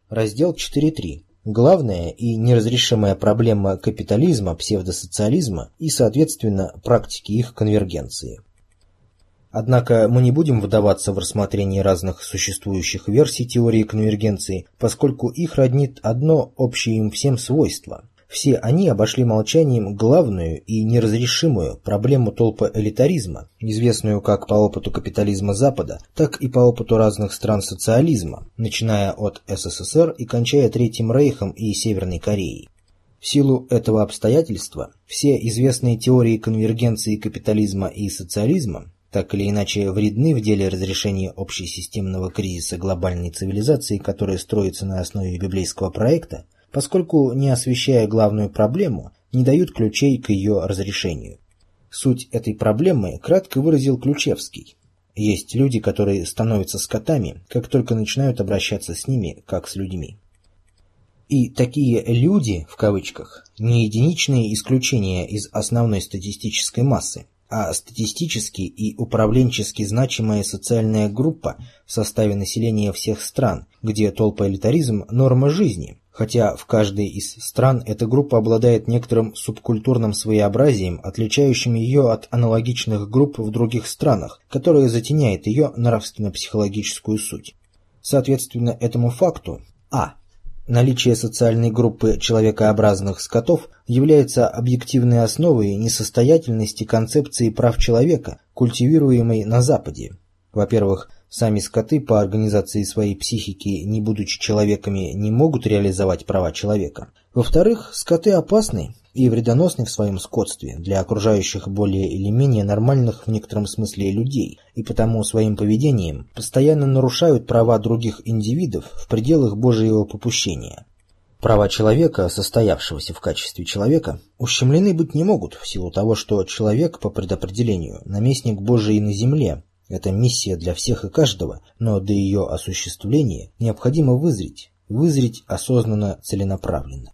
Раздел 4.3. Главная и неразрешимая проблема капитализма, псевдосоциализма и, соответственно, практики их конвергенции. Однако мы не будем вдаваться в рассмотрение разных существующих версий теории конвергенции, поскольку их роднит одно общее им всем свойство. Все они обошли молчанием главную и неразрешимую проблему толпоэлитаризма, известную как по опыту капитализма Запада, так и по опыту разных стран социализма, начиная от СССР и кончая Третьим Рейхом и Северной Кореей. В силу этого обстоятельства все известные теории конвергенции капитализма и социализма так или иначе вредны в деле разрешения общесистемного кризиса глобальной цивилизации, которая строится на основе библейского проекта, поскольку, не освещая главную проблему, не дают ключей к ее разрешению. Суть этой проблемы кратко выразил Ключевский. Есть люди, которые становятся скотами, как только начинают обращаться с ними, как с людьми. И такие «люди», в кавычках, не единичные исключения из основной статистической массы, а статистически и управленчески значимая социальная группа в составе населения всех стран, где толпоэлитаризм – норма жизни, хотя в каждой из стран эта группа обладает некоторым субкультурным своеобразием, отличающим ее от аналогичных групп в других странах, которое затеняет ее нравственно-психологическую суть. Соответственно этому факту наличие социальной группы человекообразных скотов является объективной основой несостоятельности концепции прав человека, культивируемой на Западе. Во-первых, сами скоты по организации своей психики, не будучи человеками, не могут реализовать права человека. Во-вторых, скоты опасны и вредоносны в своем скотстве для окружающих более или менее нормальных в некотором смысле людей, и потому своим поведением постоянно нарушают права других индивидов в пределах Божьего попущения. Права человека, состоявшегося в качестве человека, ущемлены быть не могут в силу того, что человек по предопределению наместник Божий на земле. Это миссия для всех и каждого, но до ее осуществления необходимо вызреть осознанно, целенаправленно.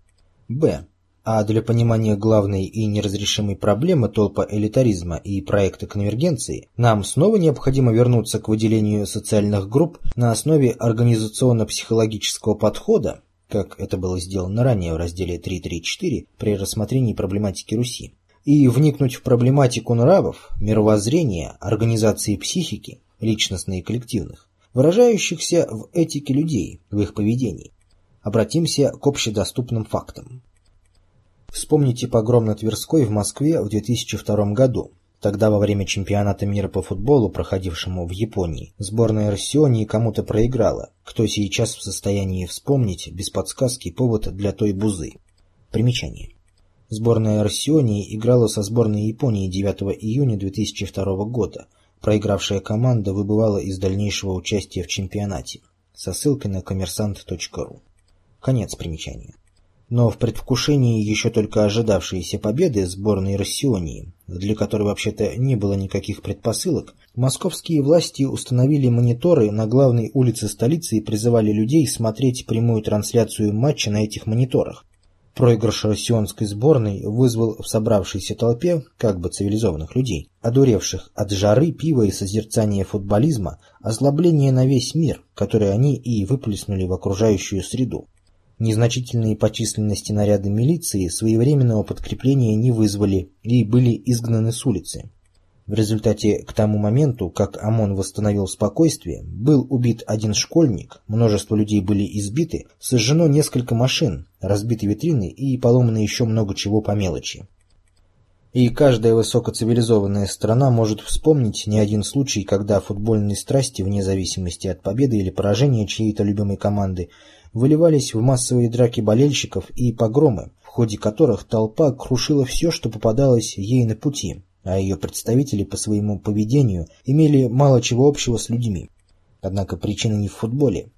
А для понимания главной и неразрешимой проблемы толпоэлитаризма и проекта конвергенции нам снова необходимо вернуться к выделению социальных групп на основе организационно-психологического подхода, как это было сделано ранее в разделе 3.3.4 при рассмотрении проблематики Руси, и вникнуть в проблематику нравов, мировоззрения, организации психики, личностной и коллективных, выражающихся в этике людей, в их поведении. Обратимся к общедоступным фактам. Вспомните погром на Тверской в Москве в 2002 году. Тогда во время чемпионата мира по футболу, проходившему в Японии, сборная Россионии кому-то проиграла. Кто сейчас в состоянии вспомнить без подсказки повод для той бузы? Примечание. Сборная Россионии играла со сборной Японии 9 июня 2002 года. Проигравшая команда выбывала из дальнейшего участия в чемпионате. Со ссылкой на коммерсант.ру. Конец примечания. Но в предвкушении еще только ожидавшейся победы сборной Россионии, для которой вообще-то не было никаких предпосылок, московские власти установили мониторы на главной улице столицы и призывали людей смотреть прямую трансляцию матча на этих мониторах. Проигрыш россионской сборной вызвал в собравшейся толпе, как бы цивилизованных людей, одуревших от жары, пива и созерцания футболизма, озлобление на весь мир, которое они и выплеснули в окружающую среду. Незначительные по численности наряды милиции своевременного подкрепления не вызвали и были изгнаны с улицы. В результате к тому моменту, как ОМОН восстановил спокойствие, был убит один школьник, множество людей были избиты, сожжено несколько машин, разбиты витрины и поломано еще много чего по мелочи. И каждая высокоцивилизованная страна может вспомнить не один случай, когда футбольные страсти, вне зависимости от победы или поражения чьей-то любимой команды, выливались в массовые драки болельщиков и погромы, в ходе которых толпа крушила все, что попадалось ей на пути, а ее представители по своему поведению имели мало чего общего с людьми. Однако причина не в футболе.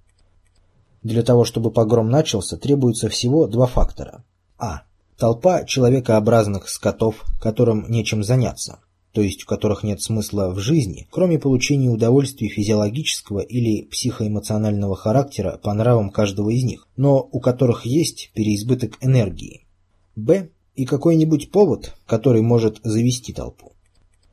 Для того, чтобы погром начался, требуется всего два фактора. Толпа человекообразных скотов, которым нечем заняться, то есть у которых нет смысла в жизни, кроме получения удовольствия физиологического или психоэмоционального характера по нравам каждого из них, но у которых есть переизбыток энергии. И какой-нибудь повод, который может завести толпу.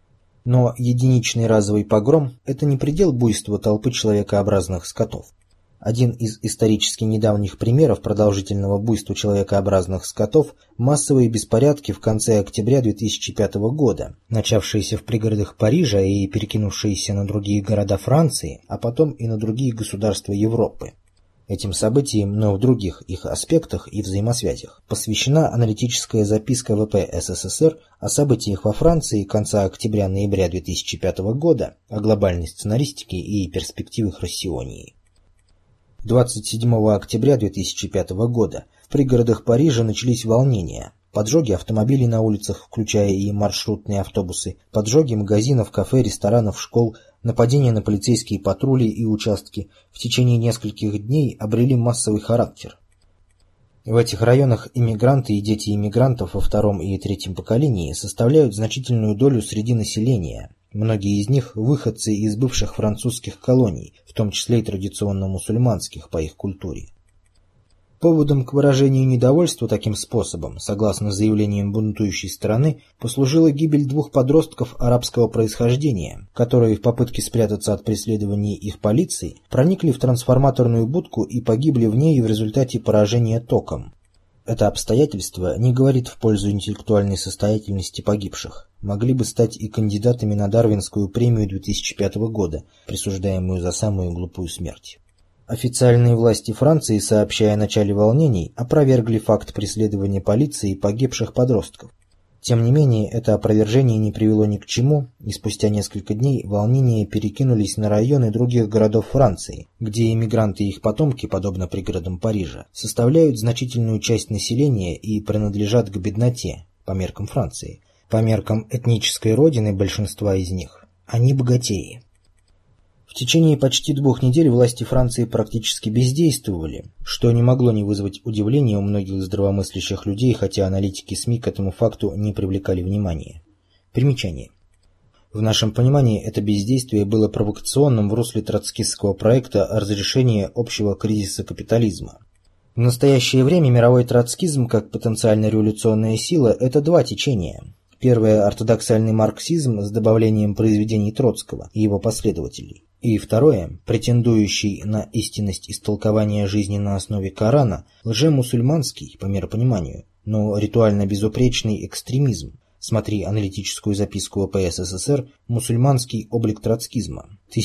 Но единичный разовый погром – это не предел буйства толпы человекообразных скотов. Один из исторически недавних примеров продолжительного буйства человекообразных скотов – массовые беспорядки в конце октября 2005 года, начавшиеся в пригородах Парижа и перекинувшиеся на другие города Франции, а потом и на другие государства Европы. Этим событиям, но в других их аспектах и взаимосвязях, посвящена аналитическая записка ВП СССР о событиях во Франции конца октября-ноября 2005 года, о глобальной сценаристике и перспективах Россионии. 27 октября 2005 года в пригородах Парижа начались волнения. Поджоги автомобилей на улицах, включая и маршрутные автобусы, поджоги магазинов, кафе, ресторанов, школ, нападения на полицейские патрули и участки в течение нескольких дней обрели массовый характер. В этих районах иммигранты и дети иммигрантов во втором и третьем поколении составляют значительную долю среди населения. Многие из них – выходцы из бывших французских колоний, в том числе и традиционно мусульманских по их культуре. Поводом к выражению недовольства таким способом, согласно заявлениям бунтующей стороны, послужила гибель двух подростков арабского происхождения, которые в попытке спрятаться от преследований их полиции проникли в трансформаторную будку и погибли в ней в результате поражения током. Это обстоятельство не говорит в пользу интеллектуальной состоятельности погибших. Могли бы стать и кандидатами на Дарвинскую премию 2005 года, присуждаемую за самую глупую смерть. Официальные власти Франции, сообщая о начале волнений, опровергли факт преследования полицией погибших подростков. Тем не менее, это опровержение не привело ни к чему, и спустя несколько дней волнения перекинулись на районы других городов Франции, где эмигранты и их потомки, подобно пригородам Парижа, составляют значительную часть населения и принадлежат к бедноте, по меркам Франции. По меркам этнической родины большинства из них, они богатеи. В течение почти 2 недель власти Франции практически бездействовали, что не могло не вызвать удивления у многих здравомыслящих людей, хотя аналитики СМИ к этому факту не привлекали внимания. Примечание. В нашем понимании это бездействие было провокационным в русле троцкистского проекта о разрешении общего кризиса капитализма. В настоящее время мировой троцкизм как потенциально революционная сила – это 2 течения. Первое – ортодоксальный марксизм с добавлением произведений Троцкого и его последователей. И второе, претендующий на истинность истолкования жизни на основе Корана, лжемусульманский, по миропониманию, но ритуально безупречный экстремизм. Смотри аналитическую записку ВП СССР «Мусульманский облик троцкизма»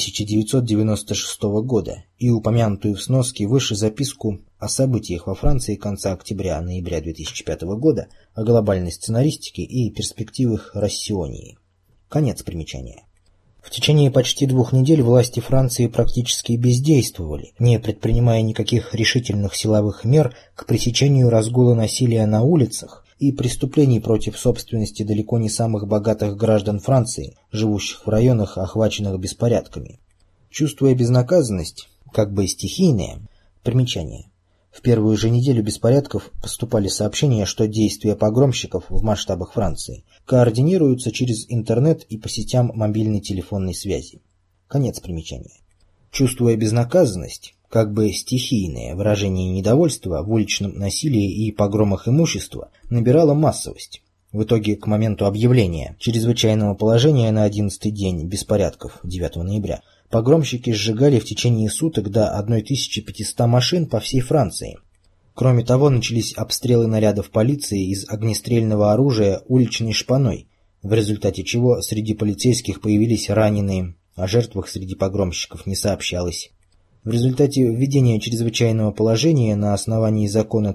1996 года и упомянутую в сноске выше записку о событиях во Франции конца октября-ноября 2005 года, о глобальной сценаристике и перспективах Россионии. Конец примечания. В течение почти 2 недель власти Франции практически бездействовали, не предпринимая никаких решительных силовых мер к пресечению разгула насилия на улицах и преступлений против собственности далеко не самых богатых граждан Франции, живущих в районах, охваченных беспорядками. Чувствуя безнаказанность, как бы стихийная, примечание. В первую же неделю беспорядков поступали сообщения, что действия погромщиков в масштабах Франции координируются через интернет и по сетям мобильной телефонной связи. Конец примечания. Чувствуя безнаказанность, как бы стихийное выражение недовольства в уличном насилии и погромах имущества набирало массовость. В итоге, к моменту объявления чрезвычайного положения на 11-й день беспорядков 9 ноября, погромщики сжигали в течение суток до 1500 машин по всей Франции. Кроме того, начались обстрелы нарядов полиции из огнестрельного оружия уличной шпаной, в результате чего среди полицейских появились раненые, о жертвах среди погромщиков не сообщалось. В результате введения чрезвычайного положения на основании закона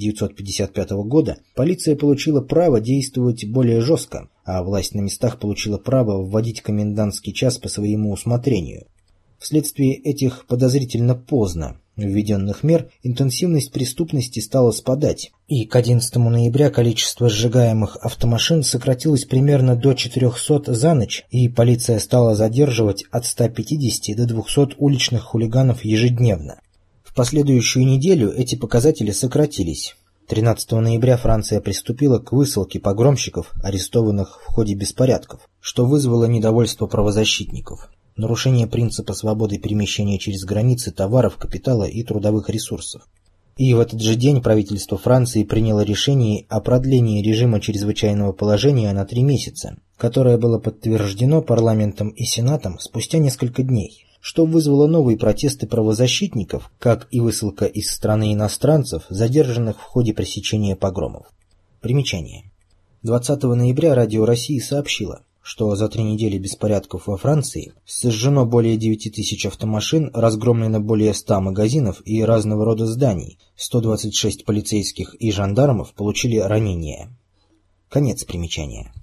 1955 года полиция получила право действовать более жестко, а власть на местах получила право вводить комендантский час по своему усмотрению. Вследствие этих подозрительно поздно введенных мер интенсивность преступности стала спадать, и к 11 ноября количество сжигаемых автомашин сократилось примерно до 400 за ночь, и полиция стала задерживать от 150 до 200 уличных хулиганов ежедневно. В последующую неделю эти показатели сократились. 13 ноября Франция приступила к высылке погромщиков, арестованных в ходе беспорядков, что вызвало недовольство правозащитников. Нарушение принципа свободы перемещения через границы товаров, капитала и трудовых ресурсов. И в этот же день правительство Франции приняло решение о продлении режима чрезвычайного положения на 3 месяца, которое было подтверждено парламентом и сенатом спустя несколько дней. что вызвало новые протесты правозащитников, как и высылка из страны иностранцев, задержанных в ходе пресечения погромов. Примечание. 20 ноября Радио России сообщило, что за 3 недели беспорядков во Франции сожжено более 9000 автомашин, разгромлено более 100 магазинов и разного рода зданий, 126 полицейских и жандармов получили ранения. Конец примечания.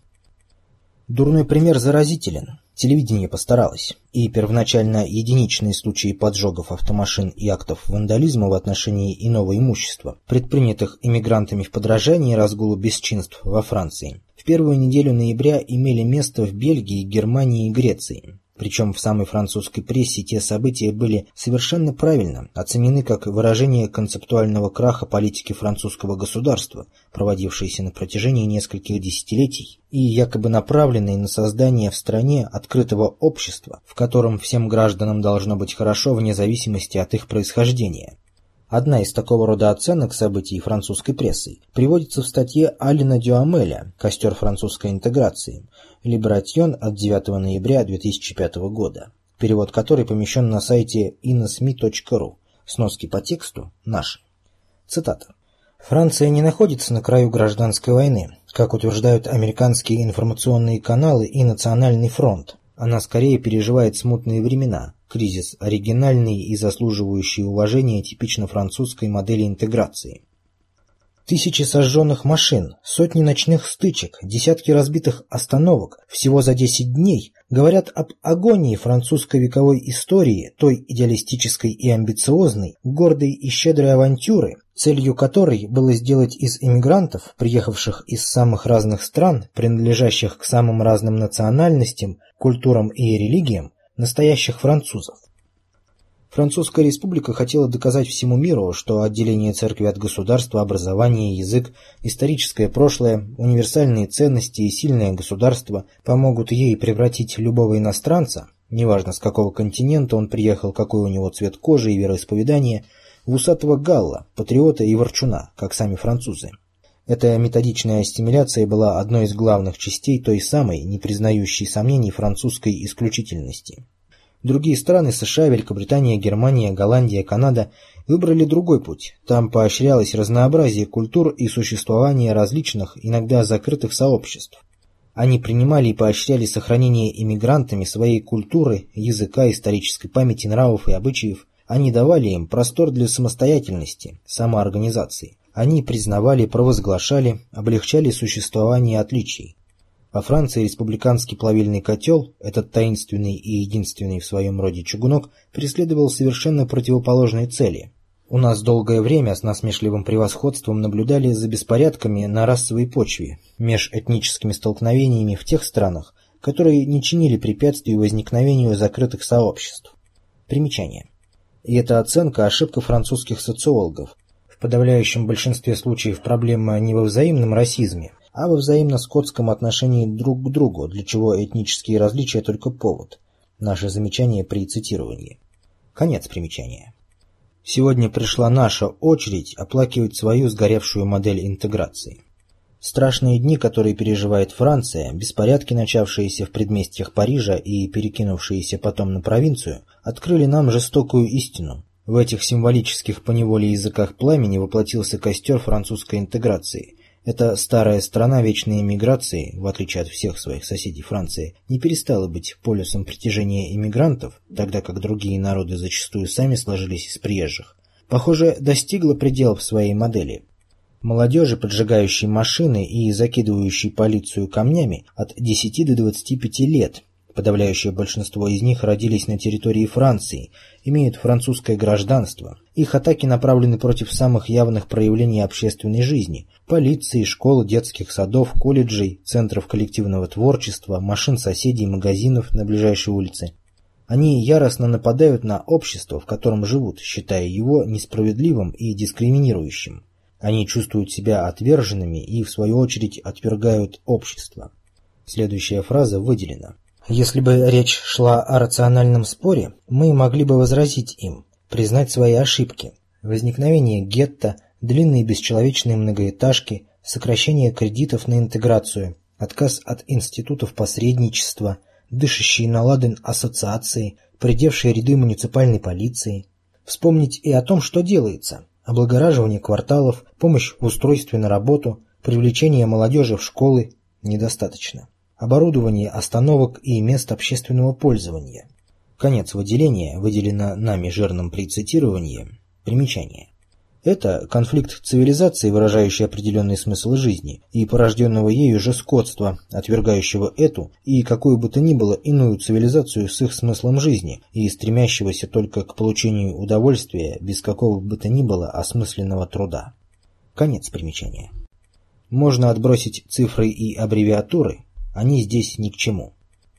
Дурной пример заразителен. Телевидение постаралось, и первоначально единичные случаи поджогов автомашин и актов вандализма в отношении иного имущества, предпринятых иммигрантами в подражании разгулу бесчинств во Франции, в первую неделю ноября имели место в Бельгии, Германии и Греции. Причем в самой французской прессе те события были совершенно правильно оценены как выражение концептуального краха политики французского государства, проводившейся на протяжении нескольких десятилетий, и якобы направленной на создание в стране открытого общества, в котором всем гражданам должно быть хорошо вне зависимости от их происхождения. Одна из такого рода оценок событий французской прессой приводится в статье Алена Дюамеля «Костер французской интеграции», Либератьон от 9 ноября 2005 года, перевод которой помещен на сайте inosmi.ru, сноски по тексту наши. Цитата. «Франция не находится на краю гражданской войны, как утверждают американские информационные каналы и Национальный фронт. Она скорее переживает смутные времена, кризис оригинальный и заслуживающий уважения типично французской модели интеграции. Тысячи сожженных машин, сотни ночных стычек, десятки разбитых остановок всего за 10 дней говорят об агонии французской вековой истории, той идеалистической и амбициозной, гордой и щедрой авантюры, целью которой было сделать из иммигрантов, приехавших из самых разных стран, принадлежащих к самым разным национальностям, культурам и религиям, настоящих французов. Французская республика хотела доказать всему миру, что отделение церкви от государства, образование, язык, историческое прошлое, универсальные ценности и сильное государство помогут ей превратить любого иностранца, неважно с какого континента он приехал, какой у него цвет кожи и вероисповедание, в усатого галла, патриота и ворчуна, как сами французы. Эта методичная ассимиляция была одной из главных частей той самой, не признающей сомнений французской исключительности. Другие страны США, Великобритания, Германия, Голландия, Канада выбрали другой путь. Там поощрялось разнообразие культур и существование различных, иногда закрытых сообществ. Они принимали и поощряли сохранение иммигрантами своей культуры, языка, исторической памяти, нравов и обычаев. Они давали им простор для самостоятельности, самоорганизации. Они признавали, провозглашали, облегчали существование отличий. Во Франции республиканский плавильный котел, этот таинственный и единственный в своем роде чугунок, преследовал совершенно противоположные цели. У нас долгое время с насмешливым превосходством наблюдали за беспорядками на расовой почве, межэтническими столкновениями в тех странах, которые не чинили препятствий возникновению закрытых сообществ. Примечание. И эта оценка – ошибка французских социологов. В подавляющем большинстве случаев проблема не во взаимном расизме, а во взаимно-скотском отношении друг к другу, для чего этнические различия только повод. Наше замечание при цитировании. Конец примечания. Сегодня пришла наша очередь оплакивать свою сгоревшую модель интеграции. Страшные дни, которые переживает Франция, беспорядки, начавшиеся в предместьях Парижа и перекинувшиеся потом на провинцию, открыли нам жестокую истину. В этих символических поневоле языках пламени воплотился костер французской интеграции. Эта старая страна вечной эмиграции, в отличие от всех своих соседей Франции, не перестала быть полюсом притяжения иммигрантов, тогда как другие народы зачастую сами сложились из приезжих. Похоже, достигла пределов своей модели. Молодежи, поджигающей машины и закидывающей полицию камнями от 10 до 25 лет, подавляющее большинство из них родились на территории Франции, имеют французское гражданство. Их атаки направлены против самых явных проявлений общественной жизни – полиции, школ, детских садов, колледжей, центров коллективного творчества, машин соседей, магазинов на ближайшей улице. Они яростно нападают на общество, в котором живут, считая его несправедливым и дискриминирующим. Они чувствуют себя отверженными и, в свою очередь, отвергают общество. Следующая фраза выделена. Если бы речь шла о рациональном споре, мы могли бы возразить им, признать свои ошибки. Возникновение гетто, длинные бесчеловечные многоэтажки, сокращение кредитов на интеграцию, отказ от институтов посредничества, дышащие на ладан ассоциации, поредевшие ряды муниципальной полиции. Вспомнить и о том, что делается. Облагораживание кварталов, помощь в устройстве на работу, привлечение молодежи в школы недостаточно. Оборудование остановок и мест общественного пользования. Конец выделения выделено нами жирным при цитировании. Примечание. Это конфликт цивилизации, выражающий определенный смысл жизни, и порожденного ею же скотства, отвергающего эту и какую бы то ни было иную цивилизацию с их смыслом жизни и стремящегося только к получению удовольствия без какого бы то ни было осмысленного труда. Конец примечания. Можно отбросить цифры и аббревиатуры, они здесь ни к чему.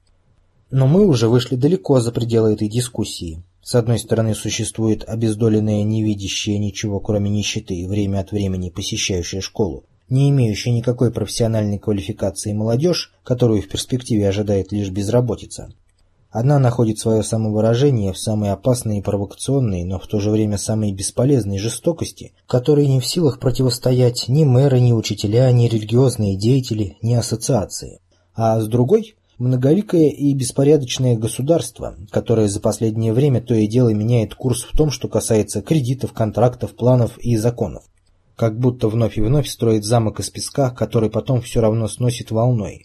Но мы уже вышли далеко за пределы этой дискуссии. С одной стороны, существует обездоленная, не видящая ничего, кроме нищеты, время от времени посещающая школу, не имеющая никакой профессиональной квалификации молодежь, которую в перспективе ожидает лишь безработица. Одна находит свое самовыражение в самой опасной и провокационной, но в то же время самой бесполезной жестокости, которой не в силах противостоять ни мэры, ни учителя, ни религиозные деятели, ни ассоциации. А с другой – многоликое и беспорядочное государство, которое за последнее время то и дело меняет курс в том, что касается кредитов, контрактов, планов и законов. Как будто вновь и вновь строит замок из песка, который потом все равно сносит волной.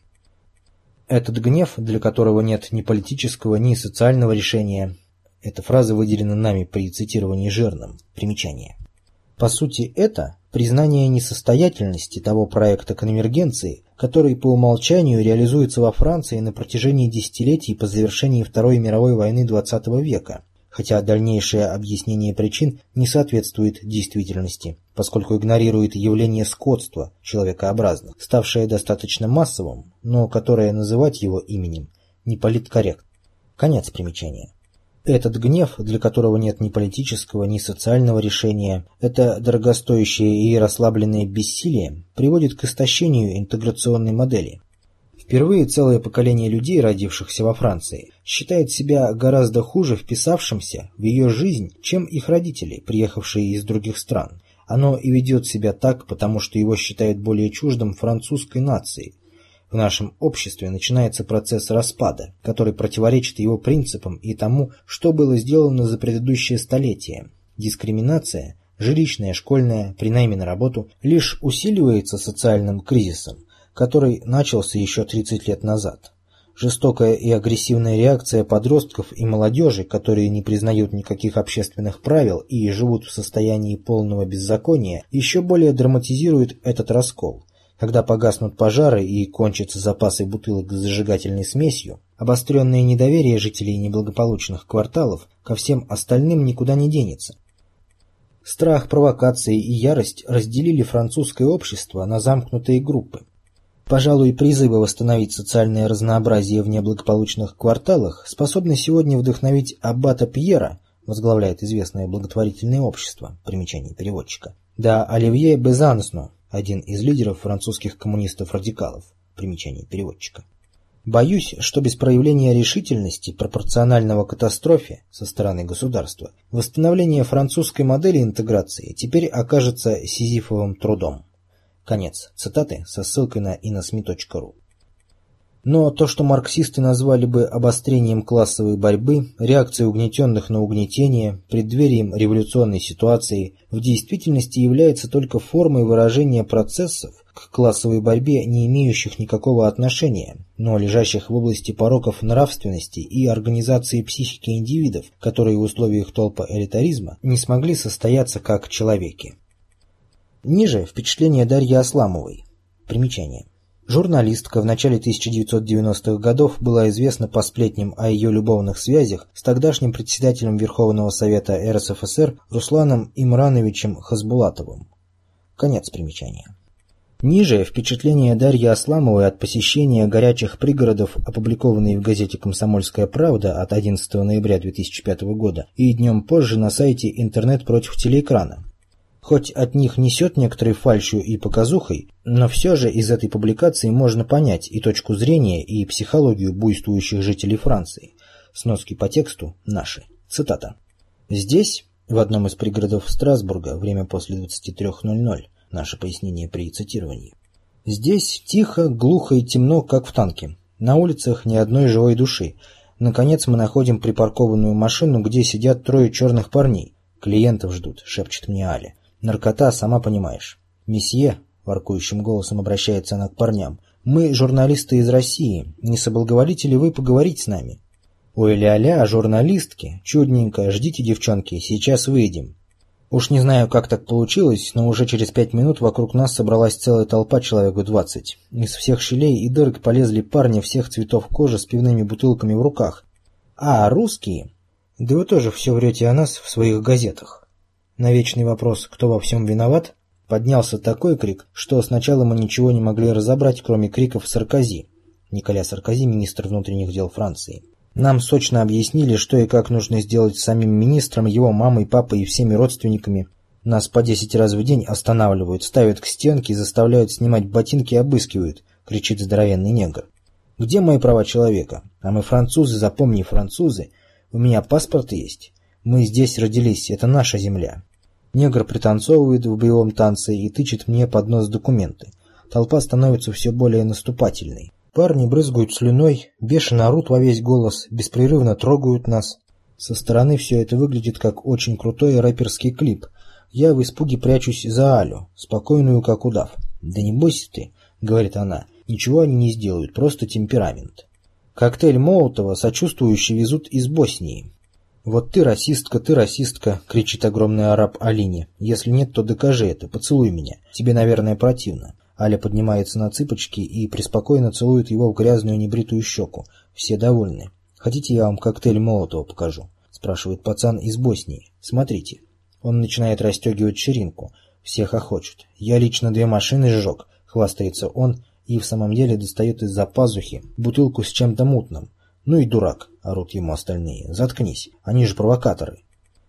Этот гнев, для которого нет ни политического, ни социального решения, эта фраза выделена нами при цитировании жирным. Примечание. По сути, это признание несостоятельности того проекта конвергенции, который по умолчанию реализуется во Франции на протяжении десятилетий по завершении Второй мировой войны XX века, хотя дальнейшее объяснение причин не соответствует действительности, поскольку игнорирует явление скотства человекообразных, ставшее достаточно массовым, но которое называть его именем не политкорректно. Конец примечания. Этот гнев, для которого нет ни политического, ни социального решения, это дорогостоящее и расслабленное бессилие приводит к истощению интеграционной модели. Впервые целое поколение людей, родившихся во Франции, считает себя гораздо хуже вписавшимся в ее жизнь, чем их родители, приехавшие из других стран. Оно и ведет себя так, потому что его считают более чуждым французской нации. В нашем обществе начинается процесс распада, который противоречит его принципам и тому, что было сделано за предыдущее столетие. Дискриминация, жилищная, школьная, при найме на работу, лишь усиливается социальным кризисом, который начался еще 30 лет назад. Жестокая и агрессивная реакция подростков и молодежи, которые не признают никаких общественных правил и живут в состоянии полного беззакония, еще более драматизирует этот раскол. Когда погаснут пожары и кончатся запасы бутылок с зажигательной смесью, обостренное недоверие жителей неблагополучных кварталов ко всем остальным никуда не денется. Страх, провокации и ярость разделили французское общество на замкнутые группы. Пожалуй, призывы восстановить социальное разнообразие в неблагополучных кварталах способны сегодня вдохновить аббата Пьера, возглавляет известное благотворительное общество, примечание переводчика, да Оливье Безансно, один из лидеров французских коммунистов-радикалов, примечание переводчика. Боюсь, что без проявления решительности, пропорционального катастрофе со стороны государства, восстановление французской модели интеграции теперь окажется сизифовым трудом. Конец цитаты со ссылкой на inasmi.ru. Но то, что марксисты назвали бы обострением классовой борьбы, реакцией угнетенных на угнетение, преддверием революционной ситуации, в действительности является только формой выражения процессов к классовой борьбе, не имеющих никакого отношения, но лежащих в области пороков нравственности и организации психики индивидов, которые в условиях толпа-элитаризма не смогли состояться как человеки. Ниже впечатление Дарьи Асламовой. Примечание. Журналистка в начале 1990-х годов была известна по сплетням о ее любовных связях с тогдашним председателем Верховного Совета РСФСР Русланом Имрановичем Хасбулатовым. Конец примечания. Ниже впечатление Дарьи Асламовой от посещения горячих пригородов, опубликованные в газете «Комсомольская правда» от 11 ноября 2005 года и днем позже на сайте «Интернет против телеэкрана». Хоть от них несет некоторой фальшью и показухой, но все же из этой публикации можно понять и точку зрения, и психологию буйствующих жителей Франции. Сноски по тексту наши. Цитата. «Здесь, в одном из пригородов Страсбурга, время после 23:00, наше пояснение при цитировании. Здесь тихо, глухо и темно, как в танке. На улицах ни одной живой души. Наконец мы находим припаркованную машину, где сидят 3 черных парней. «Клиентов ждут», — шепчет мне Аля. «Наркота, сама понимаешь». «Месье», — воркующим голосом обращается она к парням, — «мы журналисты из России. Не соблаговолите ли вы поговорить с нами?» «Ой, ля-ля, журналистки. Чудненько, ждите, девчонки, сейчас выйдем». Уж не знаю, как так получилось, но уже через 5 минут вокруг нас собралась целая толпа, человек 20. Из всех щелей и дырок полезли парни всех цветов кожи с пивными бутылками в руках. «А, русские? Да вы тоже все врете о нас в своих газетах». На вечный вопрос «Кто во всем виноват?» поднялся такой крик, что сначала мы ничего не могли разобрать, кроме криков Саркози. Николя Саркози, министр внутренних дел Франции. Нам сочно объяснили, что и как нужно сделать с самим министром, его мамой, папой и всеми родственниками. Нас по 10 раз в день останавливают, ставят к стенке, заставляют снимать ботинки и обыскивают, кричит здоровенный негр. Где мои права человека? А мы французы, запомни, французы. У меня паспорт есть. Мы здесь родились, это наша земля. Негр пританцовывает в боевом танце и тычет мне под нос документы. Толпа становится все более наступательной. Парни брызгают слюной, бешено орут во весь голос, беспрерывно трогают нас. Со стороны все это выглядит как очень крутой рэперский клип. Я в испуге прячусь за Алю, спокойную как удав. «Да не бойся ты», — говорит она, — «ничего они не сделают, просто темперамент». Коктейль Молотова сочувствующие везут из Боснии. «Вот ты расистка», — кричит огромный араб Алине. «Если нет, то докажи это, поцелуй меня. Тебе, наверное, противно». Аля поднимается на цыпочки и преспокойно целует его в грязную небритую щеку. Все довольны. «Хотите, я вам коктейль Молотова покажу?» – спрашивает пацан из Боснии. «Смотрите». Он начинает расстегивать ширинку. Все хохочут. «Я лично 2 машины сжег», – хвастается он и в самом деле достает из-за пазухи бутылку с чем-то мутным. «Ну и дурак», – орут ему остальные. «Заткнись, они же провокаторы».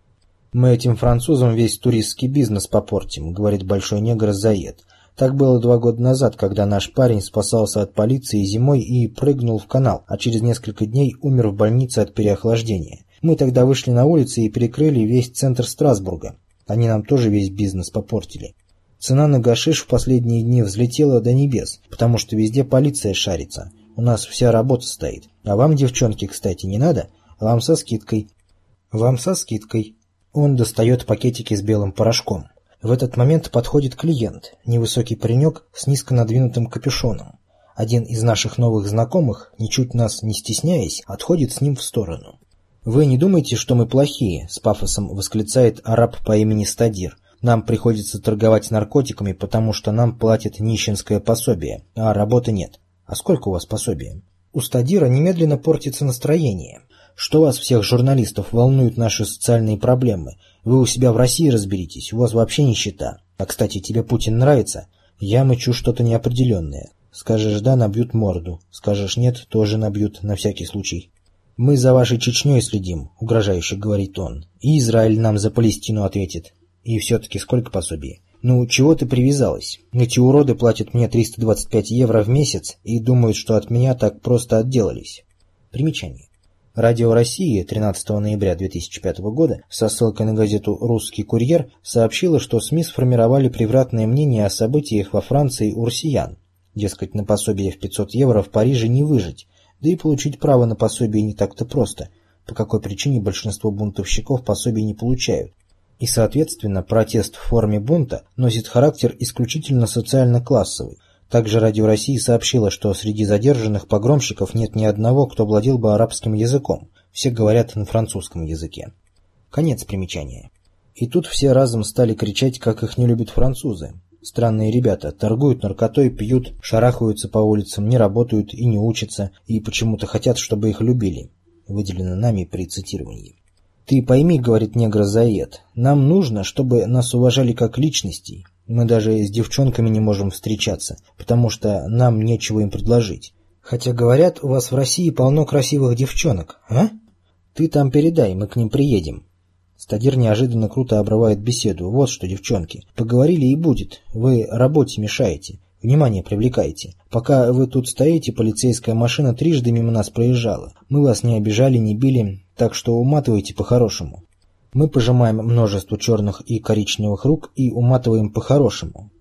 «Мы этим французам весь туристский бизнес попортим», – говорит большой негр Заед. Так было 2 года назад, когда наш парень спасался от полиции зимой и прыгнул в канал, а через несколько дней умер в больнице от переохлаждения. Мы тогда вышли на улицы и перекрыли весь центр Страсбурга. Они нам тоже весь бизнес попортили. Цена на гашиш в последние дни взлетела до небес, потому что везде полиция шарится. У нас вся работа стоит. А вам, девчонки, кстати, не надо? Вам со скидкой. Вам со скидкой. Он достает пакетики с белым порошком. В этот момент подходит клиент, невысокий паренек с низко надвинутым капюшоном. Один из наших новых знакомых, ничуть нас не стесняясь, отходит с ним в сторону. «Вы не думаете, что мы плохие?» – с пафосом восклицает араб по имени Стадир. «Нам приходится торговать наркотиками, потому что нам платят нищенское пособие, а работы нет. А сколько у вас пособия?» У Стадира немедленно портится настроение. «Что вас, всех журналистов, волнуют наши социальные проблемы? Вы у себя в России разберитесь, у вас вообще нищета. А, кстати, тебе Путин нравится? Я мычу что-то неопределенное. Скажешь «да» — набьют морду. Скажешь «нет» — тоже набьют, на всякий случай. «Мы за вашей Чечней следим», — угрожающе говорит он. «И Израиль нам за Палестину ответит. И все-таки сколько пособий? Ну, чего ты привязалась? Эти уроды платят мне 325 евро в месяц и думают, что от меня так просто отделались». Примечание. Радио России 13 ноября 2005 года со ссылкой на газету «Русский курьер» сообщило, что СМИ сформировали превратное мнение о событиях во Франции у россиян. Дескать, на пособие в 500 евро в Париже не выжить, да и получить право на пособие не так-то просто, по какой причине большинство бунтовщиков пособий не получают. И, соответственно, протест в форме бунта носит характер исключительно социально-классовый. Также Радио России сообщило, что среди задержанных погромщиков нет ни одного, кто владел бы арабским языком. Все говорят на французском языке. Конец примечания. И тут все разом стали кричать, как их не любят французы. Странные ребята, торгуют наркотой, пьют, шарахаются по улицам, не работают и не учатся, и почему-то хотят, чтобы их любили. Выделено нами при цитировании. «Ты пойми, — говорит негр Заед, — нам нужно, чтобы нас уважали как личностей. Мы даже с девчонками не можем встречаться, потому что нам нечего им предложить. Хотя, говорят, у вас в России полно красивых девчонок, а? Ты там передай, мы к ним приедем». Стадир неожиданно круто обрывает беседу. «Вот что, девчонки, поговорили и будет. Вы работе мешаете, внимание привлекаете. Пока вы тут стоите, полицейская машина 3 мимо нас проезжала. Мы вас не обижали, не били, так что уматывайте по-хорошему». Мы пожимаем множество черных и коричневых рук и уматываем по-хорошему.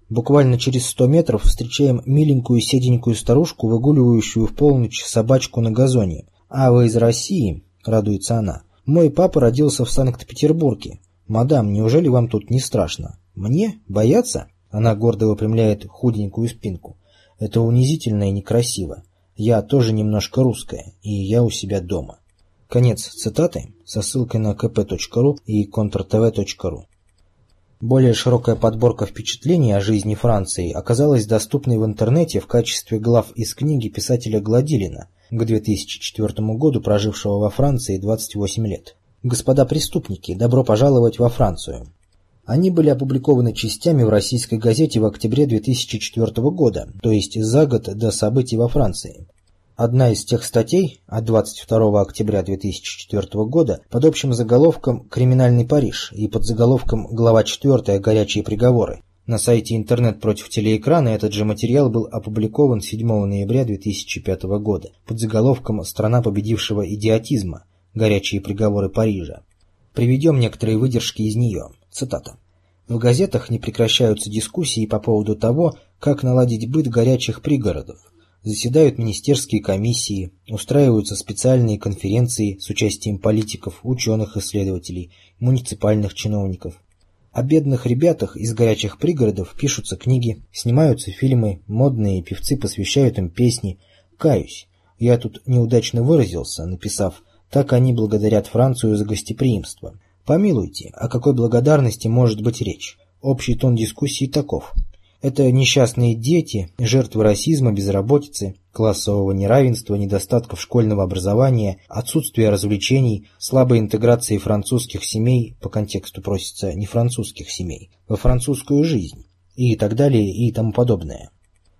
Буквально через 100 метров встречаем миленькую седенькую старушку, выгуливающую в полночь собачку на газоне. «А вы из России?» – радуется она. «Мой папа родился в Санкт-Петербурге. Мадам, неужели вам тут не страшно?» «Мне? Бояться?» – она гордо выпрямляет худенькую спинку. «Это унизительно и некрасиво. Я тоже немножко русская, и я у себя дома». Конец цитаты со ссылкой на kp.ru и kontrtv.ru. Более широкая подборка впечатлений о жизни Франции оказалась доступной в интернете в качестве глав из книги писателя Гладилина, к 2004 году прожившего во Франции 28 лет. «Господа преступники, добро пожаловать во Францию». Они были опубликованы частями в российской газете в октябре 2004 года, то есть за год до событий во Франции. Одна из тех статей от 22 октября 2004 года под общим заголовком «Криминальный Париж» и под заголовком «Глава 4. Горячие приговоры». На сайте «Интернет против телеэкрана» этот же материал был опубликован 7 ноября 2005 года под заголовком «Страна победившего идиотизма. Горячие приговоры Парижа». Приведем некоторые выдержки из нее. Цитата. «В газетах не прекращаются дискуссии по поводу того, как наладить быт горячих пригородов. Заседают министерские комиссии, устраиваются специальные конференции с участием политиков, ученых, исследователей, муниципальных чиновников. О бедных ребятах из горячих пригородов пишутся книги, снимаются фильмы, модные певцы посвящают им песни. Каюсь, я тут неудачно выразился, написав «Так они благодарят Францию за гостеприимство». Помилуйте, о какой благодарности может быть речь? Общий тон дискуссии таков. Это несчастные дети, жертвы расизма, безработицы, классового неравенства, недостатков школьного образования, отсутствия развлечений, слабой интеграции французских семей, по контексту просится не французских семей, во французскую жизнь, и так далее и тому подобное.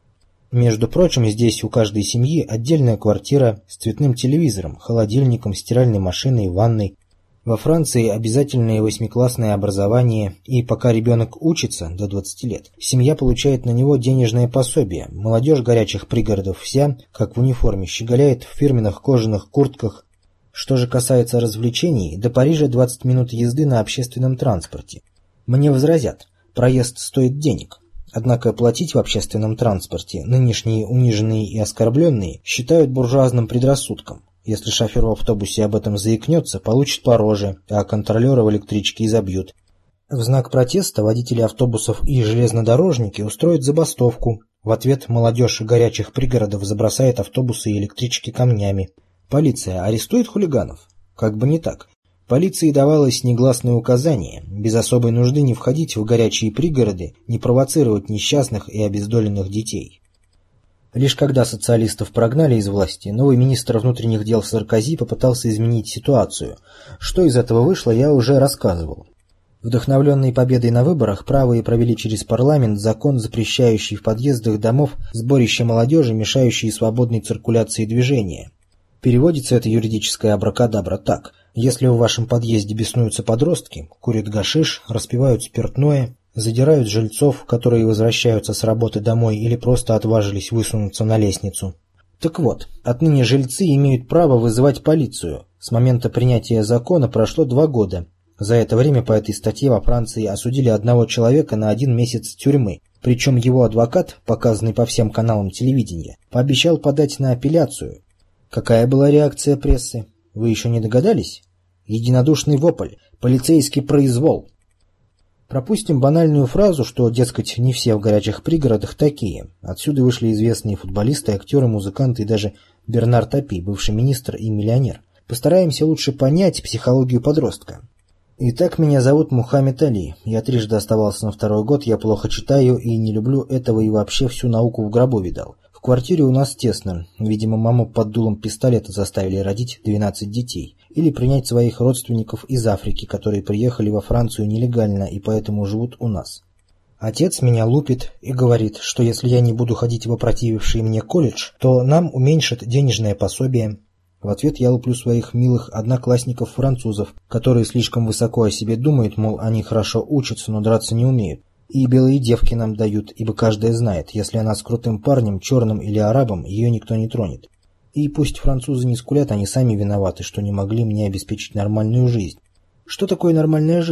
Между прочим, здесь у каждой семьи отдельная квартира с цветным телевизором, холодильником, стиральной машиной, ванной. Во Франции обязательное 8-классное образование, и пока ребенок учится до 20 лет, семья получает на него денежное пособие. Молодежь горячих пригородов вся, как в униформе, щеголяет в фирменных кожаных куртках. Что же касается развлечений, до Парижа 20 минут езды на общественном транспорте. Мне возразят, проезд стоит денег. Однако платить в общественном транспорте нынешние униженные и оскорбленные считают буржуазным предрассудком. Если шофер в автобусе об этом заикнется, получит по роже, а контролера в электричке изобьют. В знак протеста водители автобусов и железнодорожники устроят забастовку. В ответ молодежь горячих пригородов забросает автобусы и электрички камнями. Полиция арестует хулиганов? Как бы не так. Полиции давалось негласное указание, без особой нужды не входить в горячие пригороды, не провоцировать несчастных и обездоленных детей. Лишь когда социалистов прогнали из власти, новый министр внутренних дел Саркози попытался изменить ситуацию. Что из этого вышло, я уже рассказывал. Вдохновленные победой на выборах, правые провели через парламент закон, запрещающий в подъездах домов сборище молодежи, мешающие свободной циркуляции движения. Переводится это юридическое абракадабра так. Если в вашем подъезде беснуются подростки, курят гашиш, распивают спиртное, задирают жильцов, которые возвращаются с работы домой или просто отважились высунуться на лестницу. Так вот, отныне жильцы имеют право вызывать полицию. С момента принятия закона прошло 2 года. За это время по этой статье во Франции осудили одного человека на 1 месяц тюрьмы. Причем его адвокат, показанный по всем каналам телевидения, пообещал подать на апелляцию. Какая была реакция прессы? Вы еще не догадались? Единодушный вопль. Полицейский произвол. Пропустим банальную фразу, что, дескать, не все в горячих пригородах такие. Отсюда вышли известные футболисты, актеры, музыканты и даже Бернар Тапи, бывший министр и миллионер. Постараемся лучше понять психологию подростка. Итак, меня зовут Мухаммед Али. Я трижды оставался на 2-й год, я плохо читаю и не люблю этого и вообще всю науку в гробу видал. В квартире у нас тесно. Видимо, маму под дулом пистолета заставили родить 12 детей. Или принять своих родственников из Африки, которые приехали во Францию нелегально и поэтому живут у нас. Отец меня лупит и говорит, что если я не буду ходить в опротививший мне колледж, то нам уменьшат денежное пособие. В ответ я луплю своих милых одноклассников-французов, которые слишком высоко о себе думают, мол, они хорошо учатся, но драться не умеют. И белые девки нам дают, ибо каждая знает, если она с крутым парнем, черным или арабом, ее никто не тронет. И пусть французы не скулят, они сами виноваты, что не могли мне обеспечить нормальную жизнь. Что такое нормальная жизнь?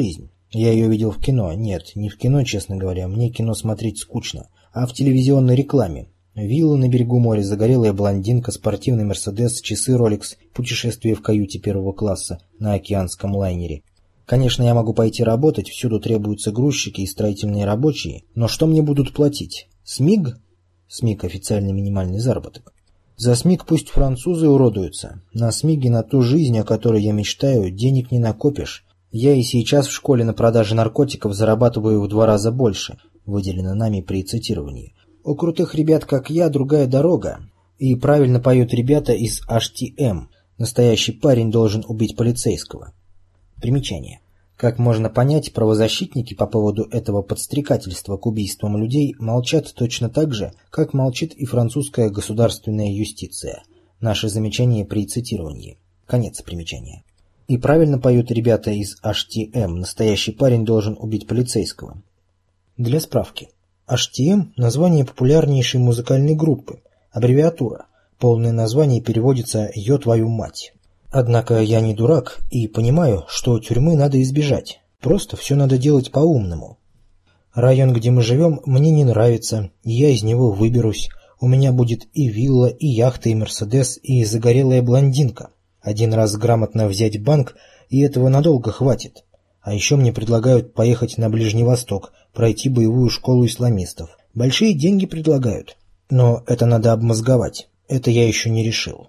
Я ее видел в кино. Нет, не в кино, честно говоря. Мне кино смотреть скучно. А в телевизионной рекламе. Вилла на берегу моря, загорелая блондинка, спортивный Мерседес, часы Rolex, путешествие в каюте первого класса на океанском лайнере. Конечно, я могу пойти работать, всюду требуются грузчики и строительные рабочие, но что мне будут платить? СМИГ? СМИГ – официальный минимальный заработок. За СМИГ пусть французы уродуются. На СМИГе, на ту жизнь, о которой я мечтаю, денег не накопишь. Я и сейчас в школе на продаже наркотиков зарабатываю в 2 раза больше, выделено нами при цитировании. У крутых ребят, как я, другая дорога. И правильно поют ребята из HTM. Настоящий парень должен убить полицейского. Примечание. Как можно понять, правозащитники по поводу этого подстрекательства к убийствам людей молчат точно так же, как молчит и французская государственная юстиция. Наше замечание при цитировании. Конец примечания. И правильно поют ребята из HTM. Настоящий парень должен убить полицейского. Для справки. HTM – название популярнейшей музыкальной группы, аббревиатура. Полное название переводится «Ё твою мать». Однако я не дурак и понимаю, что тюрьмы надо избежать. Просто все надо делать по-умному. Район, где мы живем, мне не нравится, и я из него выберусь. У меня будет и вилла, и яхта, и Мерседес, и загорелая блондинка. Один раз грамотно взять банк, и этого надолго хватит. А еще мне предлагают поехать на Ближний Восток, пройти боевую школу исламистов. Большие деньги предлагают. Но это надо обмозговать. Это я еще не решил.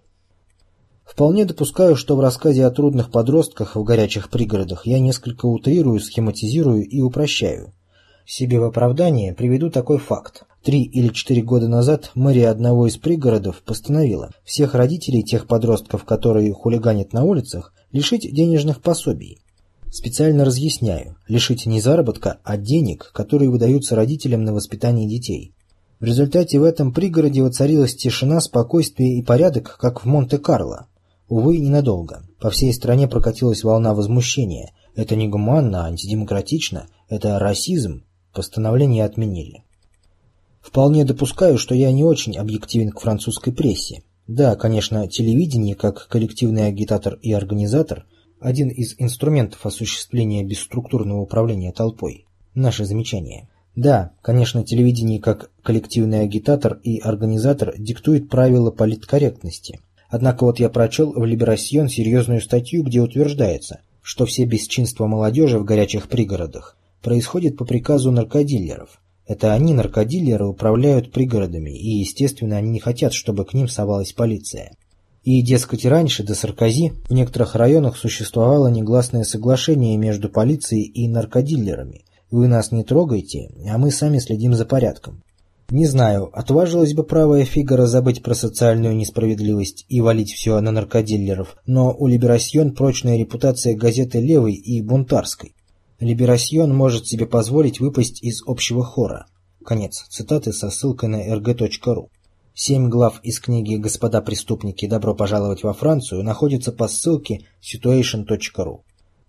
Вполне допускаю, что в рассказе о трудных подростках в горячих пригородах я несколько утрирую, схематизирую и упрощаю. Себе в оправдание приведу такой факт. 3 или 4 года назад мэрия одного из пригородов постановила всех родителей тех подростков, которые хулиганят на улицах, лишить денежных пособий. Специально разъясняю, лишить не заработка, а денег, которые выдаются родителям на воспитание детей. В результате в этом пригороде воцарилась тишина, спокойствие и порядок, как в Монте-Карло. Увы, ненадолго. По всей стране прокатилась волна возмущения. Это не гуманно, антидемократично, это расизм. Постановление отменили. Вполне допускаю, что я не очень объективен к французской прессе. Да, конечно, телевидение, как коллективный агитатор и организатор, один из инструментов осуществления бесструктурного управления толпой. Наше замечание. Да, конечно, телевидение как коллективный агитатор и организатор диктует правила политкорректности. Однако вот я прочел в Либерасьон серьезную статью, где утверждается, что все бесчинства молодежи в горячих пригородах происходит по приказу наркодилеров. Это они, наркодилеры, управляют пригородами, и, естественно, они не хотят, чтобы к ним совалась полиция. И, дескать, раньше, до Саркози, в некоторых районах существовало негласное соглашение между полицией и наркодилерами. Вы нас не трогайте, а мы сами следим за порядком. Не знаю, отважилась бы правая Фигаро забыть про социальную несправедливость и валить все на наркодилеров, но у Либерасьон прочная репутация газеты левой и бунтарской. Либерасьон может себе позволить выпасть из общего хора. Конец цитаты со ссылкой на rg.ru. 7 глав из книги «Господа преступники, добро пожаловать во Францию» находятся по ссылке situation.ru.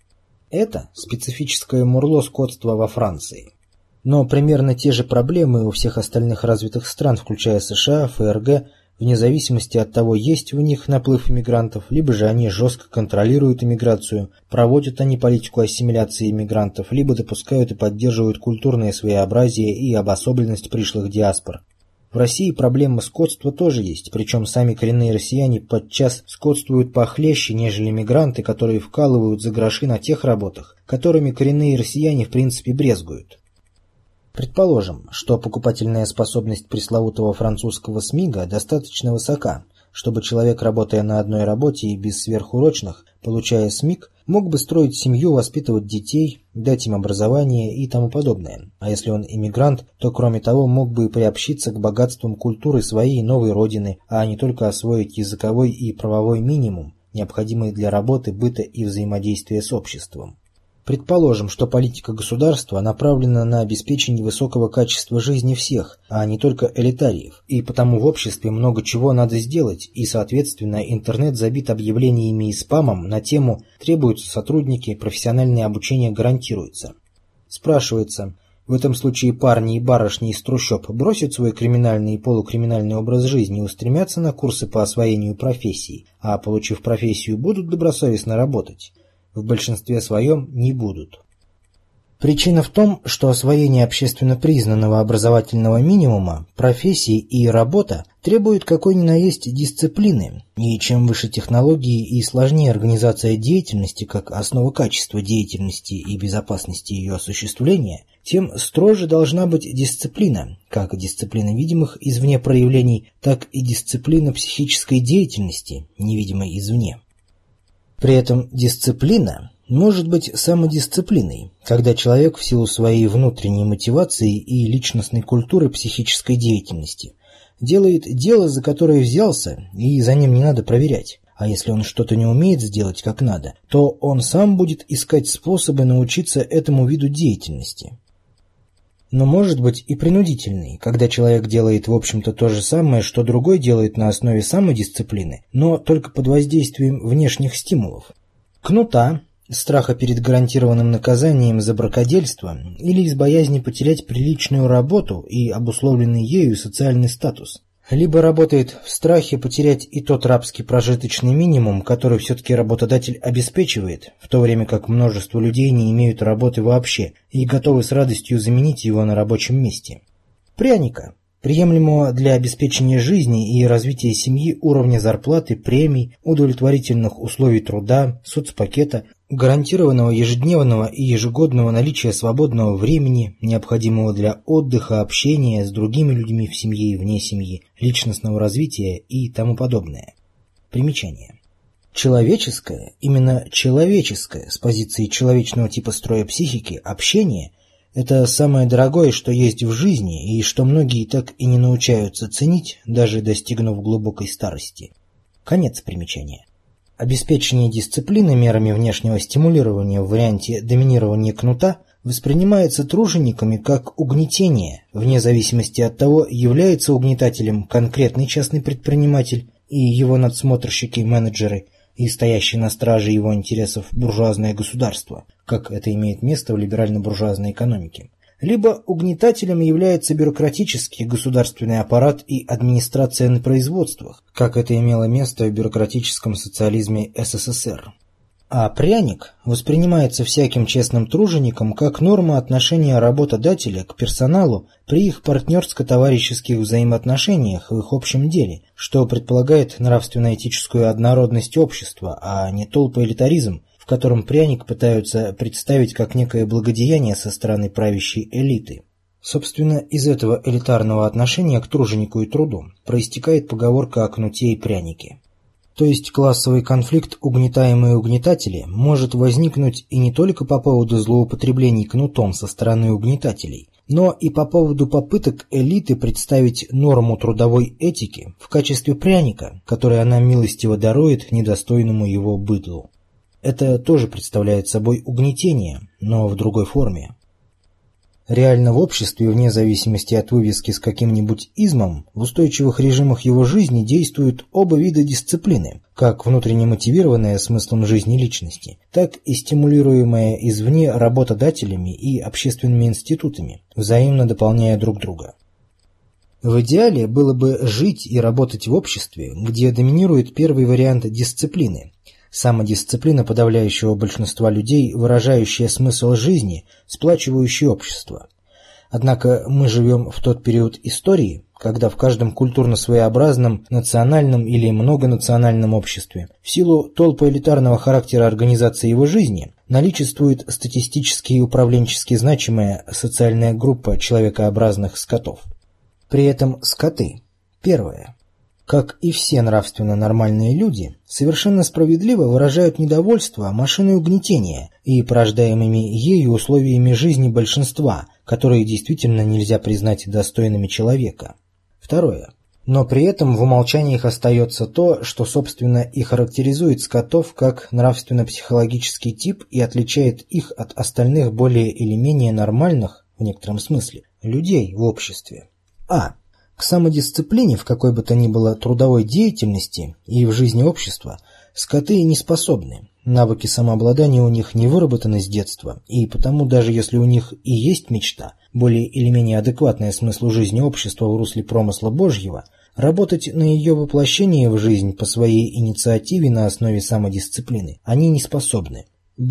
Это специфическое мурло-скотство во Франции. Но примерно те же проблемы у всех остальных развитых стран, включая США, ФРГ, вне зависимости от того, есть в них наплыв иммигрантов, либо же они жестко контролируют иммиграцию, проводят они политику ассимиляции иммигрантов, либо допускают и поддерживают культурное своеобразие и обособленность пришлых диаспор. В России проблема скотства тоже есть, причем сами коренные россияне подчас скотствуют похлеще, нежели мигранты, которые вкалывают за гроши на тех работах, которыми коренные россияне в принципе брезгуют. Предположим, что покупательная способность пресловутого французского СМИГа достаточно высока, чтобы человек, работая на одной работе и без сверхурочных, получая СМИГ, мог бы строить семью, воспитывать детей, дать им образование и тому подобное. А если он иммигрант, то кроме того мог бы и приобщиться к богатствам культуры своей новой родины, а не только освоить языковой и правовой минимум, необходимый для работы, быта и взаимодействия с обществом. Предположим, что политика государства направлена на обеспечение высокого качества жизни всех, а не только элитариев, и потому в обществе много чего надо сделать, и, соответственно, интернет забит объявлениями и спамом на тему «требуются сотрудники, профессиональное обучение гарантируется». Спрашивается, в этом случае парни и барышни из трущоб бросят свой криминальный и полукриминальный образ жизни и устремятся на курсы по освоению профессий, а, получив профессию, будут добросовестно работать? В большинстве своем не будут. Причина в том, что освоение общественно признанного образовательного минимума, профессии и работа требуют какой ни на есть дисциплины, и чем выше технологии и сложнее организация деятельности как основа качества деятельности и безопасности ее осуществления, тем строже должна быть дисциплина, как дисциплина видимых извне проявлений, так и дисциплина психической деятельности, невидимой извне. При этом дисциплина может быть самодисциплиной, когда человек в силу своей внутренней мотивации и личностной культуры психической деятельности делает дело, за которое взялся, и за ним не надо проверять. А если он что-то не умеет сделать как надо, то он сам будет искать способы научиться этому виду деятельности. Но может быть и принудительный, когда человек делает в общем-то то же самое, что другой делает на основе самодисциплины, но только под воздействием внешних стимулов. Кнута, страха перед гарантированным наказанием за бракодельство или из боязни потерять приличную работу и обусловленный ею социальный статус. Либо работает в страхе потерять и тот рабский прожиточный минимум, который все-таки работодатель обеспечивает, в то время как множество людей не имеют работы вообще и готовы с радостью заменить его на рабочем месте. Пряника, приемлемого для обеспечения жизни и развития семьи уровня зарплаты, премий, удовлетворительных условий труда, соцпакета, гарантированного ежедневного и ежегодного наличия свободного времени, необходимого для отдыха, общения с другими людьми в семье и вне семьи, личностного развития и тому подобное. Примечание. Человеческое, именно человеческое, с позиции человечного типа строя психики, общение – это самое дорогое, что есть в жизни, и что многие так и не научаются ценить, даже достигнув глубокой старости. Конец примечания. Обеспечение дисциплины мерами внешнего стимулирования в варианте доминирования кнута воспринимается тружениками как угнетение, вне зависимости от того, является угнетателем конкретный частный предприниматель и его надсмотрщики-менеджеры и стоящие на страже его интересов буржуазное государство, как это имеет место в либерально-буржуазной экономике. Либо угнетателем является бюрократический государственный аппарат и администрация на производствах, как это имело место в бюрократическом социализме СССР. А пряник воспринимается всяким честным тружеником как норма отношения работодателя к персоналу при их партнерско-товарищеских взаимоотношениях в их общем деле, что предполагает нравственно-этическую однородность общества, а не толпоэлитаризм, в котором пряник пытаются представить как некое благодеяние со стороны правящей элиты. Собственно, из этого элитарного отношения к труженику и труду проистекает поговорка о кнуте и прянике. То есть классовый конфликт угнетаемые угнетатели может возникнуть и не только по поводу злоупотреблений кнутом со стороны угнетателей, но и по поводу попыток элиты представить норму трудовой этики в качестве пряника, который она милостиво дарует недостойному его быдлу. Это тоже представляет собой угнетение, но в другой форме. Реально в обществе, вне зависимости от вывески с каким-нибудь измом, в устойчивых режимах его жизни действуют оба вида дисциплины, как внутренне мотивированная смыслом жизни личности, так и стимулируемая извне работодателями и общественными институтами, взаимно дополняя друг друга. В идеале было бы жить и работать в обществе, где доминирует первый вариант дисциплины, самодисциплина подавляющего большинства людей, выражающая смысл жизни, сплачивающая общество. Однако мы живем в тот период истории, когда в каждом культурно-своеобразном, национальном или многонациональном обществе, в силу толпоэлитарного характера организации его жизни, наличествует статистически и управленчески значимая социальная группа человекообразных скотов. При этом скоты, первое, как и все нравственно нормальные люди, совершенно справедливо выражают недовольство машиной угнетения и порождаемыми ею условиями жизни большинства, которые действительно нельзя признать достойными человека. Второе. Но при этом в умолчаниях остается то, что собственно и характеризует скотов как нравственно-психологический тип и отличает их от остальных более или менее нормальных, в некотором смысле, людей в обществе. К самодисциплине в какой бы то ни было трудовой деятельности и в жизни общества скоты не способны. Навыки самообладания у них не выработаны с детства, и потому даже если у них и есть мечта, более или менее адекватная смыслу жизни общества в русле промысла Божьего, работать на ее воплощение в жизнь по своей инициативе на основе самодисциплины они не способны.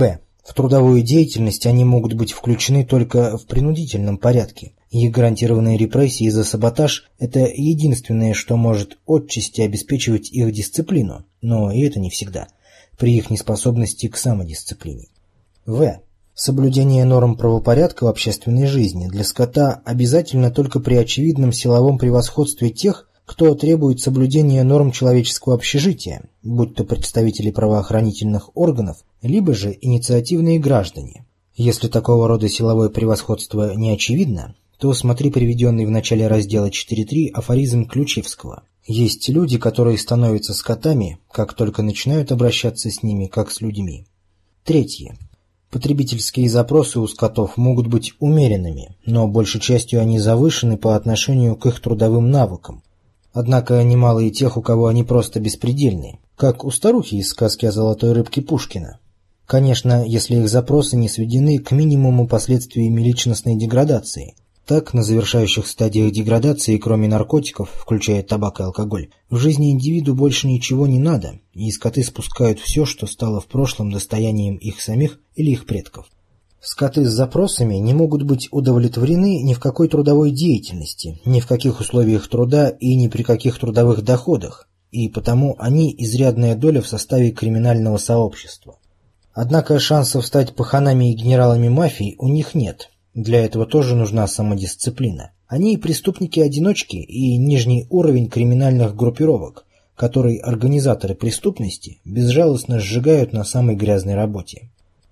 В трудовую деятельность они могут быть включены только в принудительном порядке. Их гарантированные репрессии за саботаж – это единственное, что может отчасти обеспечивать их дисциплину, но и это не всегда, при их неспособности к самодисциплине. В. Соблюдение норм правопорядка в общественной жизни для скота обязательно только при очевидном силовом превосходстве тех, кто требует соблюдения норм человеческого общежития, будь то представители правоохранительных органов, либо же инициативные граждане. Если такого рода силовое превосходство не очевидно, то смотри приведенный в начале раздела 4.3 афоризм Ключевского. Есть люди, которые становятся скотами, как только начинают обращаться с ними, как с людьми. Третье. Потребительские запросы у скотов могут быть умеренными, но большей частью они завышены по отношению к их трудовым навыкам. Однако немало и тех, у кого они просто беспредельны, как у старухи из сказки о золотой рыбке Пушкина. Конечно, если их запросы не сведены к минимуму последствиями личностной деградации. Так, на завершающих стадиях деградации, кроме наркотиков, включая табак и алкоголь, в жизни индивиду больше ничего не надо, и скоты спускают все, что стало в прошлом достоянием их самих или их предков. Скоты с запросами не могут быть удовлетворены ни в какой трудовой деятельности, ни в каких условиях труда и ни при каких трудовых доходах, и потому они изрядная доля в составе криминального сообщества. Однако шансов стать паханами и генералами мафии у них нет. Для этого тоже нужна самодисциплина. Они преступники-одиночки и нижний уровень криминальных группировок, который организаторы преступности безжалостно сжигают на самой грязной работе.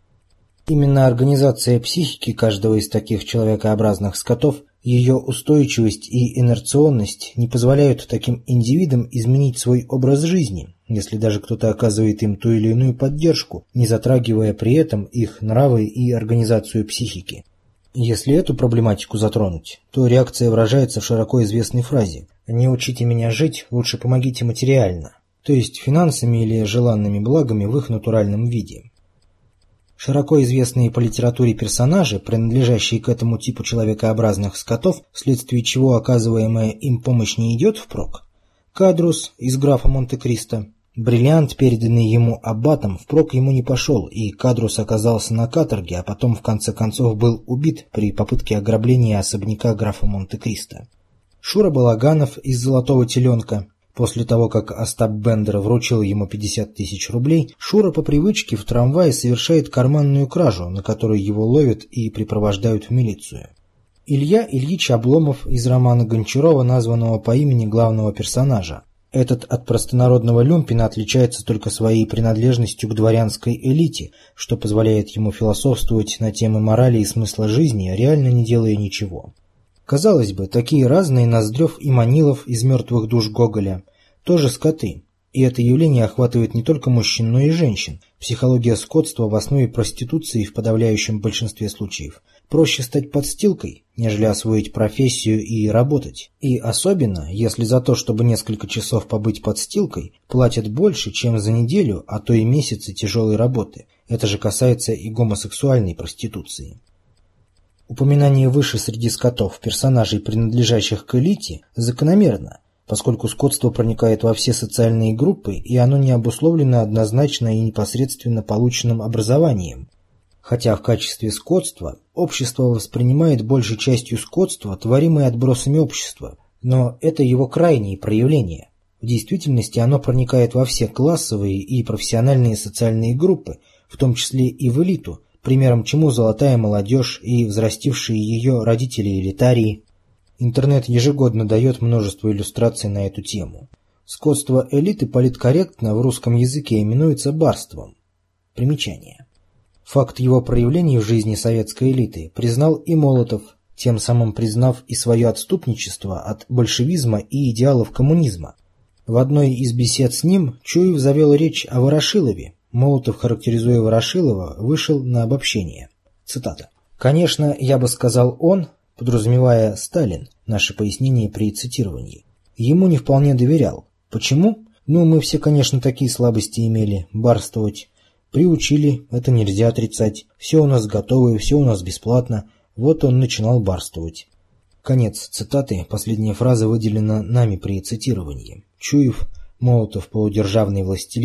Именно организация психики каждого из таких человекообразных скотов, ее устойчивость и инерционность не позволяют таким индивидам изменить свой образ жизни, если даже кто-то оказывает им ту или иную поддержку, не затрагивая при этом их нравы и организацию психики. Если эту проблематику затронуть, то реакция выражается в широко известной фразе «Не учите меня жить, лучше помогите материально», то есть финансами или желанными благами в их натуральном виде. Широко известные по литературе персонажи, принадлежащие к этому типу человекообразных скотов, вследствие чего оказываемая им помощь не идет впрок. Кадрус из графа Монте-Кристо. Бриллиант, переданный ему аббатом, впрок ему не пошел, и Кадрус оказался на каторге, а потом в конце концов был убит при попытке ограбления особняка графа Монте-Кристо. Шура Балаганов из «Золотого теленка». После того, как Остап Бендер вручил ему 50 тысяч рублей, Шура по привычке в трамвае совершает карманную кражу, на которой его ловят и припровождают в милицию. Илья Ильич Обломов из романа Гончарова, названного по имени главного персонажа. Этот от простонародного люмпина отличается только своей принадлежностью к дворянской элите, что позволяет ему философствовать на темы морали и смысла жизни, реально не делая ничего. Казалось бы, такие разные Ноздрев и Манилов из «Мертвых душ» Гоголя тоже скоты, и это явление охватывает не только мужчин, но и женщин. Психология скотства в основе проституции в подавляющем большинстве случаев. Проще стать подстилкой, нежели освоить профессию и работать. И особенно, если за то, чтобы несколько часов побыть подстилкой, платят больше, чем за неделю, а то и месяцы тяжелой работы. Это же касается и гомосексуальной проституции. Упоминание выше среди скотов персонажей, принадлежащих к элите, закономерно, поскольку скотство проникает во все социальные группы, и оно не обусловлено однозначно и непосредственно полученным образованием. Хотя в качестве скотства общество воспринимает большей частью скотства, творимое отбросами общества, но это его крайние проявления. В действительности оно проникает во все классовые и профессиональные социальные группы, в том числе и в элиту, примером чему золотая молодежь и взрастившие ее родители-элитарии. Интернет ежегодно дает множество иллюстраций на эту тему. Скотство элиты политкорректно в русском языке именуется барством. Примечание. Факт его проявлений в жизни советской элиты признал и Молотов, тем самым признав и свое отступничество от большевизма и идеалов коммунизма. В одной из бесед с ним Чуев завел речь о Ворошилове. Молотов, характеризуя Ворошилова, вышел на обобщение. Цитата. «Конечно, я бы сказал он, подразумевая Сталин, наше пояснение при цитировании, ему не вполне доверял. Почему? Мы все, конечно, такие слабости имели, барствовать. Приучили, это нельзя отрицать. Все у нас готово, все у нас бесплатно. Вот он начинал барствовать». Конец цитаты, последняя фраза выделена нами при цитировании. Чуев, Молотов, полудержавный властелин,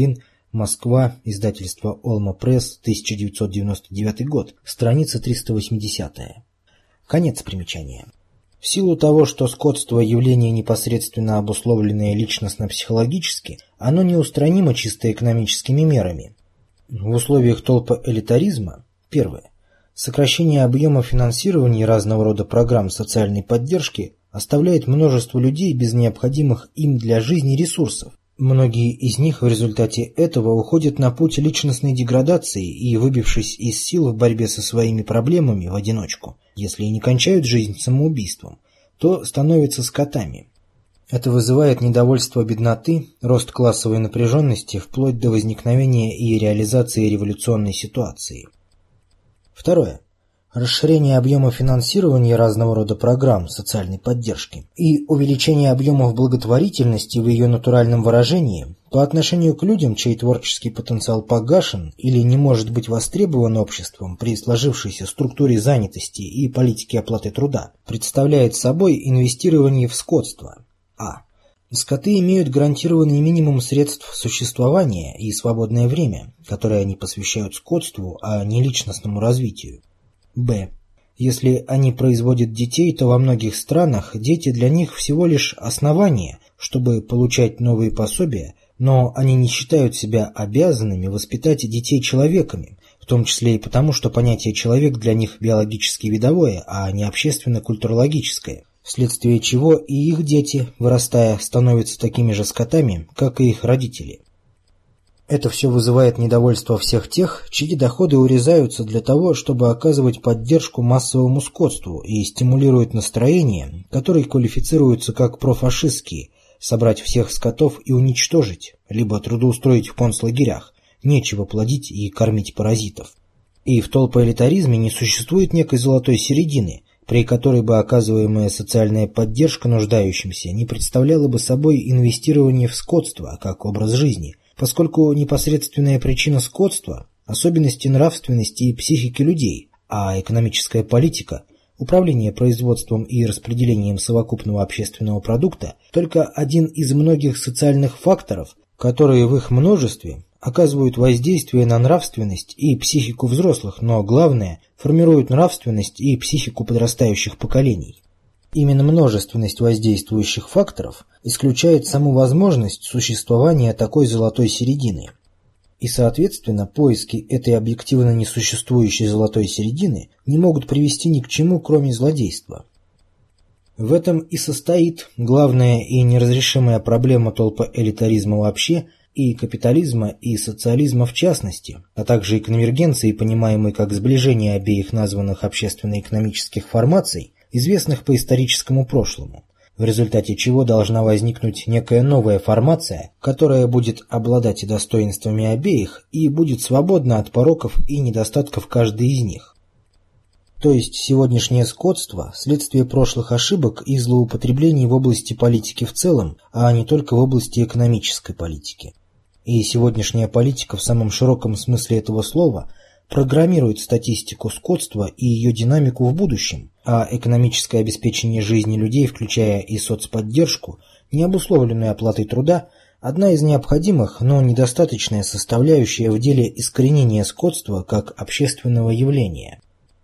Москва, издательство Олма Пресс, 1999 год, страница 380. Конец примечания. В силу того, что скотство – явление непосредственно обусловленное личностно-психологически, оно неустранимо чисто экономическими мерами. В условиях толпоэлитаризма – первое. Сокращение объема финансирования разного рода программ социальной поддержки оставляет множество людей без необходимых им для жизни ресурсов. Многие из них в результате этого уходят на путь личностной деградации и, выбившись из сил в борьбе со своими проблемами в одиночку, если и не кончают жизнь самоубийством, то становятся скотами. Это вызывает недовольство бедноты, рост классовой напряженности вплоть до возникновения и реализации революционной ситуации. Второе. Расширение объема финансирования разного рода программ социальной поддержки и увеличение объемов благотворительности в ее натуральном выражении по отношению к людям, чей творческий потенциал погашен или не может быть востребован обществом при сложившейся структуре занятости и политике оплаты труда, представляет собой инвестирование в скотство. Скоты имеют гарантированный минимум средств существования и свободное время, которое они посвящают скотству, а не личностному развитию. Если они производят детей, то во многих странах дети для них всего лишь основание, чтобы получать новые пособия, но они не считают себя обязанными воспитать детей человеками, в том числе и потому, что понятие «человек» для них биологически видовое, а не общественно-культурологическое, вследствие чего и их дети, вырастая, становятся такими же скотами, как и их родители. Это все вызывает недовольство всех тех, чьи доходы урезаются для того, чтобы оказывать поддержку массовому скотству и стимулирует настроения, которые квалифицируются как профашистские, собрать всех скотов и уничтожить, либо трудоустроить в концлагерях, нечего плодить и кормить паразитов. И в толпоэлитаризме не существует некой золотой середины, при которой бы оказываемая социальная поддержка нуждающимся не представляла бы собой инвестирование в скотство как образ жизни, поскольку непосредственная причина скотства – особенности нравственности и психики людей, а экономическая политика, управление производством и распределением совокупного общественного продукта – только один из многих социальных факторов, которые в их множестве оказывают воздействие на нравственность и психику взрослых, но главное – формируют нравственность и психику подрастающих поколений. Именно множественность воздействующих факторов исключает саму возможность существования такой золотой середины. И, соответственно, поиски этой объективно несуществующей золотой середины не могут привести ни к чему, кроме злодейства. В этом и состоит главная и неразрешимая проблема толпоэлитаризма вообще и капитализма и социализма в частности, а также и конвергенции, понимаемой как сближение обеих названных общественно-экономических формаций, известных по историческому прошлому, в результате чего должна возникнуть некая новая формация, которая будет обладать достоинствами обеих и будет свободна от пороков и недостатков каждой из них. То есть сегодняшнее скотство – следствие прошлых ошибок и злоупотреблений в области политики в целом, а не только в области экономической политики. И сегодняшняя политика в самом широком смысле этого слова программирует статистику скотства и ее динамику в будущем, а экономическое обеспечение жизни людей, включая и соцподдержку, не обусловленную оплатой труда, одна из необходимых, но недостаточная составляющая в деле искоренения скотства как общественного явления.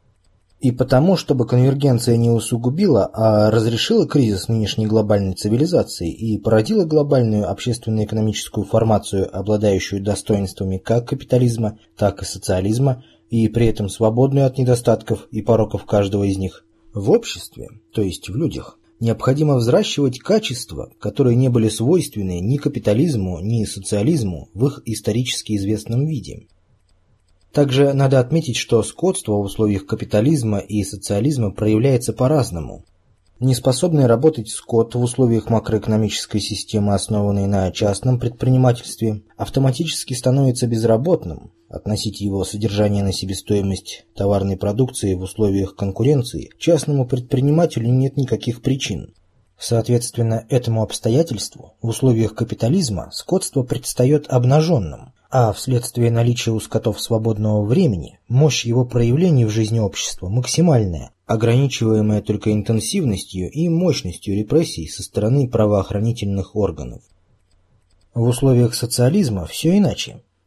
И потому, чтобы конвергенция не усугубила, а разрешила кризис нынешней глобальной цивилизации и породила глобальную общественно-экономическую формацию, обладающую достоинствами как капитализма, так и социализма, и при этом свободную от недостатков и пороков каждого из них, в обществе, то есть в людях, необходимо взращивать качества, которые не были свойственны ни капитализму, ни социализму в их исторически известном виде. Также надо отметить, что скотство в условиях капитализма и социализма проявляется по-разному. Неспособный работать скот в условиях макроэкономической системы, основанной на частном предпринимательстве, автоматически становится безработным. Относить его содержание на себестоимость товарной продукции в условиях конкуренции частному предпринимателю нет никаких причин. Соответственно, этому обстоятельству в условиях капитализма скотство предстает обнаженным, а вследствие наличия у скотов свободного времени мощь его проявлений в жизни общества максимальная, ограничиваемая только интенсивностью и мощностью репрессий со стороны правоохранительных органов. В условиях социализма все иначе.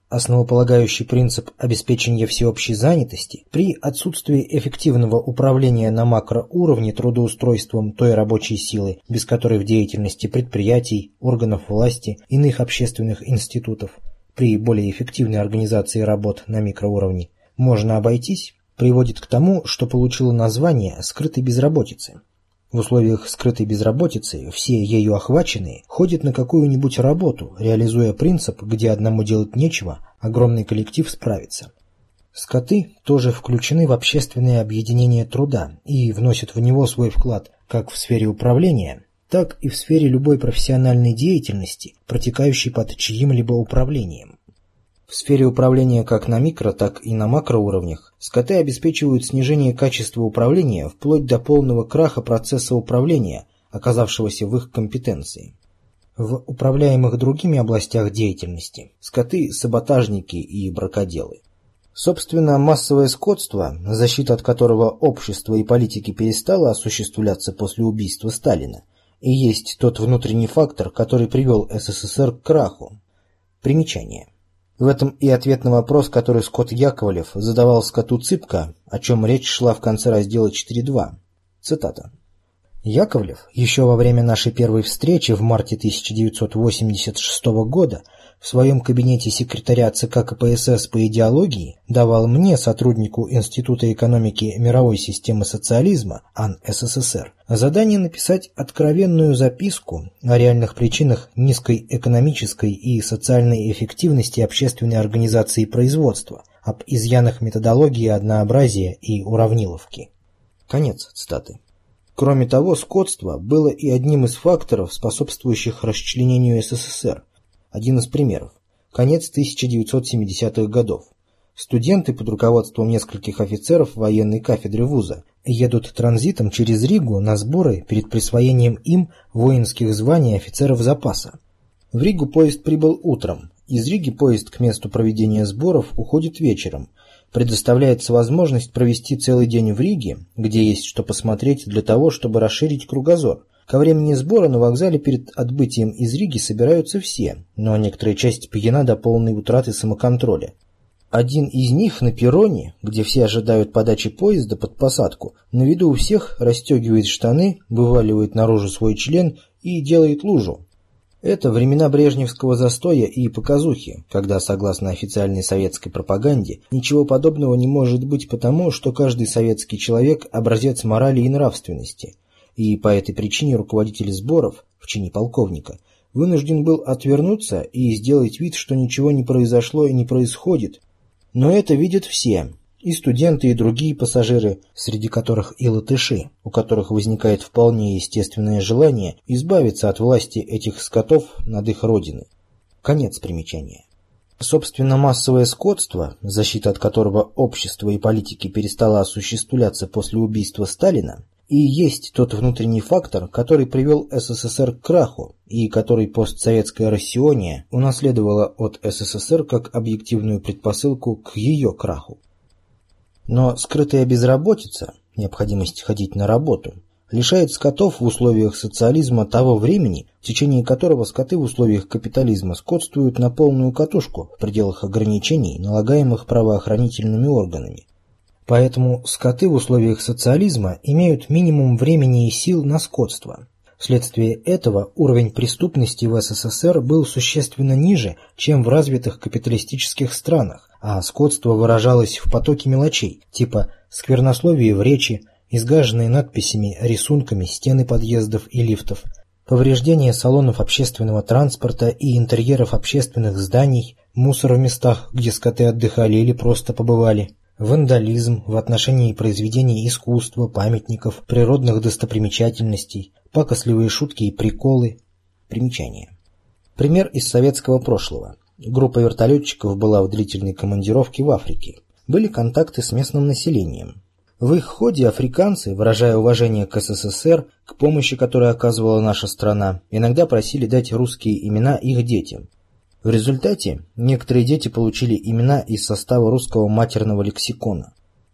основополагающий принцип обеспечения всеобщей занятости, при отсутствии эффективного управления на макроуровне трудоустройством той рабочей силы, без которой в деятельности предприятий, органов власти, иных общественных институтов, при более эффективной организации работ на микроуровне, можно обойтись, приводит к тому, что получило название скрытой безработицы. В условиях скрытой безработицы все ею охваченные ходят на какую-нибудь работу, реализуя принцип, где одному делать нечего, огромный коллектив справится. Скоты тоже включены в общественное объединение труда и вносят в него свой вклад как в сфере управления, так и в сфере любой профессиональной деятельности, протекающей под чьим-либо управлением. В сфере управления как на микро, так и на макроуровнях скоты обеспечивают снижение качества управления вплоть до полного краха процесса управления, оказавшегося в их компетенции. В управляемых другими областях деятельности скоты – саботажники и бракоделы. Собственно, массовое скотство, защита от которого общество и политики перестало осуществляться после убийства Сталина, и есть тот внутренний фактор, который привел СССР к краху. Примечание. В этом и ответ на вопрос, который Скот Яковлев задавал скоту Цыпка, о чем речь шла в конце раздела 4.2. Цитата. Яковлев еще во время нашей первой встречи в марте 1986 года в своем кабинете секретаря ЦК КПСС по идеологии давал мне, сотруднику Института экономики мировой системы социализма АН СССР, задание написать откровенную записку о реальных причинах низкой экономической и социальной эффективности общественной организации производства, об изъянах методологии однообразия и уравниловки. Конец цитаты. Кроме того, скотство было и одним из факторов, способствующих расчленению СССР. Один из примеров. Конец 1970-х годов. Студенты под руководством нескольких офицеров военной кафедры вуза едут транзитом через Ригу на сборы перед присвоением им воинских званий офицеров запаса. В Ригу поезд прибыл утром. Из Риги поезд к месту проведения сборов уходит вечером. Предоставляется возможность провести целый день в Риге, где есть что посмотреть для того, чтобы расширить кругозор. Ко времени сбора на вокзале перед отбытием из Риги собираются все, но некоторая часть пьяна до полной утраты самоконтроля. Один из них на перроне, где все ожидают подачи поезда под посадку, на виду у всех расстегивает штаны, вываливает наружу свой член и делает лужу. Это времена брежневского застоя и показухи, когда, согласно официальной советской пропаганде, ничего подобного не может быть потому, что каждый советский человек – образец морали и нравственности. И по этой причине руководитель сборов, в чине полковника, вынужден был отвернуться и сделать вид, что ничего не произошло и не происходит. Но это видят все, и студенты, и другие пассажиры, среди которых и латыши, у которых возникает вполне естественное желание избавиться от власти этих скотов над их родиной. Конец примечания. Собственно, массовое скотство, защита от которого общество и политики перестало осуществляться после убийства Сталина, и есть тот внутренний фактор, который привел СССР к краху, и который постсоветская Россиония унаследовала от СССР как объективную предпосылку к ее краху. Но скрытая безработица, необходимость ходить на работу, лишает скотов в условиях социализма того времени, в течение которого скоты в условиях капитализма скотствуют на полную катушку в пределах ограничений, налагаемых правоохранительными органами. Поэтому скоты в условиях социализма имеют минимум времени и сил на скотство. Вследствие этого уровень преступности в СССР был существенно ниже, чем в развитых капиталистических странах, а скотство выражалось в потоке мелочей, типа сквернословия в речи, изгаженные надписями, рисунками стены подъездов и лифтов, повреждение салонов общественного транспорта и интерьеров общественных зданий, мусор в местах, где скоты отдыхали или просто побывали, вандализм в отношении произведений искусства, памятников, природных достопримечательностей, пакостливые шутки и приколы. Примечание. Пример из советского прошлого. Группа вертолетчиков была в длительной командировке в Африке. Были контакты с местным населением. В их ходе африканцы, выражая уважение к СССР, к помощи, которую оказывала наша страна, иногда просили дать русские имена их детям. В результате некоторые дети получили имена из состава русского матерного лексикона.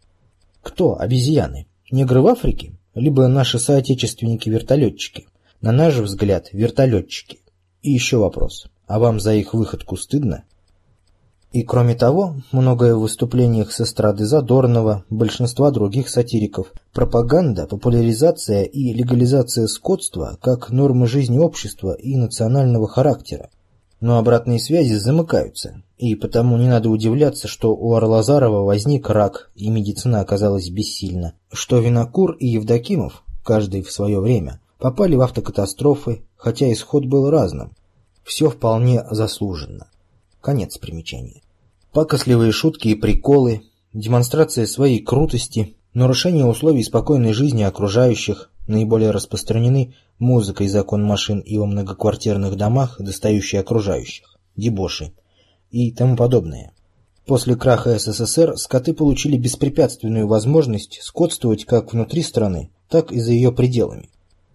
Кто обезьяны? Негры в Африке? Либо наши соотечественники-вертолетчики? На наш взгляд, вертолетчики. И еще вопрос. А вам за их выходку стыдно? И кроме того, многое в выступлениях с эстрады Задорнова, большинства других сатириков, пропаганда, популяризация и легализация скотства как нормы жизни общества и национального характера. Но обратные связи замыкаются, и потому не надо удивляться, что у Арлазарова возник рак, и медицина оказалась бессильна, что Винокур и Евдокимов, каждый в свое время, попали в автокатастрофы, хотя исход был разным. Все вполне заслуженно. Конец примечания. Пакостливые шутки и приколы, демонстрация своей крутости, нарушение условий спокойной жизни окружающих, наиболее распространены музыка и закон машин и во многоквартирных домах, достающие окружающих, дебоши и тому подобное. После краха СССР скоты получили беспрепятственную возможность скотствовать как внутри страны, так и за ее пределами.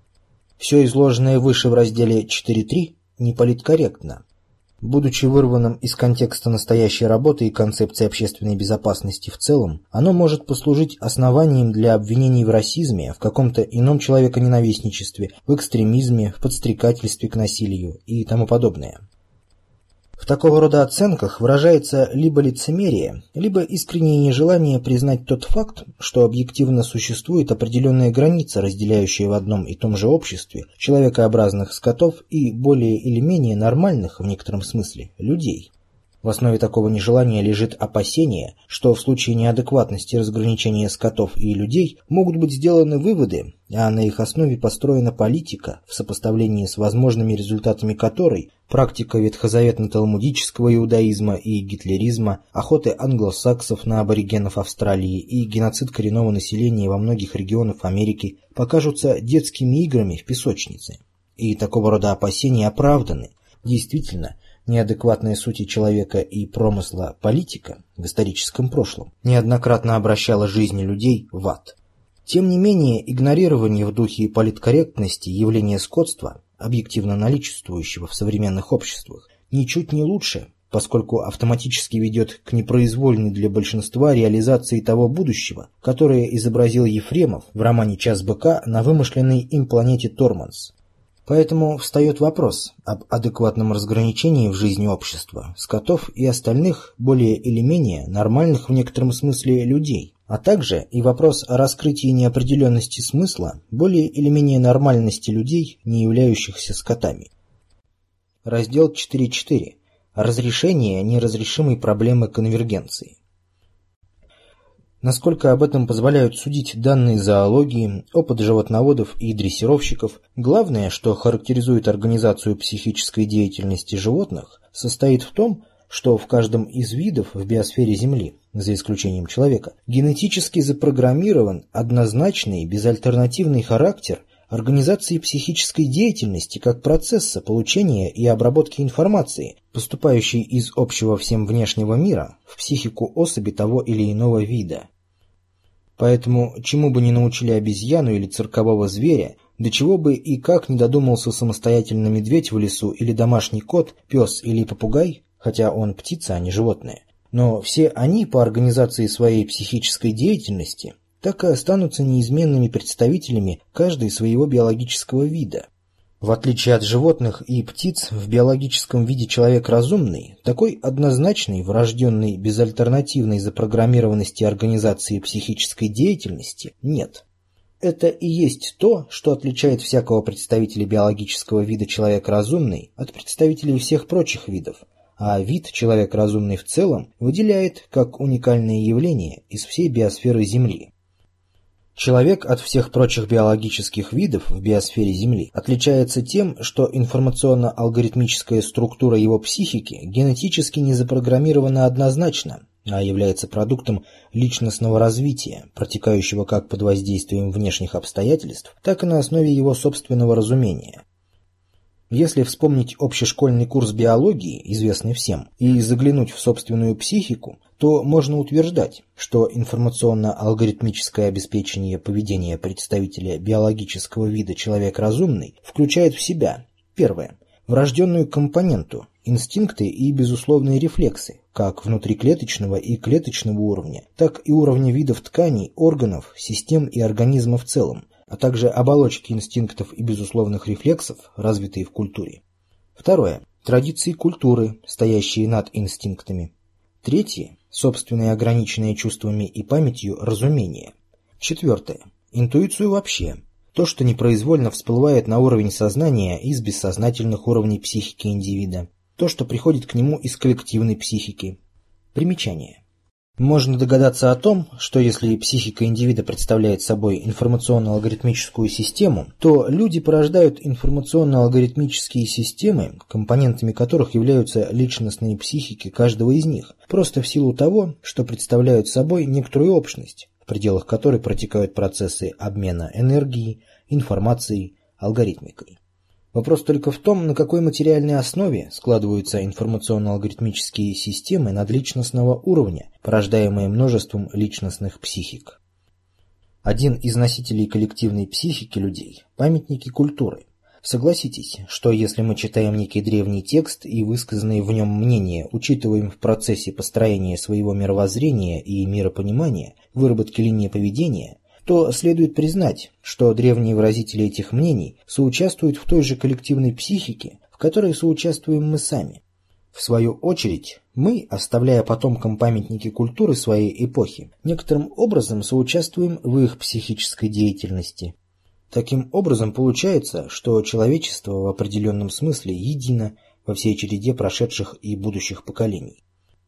Все изложенное выше в разделе 4.3 не политкорректно. Будучи вырванным из контекста настоящей работы и концепции общественной безопасности в целом, оно может послужить основанием для обвинений в расизме, в каком-то ином человеконенавистничестве, в экстремизме, в подстрекательстве к насилию и тому подобное. В такого рода оценках выражается либо лицемерие, либо искреннее нежелание признать тот факт, что объективно существует определенная граница, разделяющая в одном и том же обществе человекообразных скотов и более или менее нормальных, в некотором смысле, людей. В основе такого нежелания лежит опасение, что в случае неадекватности разграничения скотов и людей могут быть сделаны выводы, а на их основе построена политика, в сопоставлении с возможными результатами которой практика ветхозаветно-талмудического иудаизма и гитлеризма, охоты англосаксов на аборигенов Австралии и геноцид коренного населения во многих регионах Америки покажутся детскими играми в песочнице. И такого рода опасения оправданы. Действительно, неадекватная сути человека и промысла политика в историческом прошлом неоднократно обращала жизни людей в ад. Тем не менее, игнорирование в духе политкорректности явления скотства, объективно наличествующего в современных обществах, ничуть не лучше, поскольку автоматически ведет к непроизвольной для большинства реализации того будущего, которое изобразил Ефремов в романе «Час быка» на вымышленной им планете Торманс. Поэтому встает вопрос об адекватном разграничении в жизни общества скотов и остальных, более или менее нормальных в некотором смысле людей, а также и вопрос о раскрытии неопределенности смысла более или менее нормальности людей, не являющихся скотами. Раздел 4.4. Разрешение неразрешимой проблемы конвергенции. Насколько об этом позволяют судить данные зоологии, опыт животноводов и дрессировщиков, главное, что характеризует организацию психической деятельности животных, состоит в том, что в каждом из видов в биосфере Земли, за исключением человека, генетически запрограммирован однозначный безальтернативный характер организации психической деятельности как процесса получения и обработки информации, поступающей из общего всем внешнего мира в психику особи того или иного вида. Поэтому, чему бы ни научили обезьяну или циркового зверя, до чего бы и как не додумался самостоятельно медведь в лесу или домашний кот, пес или попугай, хотя он птица, а не животное, но все они по организации своей психической деятельности так и останутся неизменными представителями каждой своего биологического вида. В отличие от животных и птиц, в биологическом виде человек разумный, такой однозначной, врожденной, безальтернативной запрограммированности организации психической деятельности нет. Это и есть то, что отличает всякого представителя биологического вида человек разумный от представителей всех прочих видов, а вид человек разумный в целом выделяет как уникальное явление из всей биосферы Земли. Человек от всех прочих биологических видов в биосфере Земли отличается тем, что информационно-алгоритмическая структура его психики генетически не запрограммирована однозначно, а является продуктом личностного развития, протекающего как под воздействием внешних обстоятельств, так и на основе его собственного разумения. Если вспомнить общешкольный курс биологии, известный всем, и заглянуть в собственную психику, то можно утверждать, что информационно-алгоритмическое обеспечение поведения представителя биологического вида человек разумный включает в себя: первое, врожденную компоненту, инстинкты и безусловные рефлексы, как внутриклеточного и клеточного уровня, так и уровня видов тканей, органов, систем и организма в целом, а также оболочки инстинктов и безусловных рефлексов, развитые в культуре. Второе. Традиции культуры, стоящие над инстинктами. Третье – собственное ограниченное чувствами и памятью разумение. Четвертое – интуицию вообще. То, что непроизвольно всплывает на уровень сознания из бессознательных уровней психики индивида. То, что приходит к нему из коллективной психики. Примечание. Можно догадаться о том, что если психика индивида представляет собой информационно-алгоритмическую систему, то люди порождают информационно-алгоритмические системы, компонентами которых являются личностные психики каждого из них, просто в силу того, что представляют собой некоторую общность, в пределах которой протекают процессы обмена энергией, информацией, алгоритмикой. Вопрос только в том, на какой материальной основе складываются информационно-алгоритмические системы надличностного уровня, порождаемые множеством личностных психик. Один из носителей коллективной психики людей – памятники культуры. Согласитесь, что если мы читаем некий древний текст и высказанные в нем мнения учитываем в процессе построения своего мировоззрения и миропонимания, выработки линии поведения, то следует признать, что древние выразители этих мнений соучаствуют в той же коллективной психике, в которой соучаствуем мы сами. В свою очередь, мы, оставляя потомкам памятники культуры своей эпохи, некоторым образом соучаствуем в их психической деятельности. Таким образом получается, что человечество в определенном смысле едино во всей череде прошедших и будущих поколений.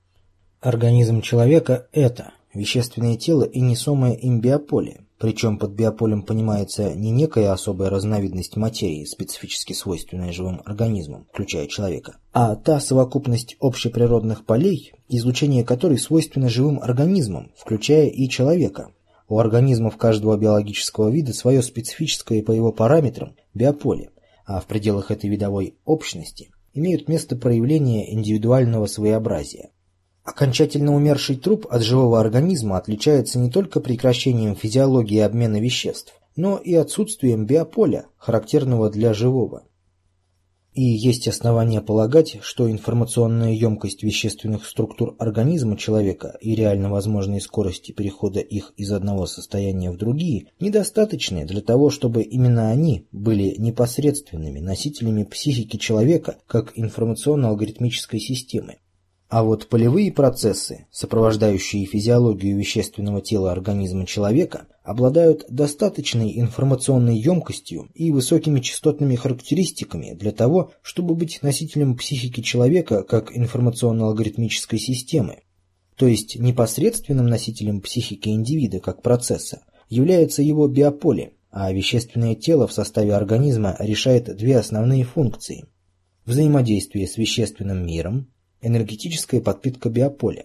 Организм человека – это вещественное тело и несомое им биополе, причем под биополем понимается не некая особая разновидность материи, специфически свойственная живым организмам, включая человека, а та совокупность общеприродных полей, излучение которой свойственно живым организмам, включая и человека. У организмов каждого биологического вида свое специфическое по его параметрам биополе, а в пределах этой видовой общности имеют место проявления индивидуального своеобразия. Окончательно умерший труп от живого организма отличается не только прекращением физиологии обмена веществ, но и отсутствием биополя, характерного для живого. И есть основания полагать, что информационная емкость вещественных структур организма человека и реально возможные скорости перехода их из одного состояния в другие недостаточны для того, чтобы именно они были непосредственными носителями психики человека как информационно-алгоритмической системы. А вот полевые процессы, сопровождающие физиологию вещественного тела организма человека, обладают достаточной информационной емкостью и высокими частотными характеристиками для того, чтобы быть носителем психики человека как информационно-алгоритмической системы. То есть непосредственным носителем психики индивида как процесса является его биополе, а вещественное тело в составе организма решает две основные функции – взаимодействие с вещественным миром, энергетическая подпитка биополя.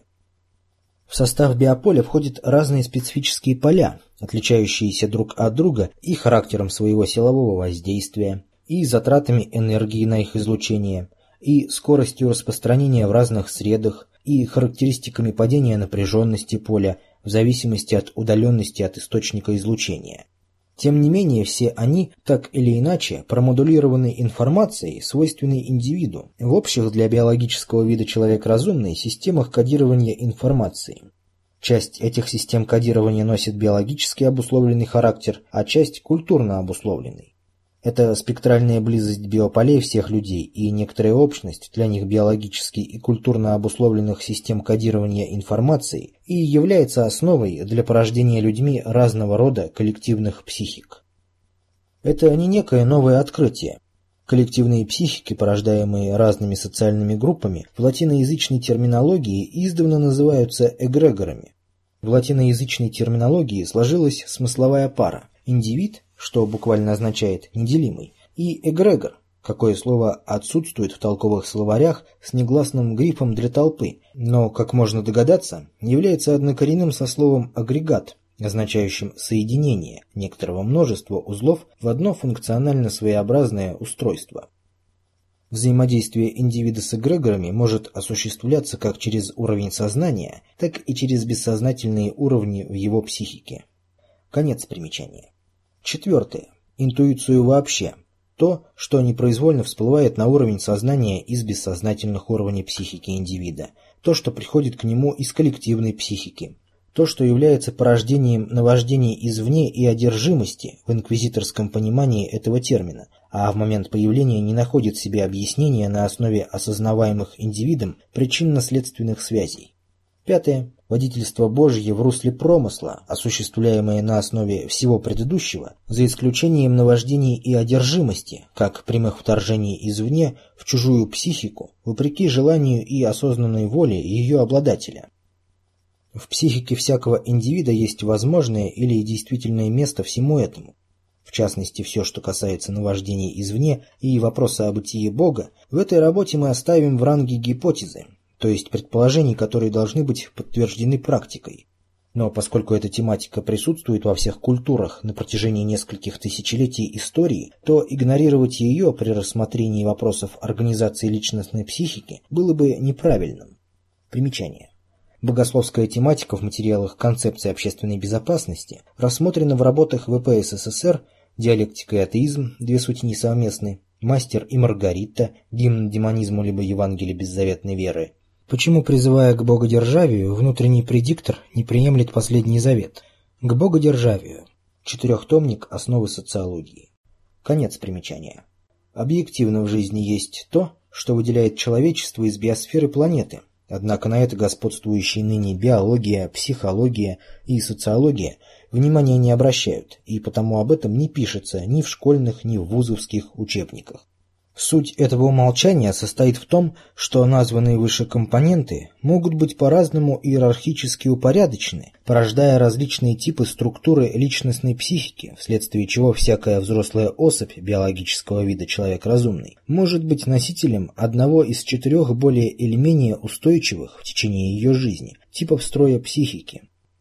В состав биополя входят разные специфические поля, отличающиеся друг от друга и характером своего силового воздействия, и затратами энергии на их излучение, и скоростью распространения в разных средах, и характеристиками падения напряженности поля в зависимости от удаленности от источника излучения. Тем не менее, все они, так или иначе, промодулированы информацией, свойственной индивиду, в общих для биологического вида человек разумной системах кодирования информации. Часть этих систем кодирования носит биологически обусловленный характер, а часть – культурно обусловленный. Это спектральная близость биополей всех людей и некоторая общность для них биологически и культурно обусловленных систем кодирования информации и является основой для порождения людьми разного рода коллективных психик. Это не некое новое открытие. Коллективные психики, порождаемые разными социальными группами, в латиноязычной терминологии издавна называются эгрегорами. В латиноязычной терминологии сложилась смысловая пара «индивид», что буквально означает «неделимый», и эгрегор, какое слово отсутствует в толковых словарях с негласным грифом для толпы, но, как можно догадаться, является однокоренным со словом агрегат, означающим соединение некоторого множества узлов в одно функционально своеобразное устройство. Взаимодействие индивида с эгрегорами может осуществляться как через уровень сознания, так и через бессознательные уровни в его психике. Конец примечания. Четвертое. Интуицию вообще. То, что непроизвольно всплывает на уровень сознания из бессознательных уровней психики индивида. То, что приходит к нему из коллективной психики. То, что является порождением наваждений извне и одержимости в инквизиторском понимании этого термина, а в момент появления не находит себе объяснения на основе осознаваемых индивидом причинно-следственных связей. Пятое. Водительство Божье в русле промысла, осуществляемое на основе всего предыдущего, за исключением наваждений и одержимости, как прямых вторжений извне в чужую психику, вопреки желанию и осознанной воле ее обладателя. В психике всякого индивида есть возможное или действительное место всему этому. В частности, все, что касается наваждений извне и вопроса о бытии Бога, в этой работе мы оставим в ранге гипотезы, то есть предположений, которые должны быть подтверждены практикой. Но поскольку эта тематика присутствует во всех культурах на протяжении нескольких тысячелетий истории, то игнорировать ее при рассмотрении вопросов организации личностной психики было бы неправильным. Примечание. Богословская тематика в материалах концепции общественной безопасности рассмотрена в работах ВП СССР «Диалектика и атеизм. Две сути несовместны», «Мастер и Маргарита. Гимн демонизму либо Евангелие беззаветной веры». Почему, призывая к богодержавию, внутренний предиктор не приемлет последний завет? К богодержавию. Четырехтомник «Основы социологии». Конец примечания. Объективно в жизни есть то, что выделяет человечество из биосферы планеты, однако на это господствующие ныне биология, психология и социология внимания не обращают, и потому об этом не пишется ни в школьных, ни в вузовских учебниках. Суть этого умолчания состоит в том, что названные выше компоненты могут быть по-разному иерархически упорядочены, порождая различные типы структуры личностной психики, вследствие чего всякая взрослая особь биологического вида человек разумный может быть носителем одного из 4 более или менее устойчивых в течение ее жизни типов строя психики.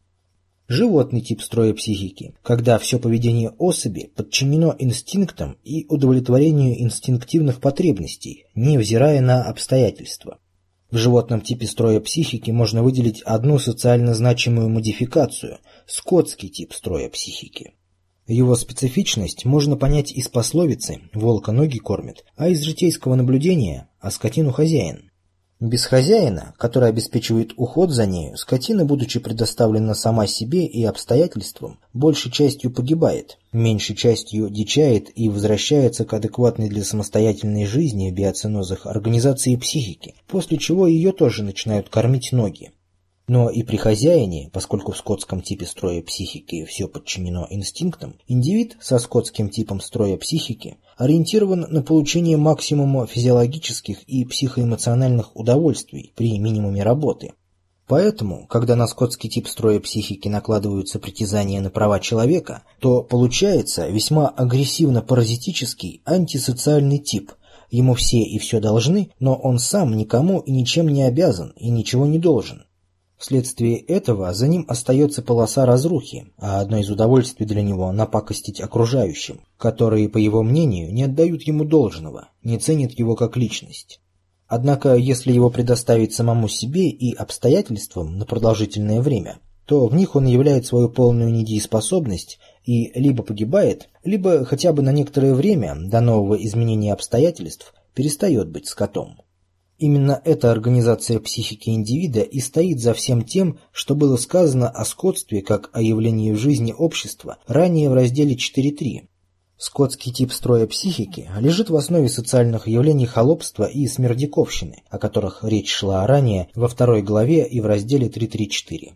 Животный тип строя психики, когда все поведение особи подчинено инстинктам и удовлетворению инстинктивных потребностей, невзирая на обстоятельства. В животном типе строя психики можно выделить одну социально значимую модификацию – скотский тип строя психики. Его специфичность можно понять из пословицы «волка ноги кормит», а из житейского наблюдения «а скотину хозяин». Без хозяина, который обеспечивает уход за нею, скотина, будучи предоставлена сама себе и обстоятельствам, большей частью погибает, меньшей частью дичает и возвращается к адекватной для самостоятельной жизни в биоценозах организации психики, после чего ее тоже начинают кормить ноги. Но и при хозяине, поскольку в скотском типе строя психики все подчинено инстинктам, индивид со скотским типом строя психики ориентирован на получение максимума физиологических и психоэмоциональных удовольствий при минимуме работы. Поэтому, когда на скотский тип строя психики накладываются притязания на права человека, то получается весьма агрессивно-паразитический антисоциальный тип. Ему все и все должны, но он сам никому и ничем не обязан и ничего не должен. Вследствие этого за ним остается полоса разрухи, а одно из удовольствий для него – напакостить окружающим, которые, по его мнению, не отдают ему должного, не ценят его как личность. Однако, если его предоставить самому себе и обстоятельствам на продолжительное время, то в них он являет свою полную недееспособность и либо погибает, либо хотя бы на некоторое время, до нового изменения обстоятельств, перестает быть скотом. Именно эта организация психики индивида и стоит за всем тем, что было сказано о скотстве как о явлении в жизни общества ранее в разделе 4.3. Скотский тип строя психики лежит в основе социальных явлений холопства и смердяковщины, о которых речь шла ранее во 2 главе и в разделе 3.3.4.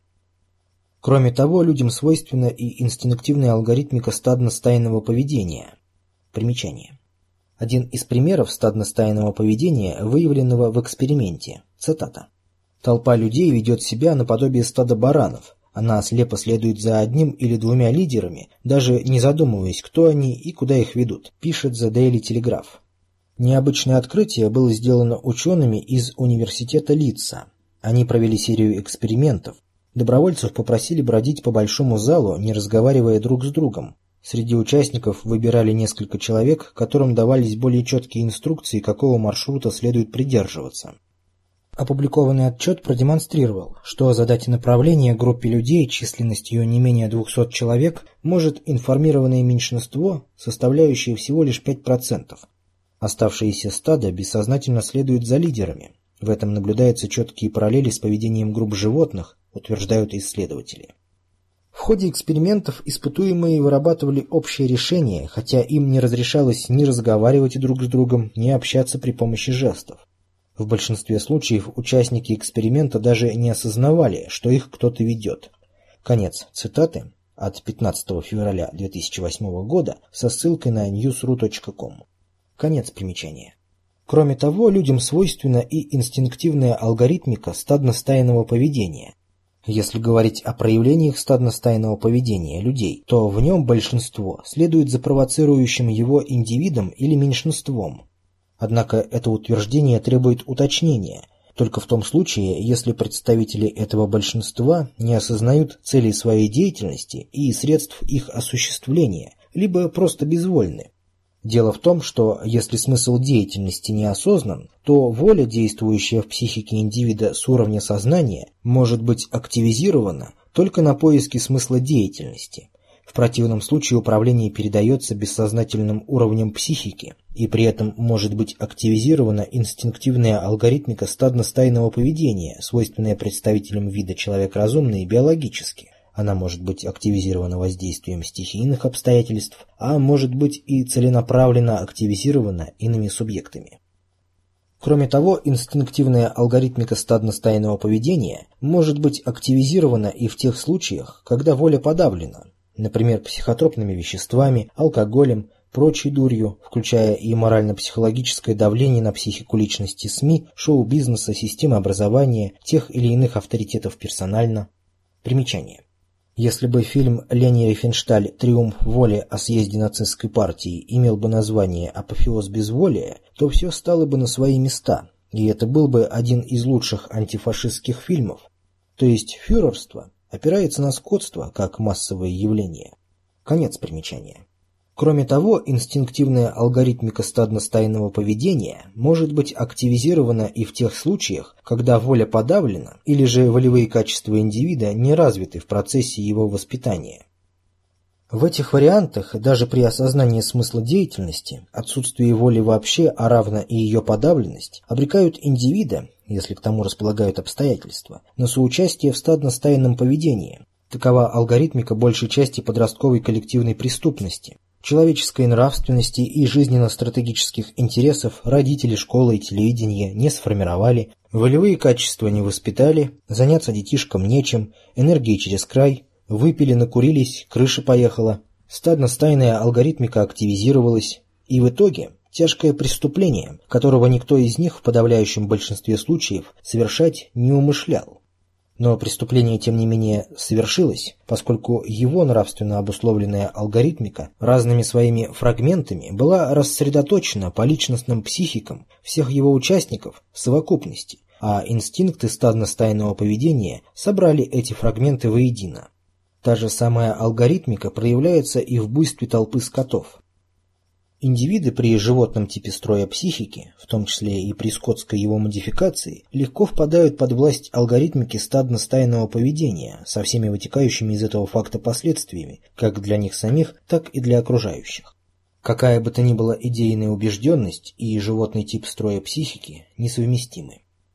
Кроме того, людям свойственна и инстинктивная алгоритмика стадно-стайного поведения. Примечание. Один из примеров стадно-стайного поведения, выявленного в эксперименте. Цитата. «Толпа людей ведет себя наподобие стада баранов. Она слепо следует за одним или 2 лидерами, даже не задумываясь, кто они и куда их ведут», пишет The Daily Telegraph. Необычное открытие было сделано учеными из университета Лидса. Они провели серию экспериментов. Добровольцев попросили бродить по большому залу, не разговаривая друг с другом. Среди участников выбирали несколько человек, которым давались более четкие инструкции, какого маршрута следует придерживаться. Опубликованный отчет продемонстрировал, что задать направление группе людей численностью не менее 200 человек может информированное меньшинство, составляющее всего лишь 5%. Оставшиеся стадо бессознательно следуют за лидерами. В этом наблюдаются четкие параллели с поведением групп животных, утверждают исследователи. В ходе экспериментов испытуемые вырабатывали общее решение, хотя им не разрешалось ни разговаривать друг с другом, ни общаться при помощи жестов. В большинстве случаев участники эксперимента даже не осознавали, что их кто-то ведет. Конец цитаты от 15 февраля 2008 года со ссылкой на newsru.com. Конец примечания. Кроме того, людям свойственна и инстинктивная алгоритмика стадно-стайного поведения. Если говорить о проявлениях стадно-стайного поведения людей, то в нем большинство следует за провоцирующим его индивидом или меньшинством. Однако это утверждение требует уточнения, только в том случае, если представители этого большинства не осознают целей своей деятельности и средств их осуществления, либо просто безвольны. Дело в том, что если смысл деятельности не осознан, то воля, действующая в психике индивида с уровня сознания, может быть активизирована только на поиске смысла деятельности. В противном случае управление передается бессознательным уровнем психики, и при этом может быть активизирована инстинктивная алгоритмика стадно-стайного поведения, свойственная представителям вида человек разумный и биологически. Она может быть активизирована воздействием стихийных обстоятельств, а может быть и целенаправленно активизирована иными субъектами. Кроме того, инстинктивная алгоритмика стадно-стайного поведения может быть активизирована и в тех случаях, когда воля подавлена, например, психотропными веществами, алкоголем, прочей дурью, включая и морально-психологическое давление на психику личности СМИ, шоу-бизнеса, системы образования, тех или иных авторитетов персонально. Примечание. Если бы фильм Лени Рифеншталь «Триумф воли» о съезде нацистской партии имел бы название «Апофеоз безволия», то все стало бы на свои места, и это был бы один из лучших антифашистских фильмов. То есть фюрерство опирается на скотство как массовое явление. Конец примечания. Кроме того, инстинктивная алгоритмика стадно-стайного поведения может быть активизирована и в тех случаях, когда воля подавлена или же волевые качества индивида не развиты в процессе его воспитания. В этих вариантах, даже при осознании смысла деятельности, отсутствие воли вообще, а равно и ее подавленность, обрекают индивида, если к тому располагают обстоятельства, на соучастие в стадно-стайном поведении. Такова алгоритмика большей части подростковой коллективной преступности. Человеческой нравственности и жизненно-стратегических интересов родители, школа и телевидение не сформировали, волевые качества не воспитали, заняться детишкам нечем, энергии через край, выпили, накурились, крыша поехала, стадно-стайная алгоритмика активизировалась, и в итоге тяжкое преступление, которого никто из них в подавляющем большинстве случаев совершать не умышлял. Но преступление, тем не менее, совершилось, поскольку его нравственно обусловленная алгоритмика разными своими фрагментами была рассредоточена по личностным психикам всех его участников в совокупности, а инстинкты стадно-стайного поведения собрали эти фрагменты воедино. Та же самая алгоритмика проявляется и в буйстве толпы скотов. Индивиды при животном типе строя психики, в том числе и при скотской его модификации, легко впадают под власть алгоритмики стадно-стайного поведения со всеми вытекающими из этого факта последствиями, как для них самих, так и для окружающих. Какая бы то ни была идейная убежденность и животный тип строя психики несовместимы.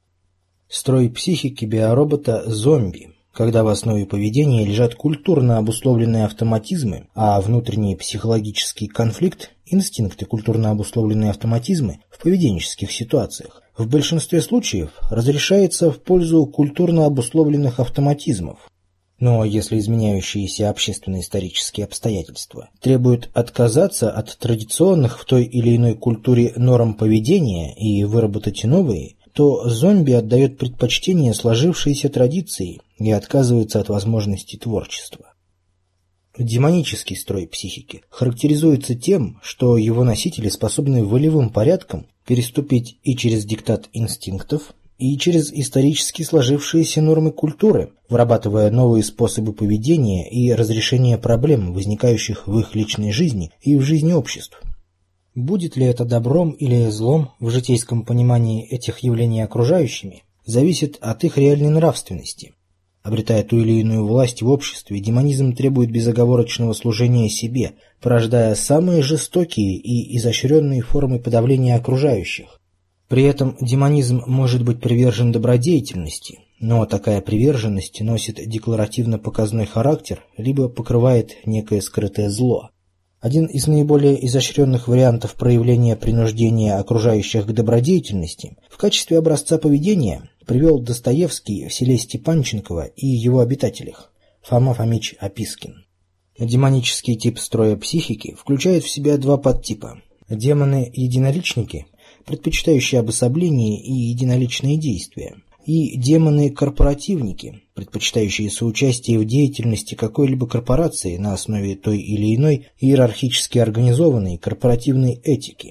Строй психики биоробота – зомби, когда в основе поведения лежат культурно обусловленные автоматизмы, а внутренний психологический конфликт – инстинкты культурно обусловленные автоматизмы в поведенческих ситуациях, в большинстве случаев разрешается в пользу культурно обусловленных автоматизмов. Но если изменяющиеся общественно-исторические обстоятельства требуют отказаться от традиционных в той или иной культуре норм поведения и выработать новые, то зомби отдает предпочтение сложившейся традиции и отказывается от возможности творчества. Демонический строй психики характеризуется тем, что его носители способны волевым порядком переступить и через диктат инстинктов, и через исторически сложившиеся нормы культуры, вырабатывая новые способы поведения и разрешения проблем, возникающих в их личной жизни и в жизни обществ. Будет ли это добром или злом в житейском понимании этих явлений окружающими, зависит от их реальной нравственности. Обретая ту или иную власть в обществе, демонизм требует безоговорочного служения себе, порождая самые жестокие и изощренные формы подавления окружающих. При этом демонизм может быть привержен добродетельности, но такая приверженность носит декларативно-показной характер, либо покрывает некое скрытое зло. Один из наиболее изощренных вариантов проявления принуждения окружающих к добродетельности в качестве образца поведения привел Достоевский в селе Степанченково и его обитателях. Фома Фомич Опискин. Демонический тип строя психики включает в себя два подтипа. Демоны-единоличники, предпочитающие обособление и единоличные действия, и демоны-корпоративники, предпочитающие соучастие в деятельности какой-либо корпорации на основе той или иной иерархически организованной корпоративной этики.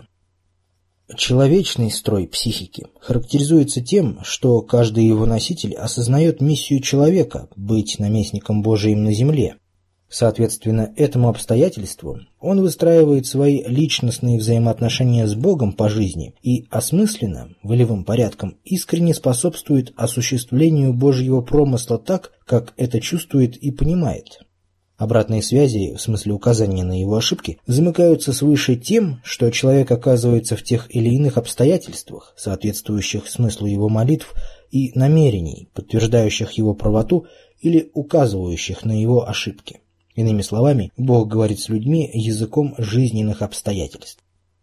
Человечный строй психики характеризуется тем, что каждый его носитель осознает миссию человека быть наместником Божиим на земле. Соответственно, этому обстоятельству он выстраивает свои личностные взаимоотношения с Богом по жизни и осмысленно, волевым порядком, искренне способствует осуществлению Божьего промысла так, как это чувствует и понимает. Обратные связи, в смысле указания на его ошибки, замыкаются свыше тем, что человек оказывается в тех или иных обстоятельствах, соответствующих смыслу его молитв и намерений, подтверждающих его правоту или указывающих на его ошибки. Иными словами, Бог говорит с людьми языком жизненных обстоятельств.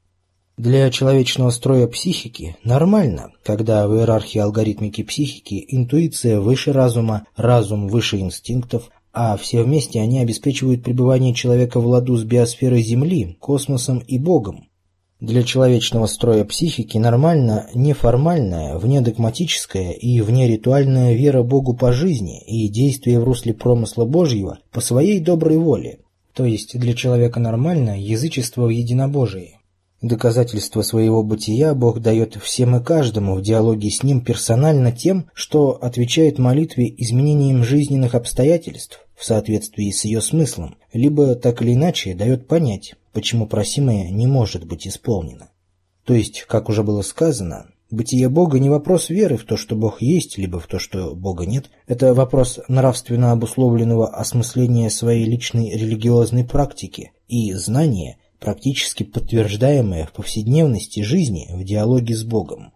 Для человечного строя психики нормально, когда в иерархии алгоритмики психики интуиция выше разума, разум выше инстинктов, а все вместе они обеспечивают пребывание человека в ладу с биосферой Земли, космосом и Богом. Для человечного строя психики нормально неформальная, внедогматическая и внеритуальная вера Богу по жизни и действие в русле промысла Божьего по своей доброй воле, то есть для человека нормально язычество в единобожии. Доказательство своего бытия Бог дает всем и каждому в диалоге с Ним персонально тем, что отвечает молитве изменением жизненных обстоятельств в соответствии с ее смыслом, либо так или иначе дает понять, почему просимое не может быть исполнено. То есть, как уже было сказано, бытие Бога не вопрос веры в то, что Бог есть, либо в то, что Бога нет. Это вопрос нравственно обусловленного осмысления своей личной религиозной практики и знания, практически подтверждаемое в повседневности жизни в диалоге с Богом.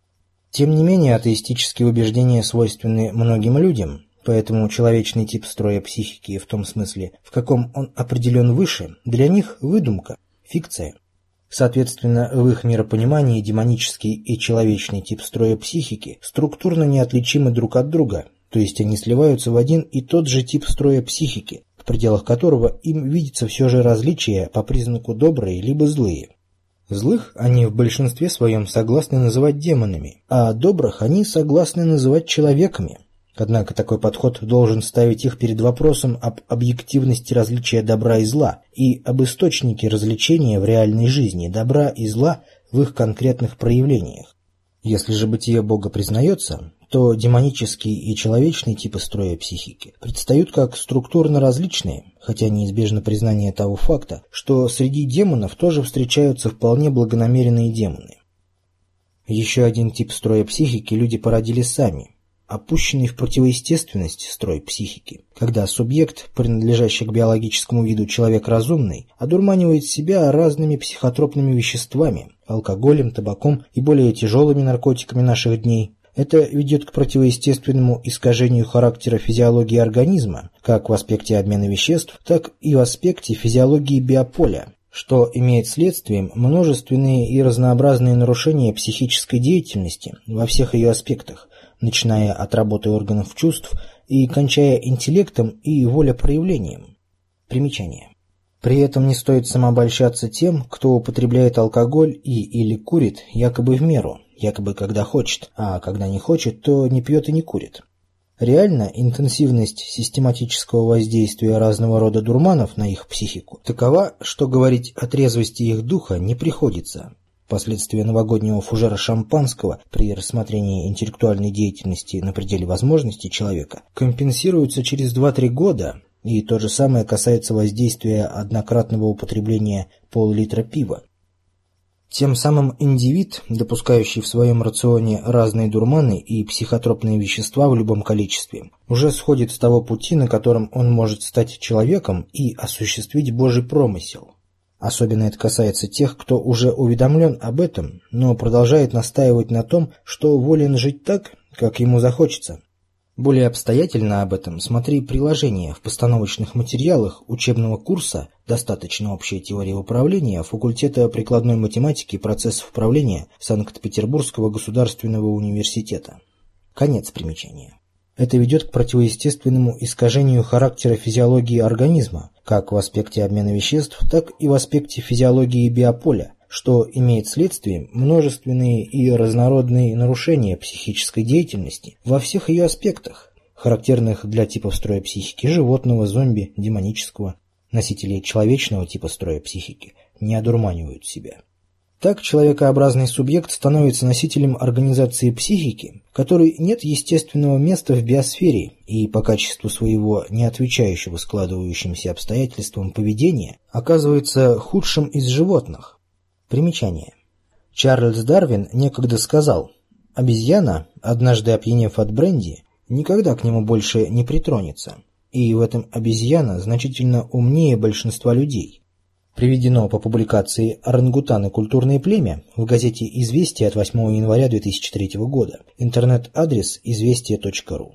Тем не менее, атеистические убеждения свойственны многим людям, поэтому человечный тип строя психики в том смысле, в каком он определен выше, для них выдумка, фикция. Соответственно, в их миропонимании демонический и человечный тип строя психики структурно неотличимы друг от друга, то есть они сливаются в один и тот же тип строя психики, в пределах которого им видится все же различие по признаку добрые либо злые. Злых они в большинстве своем согласны называть демонами, а добрых они согласны называть человеками. Однако такой подход должен ставить их перед вопросом об объективности различия добра и зла и об источнике развлечения в реальной жизни добра и зла в их конкретных проявлениях. Если же бытие Бога признается, то демонический и человечный типы строя психики предстают как структурно различные, хотя неизбежно признание того факта, что среди демонов тоже встречаются вполне благонамеренные демоны. Еще один тип строя психики люди породили сами – опущенный в противоестественность строй психики, когда субъект, принадлежащий к биологическому виду человек разумный, одурманивает себя разными психотропными веществами, алкоголем, табаком и более тяжелыми наркотиками наших дней. Это ведет к противоестественному искажению характера физиологии организма, как в аспекте обмена веществ, так и в аспекте физиологии биополя, что имеет следствием множественные и разнообразные нарушения психической деятельности во всех ее аспектах, начиная от работы органов чувств и кончая интеллектом и волепроявлением. Примечание. При этом не стоит самообольщаться тем, кто употребляет алкоголь или курит якобы в меру, якобы когда хочет, а когда не хочет, то не пьет и не курит. Реально, интенсивность систематического воздействия разного рода дурманов на их психику такова, что говорить о трезвости их духа не приходится. Последствия новогоднего фужера шампанского при рассмотрении интеллектуальной деятельности на пределе возможностей человека компенсируются через 2-3 года, и то же самое касается воздействия однократного употребления пол-литра пива. Тем самым индивид, допускающий в своем рационе разные дурманы и психотропные вещества в любом количестве, уже сходит с того пути, на котором он может стать человеком и осуществить Божий промысел. Особенно это касается тех, кто уже уведомлен об этом, но продолжает настаивать на том, что волен жить так, как ему захочется. Более обстоятельно об этом смотри приложение в постановочных материалах учебного курса «Достаточно общая теория управления» факультета прикладной математики и процессов управления Санкт-Петербургского государственного университета. Конец примечания. Это ведет к противоестественному искажению характера физиологии организма, как в аспекте обмена веществ, так и в аспекте физиологии биополя, что имеет следствием множественные и разнородные нарушения психической деятельности во всех ее аспектах, характерных для типов строя психики животного, зомби, демонического. Носители человечного типа строя психики не одурманивают себя. Так человекообразный субъект становится носителем организации психики, которой нет естественного места в биосфере и по качеству своего не отвечающего складывающимся обстоятельствам поведения оказывается худшим из животных. Примечание. Чарльз Дарвин некогда сказал: «Обезьяна, однажды опьянев от бренди, никогда к нему больше не притронется, и в этом обезьяна значительно умнее большинства людей». Приведено по публикации «Орангутаны. Культурное племя» в газете «Известия» от 8 января 2003 года. Интернет-адрес известия.ру.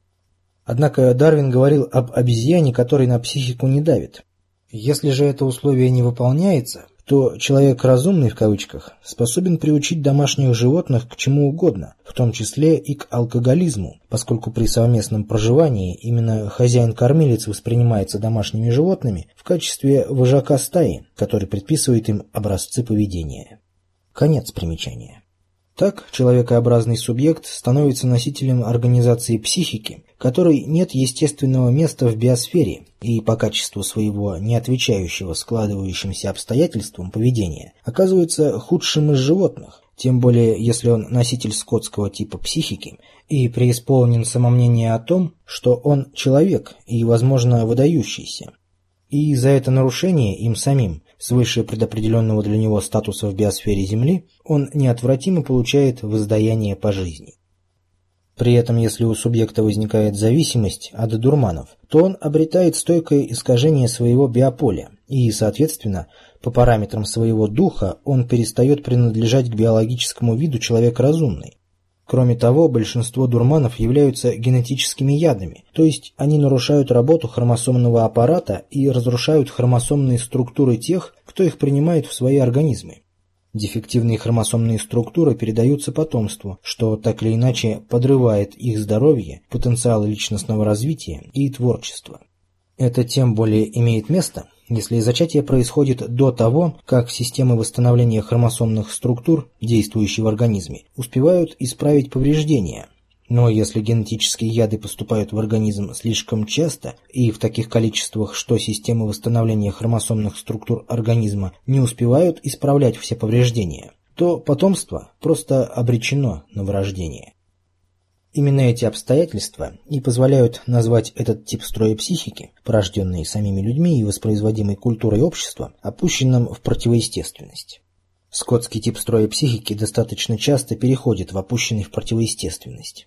Однако Дарвин говорил об обезьяне, которой на психику не давит. Если же это условие не выполняется, то «человек разумный» в кавычках способен приучить домашних животных к чему угодно, в том числе и к алкоголизму, поскольку при совместном проживании именно хозяин-кормилец воспринимается домашними животными в качестве вожака стаи, который предписывает им образцы поведения. Конец примечания. Так, человекообразный субъект становится носителем организации психики, которой нет естественного места в биосфере и по качеству своего не отвечающего складывающимся обстоятельствам поведения оказывается худшим из животных, тем более если он носитель скотского типа психики и преисполнен самомнения о том, что он человек и, возможно, выдающийся. И за это нарушение им самим, свыше предопределенного для него статуса в биосфере Земли, он неотвратимо получает воздаяние по жизни. При этом, если у субъекта возникает зависимость от дурманов, то он обретает стойкое искажение своего биополя, и, соответственно, по параметрам своего духа он перестает принадлежать к биологическому виду человек разумный. Кроме того, большинство дурманов являются генетическими ядами, то есть они нарушают работу хромосомного аппарата и разрушают хромосомные структуры тех, кто их принимает в свои организмы. Дефективные хромосомные структуры передаются потомству, что так или иначе подрывает их здоровье, потенциал личностного развития и творчества. Это тем более имеет место, если зачатие происходит до того, как системы восстановления хромосомных структур, действующие в организме, успевают исправить повреждения. Но если генетические яды поступают в организм слишком часто и в таких количествах, что системы восстановления хромосомных структур организма не успевают исправлять все повреждения, то потомство просто обречено на вырождение. Именно эти обстоятельства и позволяют назвать этот тип строя психики, порожденный самими людьми и воспроизводимый культурой общества, опущенным в противоестественность. Скотский тип строя психики достаточно часто переходит в опущенный в противоестественность.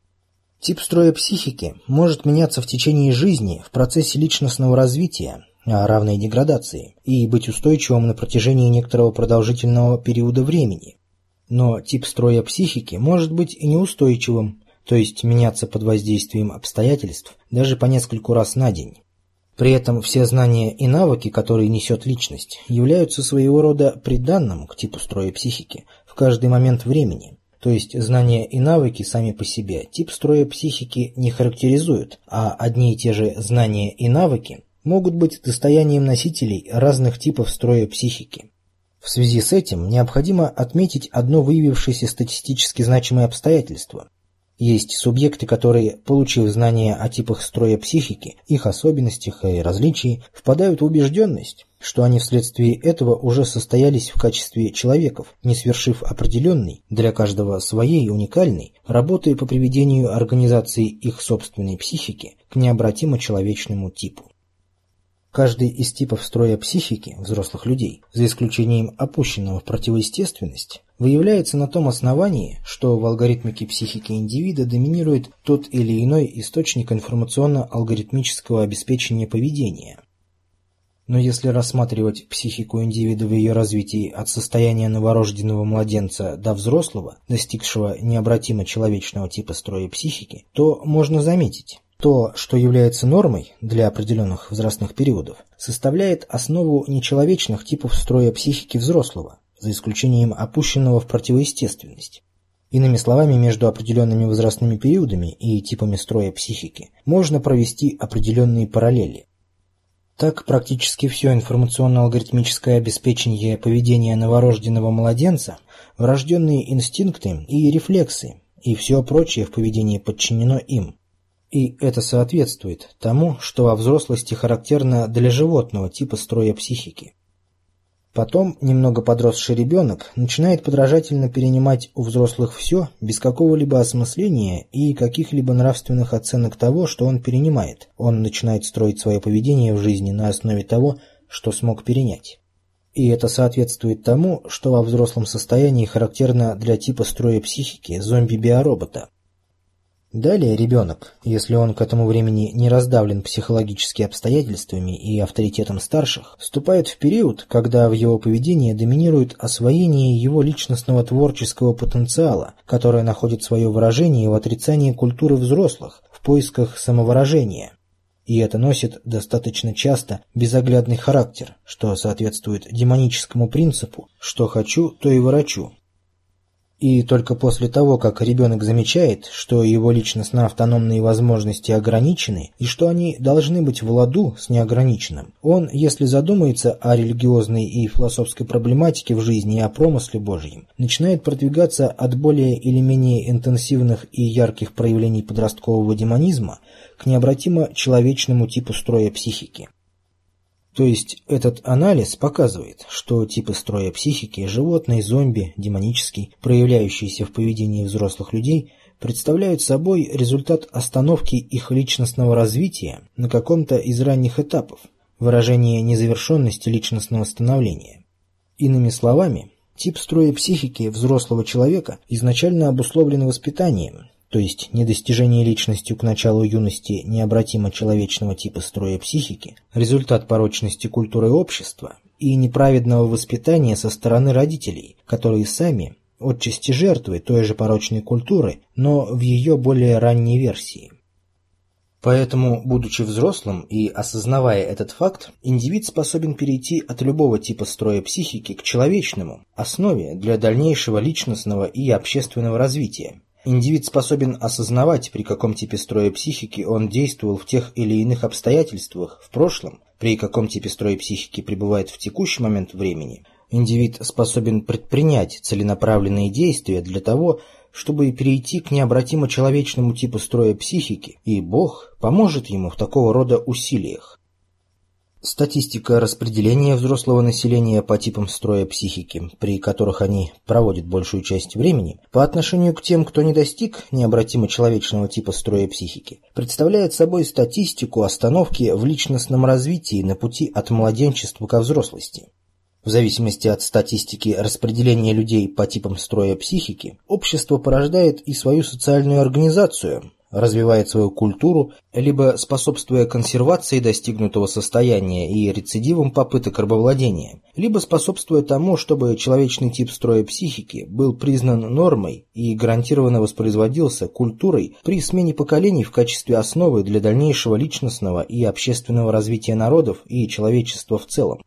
Тип строя психики может меняться в течение жизни в процессе личностного развития, равной деградации, и быть устойчивым на протяжении некоторого продолжительного периода времени. Но тип строя психики может быть и неустойчивым, то есть меняться под воздействием обстоятельств даже по нескольку раз на день. При этом все знания и навыки, которые несет личность, являются своего рода приданным к типу строя психики в каждый момент времени. То есть знания и навыки сами по себе тип строя психики не характеризуют, а одни и те же знания и навыки могут быть достоянием носителей разных типов строя психики. В связи с этим необходимо отметить одно выявившееся статистически значимое обстоятельство. Есть субъекты, которые, получив знания о типах строя психики, их особенностях и различий, впадают в убежденность, что они вследствие этого уже состоялись в качестве человеков, не свершив определенной, для каждого своей уникальной, работы по приведению организации их собственной психики к необратимо человечному типу. Каждый из типов строя психики взрослых людей, за исключением опущенного в противоестественность, выявляется на том основании, что в алгоритмике психики индивида доминирует тот или иной источник информационно-алгоритмического обеспечения поведения. Но если рассматривать психику индивида в ее развитии от состояния новорожденного младенца до взрослого, достигшего необратимо человечного типа строя психики, то можно заметить, то, что является нормой для определенных возрастных периодов, составляет основу нечеловечных типов строя психики взрослого, за исключением опущенного в противоестественность. Иными словами, между определенными возрастными периодами и типами строя психики можно провести определенные параллели. Так, практически все информационно-алгоритмическое обеспечение поведения новорожденного младенца, врожденные инстинкты и рефлексы, и все прочее в поведении подчинено им. И это соответствует тому, что во взрослости характерно для животного типа строя психики. Потом немного подросший ребенок начинает подражательно перенимать у взрослых все без какого-либо осмысления и каких-либо нравственных оценок того, что он перенимает. Он начинает строить свое поведение в жизни на основе того, что смог перенять. И это соответствует тому, что во взрослом состоянии характерно для типа строя психики зомби-биоробота. Далее ребенок, если он к этому времени не раздавлен психологически обстоятельствами и авторитетом старших, вступает в период, когда в его поведении доминирует освоение его личностного творческого потенциала, которое находит свое выражение в отрицании культуры взрослых, в поисках самовыражения. И это носит достаточно часто безоглядный характер, что соответствует демоническому принципу «что хочу, то и ворочу». И только после того, как ребенок замечает, что его личностно-автономные возможности ограничены и что они должны быть в ладу с неограниченным, он, если задумается о религиозной и философской проблематике в жизни и о промысле Божьем, начинает продвигаться от более или менее интенсивных и ярких проявлений подросткового демонизма к необратимо человечному типу строя психики. То есть этот анализ показывает, что типы строя психики – животный, зомби, демонический, проявляющиеся в поведении взрослых людей, представляют собой результат остановки их личностного развития на каком-то из ранних этапов, выражение незавершенности личностного становления. Иными словами, тип строя психики взрослого человека изначально обусловлен воспитанием, то есть недостижение личностью к началу юности необратимо человечного типа строя психики, результат порочности культуры общества и неправедного воспитания со стороны родителей, которые сами отчасти жертвы той же порочной культуры, но в ее более ранней версии. Поэтому, будучи взрослым и осознавая этот факт, индивид способен перейти от любого типа строя психики к человечному, основе для дальнейшего личностного и общественного развития. Индивид способен осознавать, при каком типе строя психики он действовал в тех или иных обстоятельствах в прошлом, при каком типе строя психики пребывает в текущий момент времени. Индивид способен предпринять целенаправленные действия для того, чтобы перейти к необратимо человечному типу строя психики, и Бог поможет ему в такого рода усилиях. Статистика распределения взрослого населения по типам строя психики, при которых они проводят большую часть времени, по отношению к тем, кто не достиг необратимо человечного типа строя психики, представляет собой статистику остановки в личностном развитии на пути от младенчества ко взрослости. В зависимости от статистики распределения людей по типам строя психики, общество порождает и свою социальную организацию, развивает свою культуру, либо способствуя консервации достигнутого состояния и рецидивам попыток рабовладения, либо способствуя тому, чтобы человечный тип строя психики был признан нормой и гарантированно воспроизводился культурой при смене поколений в качестве основы для дальнейшего личностного и общественного развития народов и человечества в целом.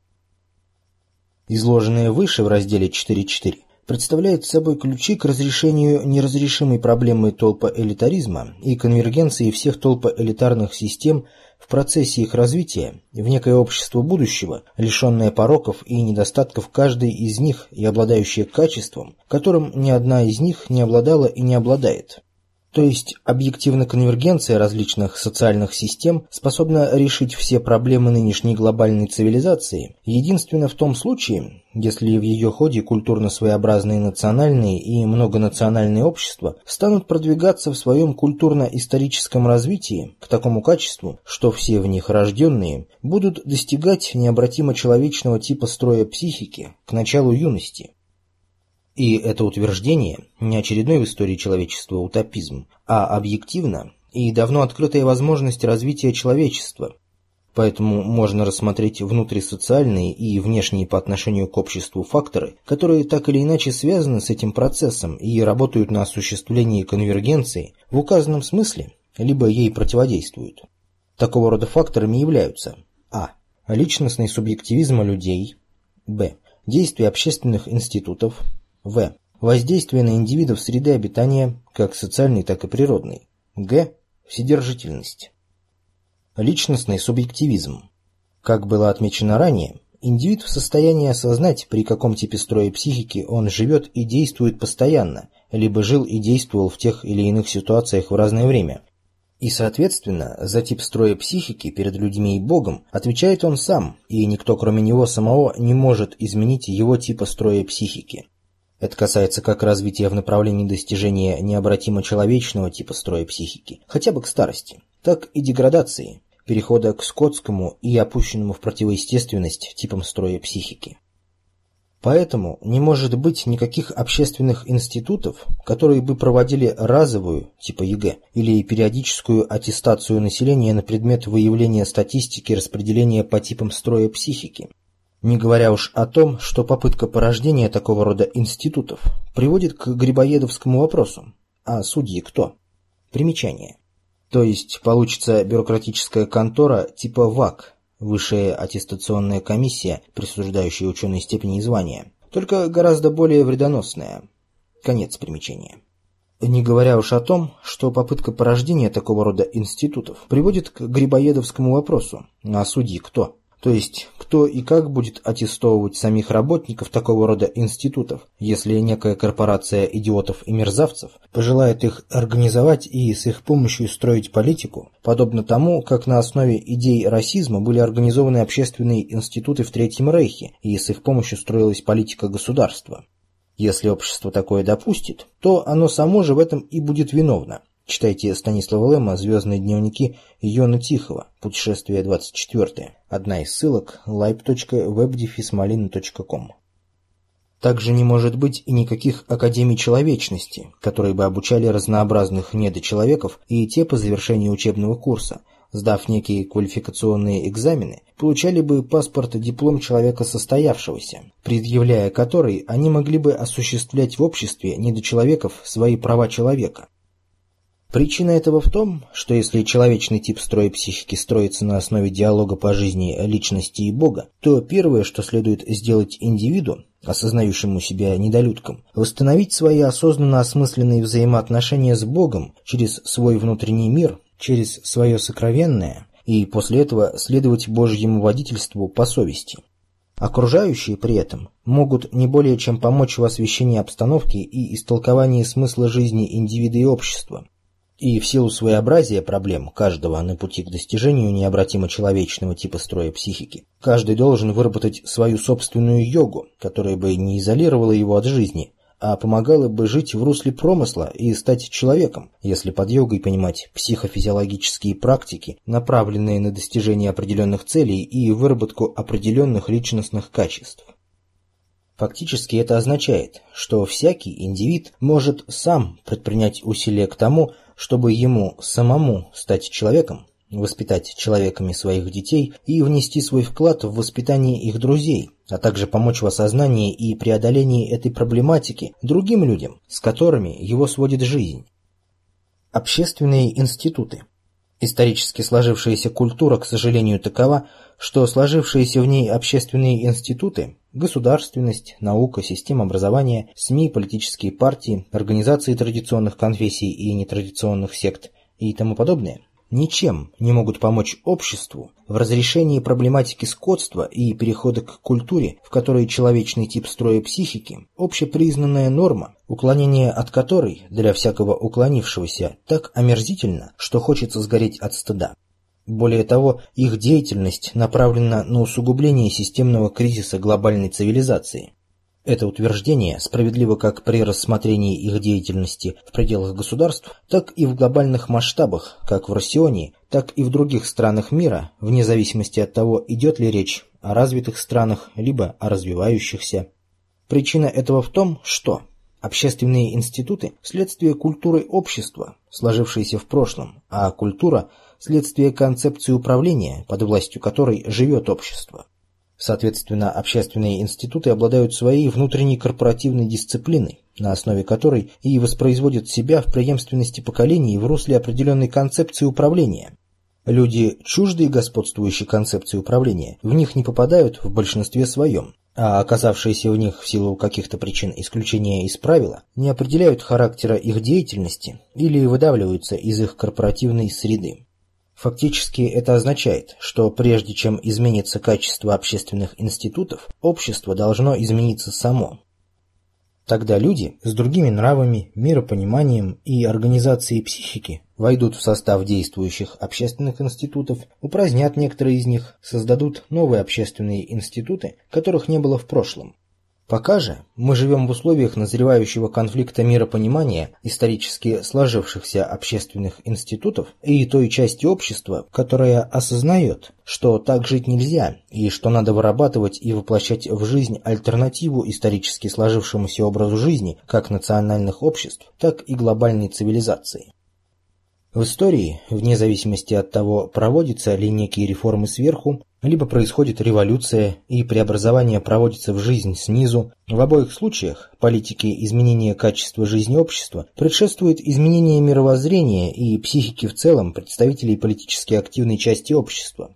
Изложенные выше в разделе 4.4 представляет собой ключи к разрешению неразрешимой проблемы толпоэлитаризма и конвергенции всех толпоэлитарных систем в процессе их развития в некое общество будущего, лишенное пороков и недостатков каждой из них и обладающее качеством, которым ни одна из них не обладала и не обладает. То есть объективно конвергенция различных социальных систем способна решить все проблемы нынешней глобальной цивилизации единственно в том случае, если в ее ходе культурно-своеобразные национальные и многонациональные общества станут продвигаться в своем культурно-историческом развитии к такому качеству, что все в них рожденные будут достигать необратимо человечного типа строя психики к началу юности. И это утверждение не очередной в истории человечества утопизм, а объективно и давно открытая возможность развития человечества. Поэтому можно рассмотреть внутрисоциальные и внешние по отношению к обществу факторы, которые так или иначе связаны с этим процессом и работают на осуществлении конвергенции в указанном смысле, либо ей противодействуют. Такого рода факторами являются: а. Личностный субъективизм людей, б. Действия общественных институтов, в. Воздействие на индивидов среды обитания, как социальной, так и природной, г. Вседержительность. Личностный субъективизм. Как было отмечено ранее, индивид в состоянии осознать, при каком типе строя психики он живет и действует постоянно, либо жил и действовал в тех или иных ситуациях в разное время. И, соответственно, за тип строя психики перед людьми и Богом отвечает он сам, и никто кроме него самого не может изменить его типа строя психики. Это касается как развития в направлении достижения необратимо человечного типа строя психики, хотя бы к старости, так и деградации, перехода к скотскому и опущенному в противоестественность типам строя психики. Поэтому не может быть никаких общественных институтов, которые бы проводили разовую, типа ЕГЭ, или периодическую аттестацию населения на предмет выявления статистики распределения по типам строя психики. Не говоря уж о том, что попытка порождения такого рода институтов приводит к грибоедовскому вопросу: а судьи кто? Примечание. То есть получится бюрократическая контора типа ВАК, Высшая аттестационная комиссия, присуждающая ученой степени и звания, только гораздо более вредоносная. Конец примечания. Не говоря уж о том, что попытка порождения такого рода институтов приводит к грибоедовскому вопросу: а судьи кто? То есть, кто и как будет аттестовывать самих работников такого рода институтов, если некая корпорация идиотов и мерзавцев пожелает их организовать и с их помощью строить политику, подобно тому, как на основе идей расизма были организованы общественные институты в Третьем Рейхе, и с их помощью строилась политика государства. Если общество такое допустит, то оно само же в этом и будет виновно. Читайте Станислава Лема «Звездные дневники» Йона Тихого, путешествие 24. Одна из ссылок live.web-malina.com. Также не может быть и никаких академий человечности, которые бы обучали разнообразных недочеловеков, и те по завершении учебного курса, сдав некие квалификационные экзамены, получали бы паспорт-диплом человека состоявшегося, предъявляя который они могли бы осуществлять в обществе недочеловеков свои права человека. Причина этого в том, что если человечный тип строя психики строится на основе диалога по жизни личности и Бога, то первое, что следует сделать индивиду, осознающему себя недолюдком, восстановить свои осознанно осмысленные взаимоотношения с Богом через свой внутренний мир, через свое сокровенное, и после этого следовать Божьему водительству по совести. Окружающие при этом могут не более чем помочь в освещении обстановки и истолковании смысла жизни индивида и общества. И в силу своеобразия проблем каждого на пути к достижению необратимо человечного типа строя психики, каждый должен выработать свою собственную йогу, которая бы не изолировала его от жизни, а помогала бы жить в русле промысла и стать человеком, если под йогой понимать психофизиологические практики, направленные на достижение определенных целей и выработку определенных личностных качеств. Фактически это означает, что всякий индивид может сам предпринять усилия к тому, чтобы ему самому стать человеком, воспитать человеками своих детей и внести свой вклад в воспитание их друзей, а также помочь в осознании и преодолении этой проблематики другим людям, с которыми его сводит жизнь. Общественные институты. Исторически сложившаяся культура, к сожалению, такова, что сложившиеся в ней общественные институты – государственность, наука, система образования, СМИ, политические партии, организации традиционных конфессий и нетрадиционных сект и тому подобное – ничем не могут помочь обществу в разрешении проблематики скотства и перехода к культуре, в которой человечный тип строя психики – общепризнанная норма, уклонение от которой для всякого уклонившегося так омерзительно, что хочется сгореть от стыда. Более того, их деятельность направлена на усугубление системного кризиса глобальной цивилизации. Это утверждение справедливо как при рассмотрении их деятельности в пределах государств, так и в глобальных масштабах, как в Россионе, так и в других странах мира, вне зависимости от того, идет ли речь о развитых странах, либо о развивающихся. Причина этого в том, что Общественные институты – следствие культуры общества, сложившейся в прошлом, а культура – следствие концепции управления, под властью которой живет общество. Соответственно, общественные институты обладают своей внутренней корпоративной дисциплиной, на основе которой и воспроизводят себя в преемственности поколений в русле определенной концепции управления. Люди, чуждые господствующей концепции управления, в них не попадают в большинстве своем, а оказавшиеся в них в силу каких-то причин исключения из правила не определяют характера их деятельности или выдавливаются из их корпоративной среды. Фактически это означает, что прежде чем изменится качество общественных институтов, общество должно измениться само. Тогда люди с другими нравами, миропониманием и организацией психики войдут в состав действующих общественных институтов, упразднят некоторые из них, создадут новые общественные институты, которых не было в прошлом. Пока же мы живем в условиях назревающего конфликта миропонимания исторически сложившихся общественных институтов и той части общества, которая осознает, что так жить нельзя и что надо вырабатывать и воплощать в жизнь альтернативу исторически сложившемуся образу жизни как национальных обществ, так и глобальной цивилизации. В истории, вне зависимости от того, проводятся ли некие реформы сверху, либо происходит революция и преобразование проводится в жизнь снизу, в обоих случаях политике изменения качества жизни общества предшествует изменение мировоззрения и психики в целом представителей политически активной части общества.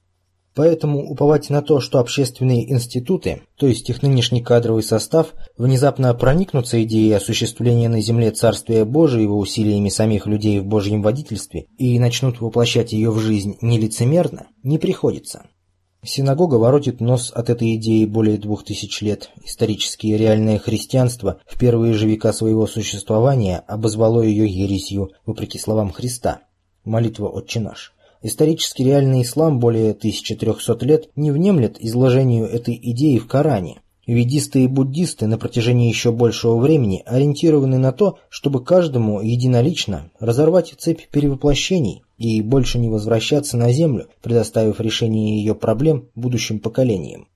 Поэтому уповать на то, что общественные институты, то есть их нынешний кадровый состав, внезапно проникнутся идеей осуществления на земле Царствия Божьего усилиями самих людей в Божьем водительстве и начнут воплощать ее в жизнь нелицемерно, не приходится. Синагога воротит нос от этой идеи более 2000 лет. Исторически реальное христианство в первые же века своего существования обозвало ее ересью, вопреки словам Христа. Молитва «Отче наш». Исторически реальный ислам более 1300 лет не внемлет изложению этой идеи в Коране. Ведисты и буддисты на протяжении еще большего времени ориентированы на то, чтобы каждому единолично разорвать цепь перевоплощений и больше не возвращаться на землю, предоставив решение ее проблем будущим поколениям.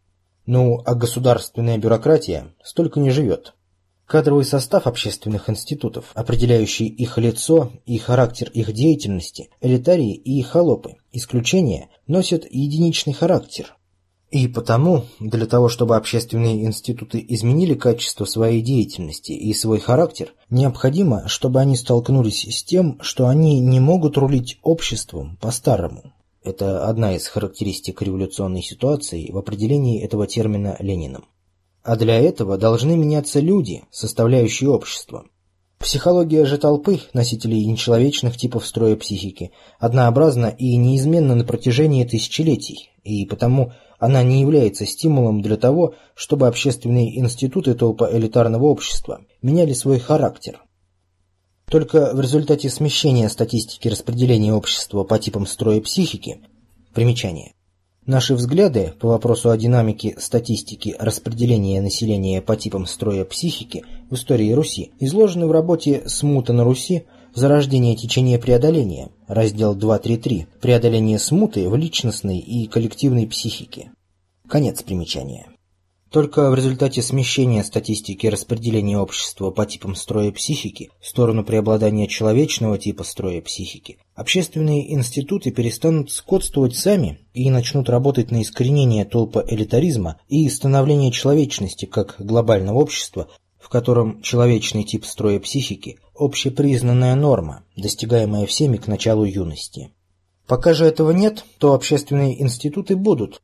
А государственная бюрократия столько не живет. Кадровый состав общественных институтов, определяющий их лицо и характер их деятельности, элитарии и холопы, исключения, носят единичный характер. И потому, для того, чтобы общественные институты изменили качество своей деятельности и свой характер, необходимо, чтобы они столкнулись с тем, что они не могут рулить обществом по-старому. Это одна из характеристик революционной ситуации в определении этого термина Лениным. А для этого должны меняться люди, составляющие общество. Психология же толпы, носителей нечеловечных типов строя психики, однообразна и неизменна на протяжении тысячелетий, и потому она не является стимулом для того, чтобы общественные институты толпа элитарного общества меняли свой характер. Только в результате смещения статистики распределения общества по типам строя психики, примечание, наши взгляды по вопросу о динамике статистики распределения населения по типам строя психики в истории Руси изложены в работе «Смута на Руси. Зарождение течения преодоления», раздел 2.3.3, «Преодоление смуты в личностной и коллективной психике». Конец примечания. Только в результате смещения статистики распределения общества по типам строя психики в сторону преобладания человечного типа строя психики общественные институты перестанут скотствовать сами и начнут работать на искоренение толпа элитаризма и становление человечности как глобального общества, в котором человечный тип строя психики – общепризнанная норма, достигаемая всеми к началу юности. Пока же этого нет, то общественные институты будут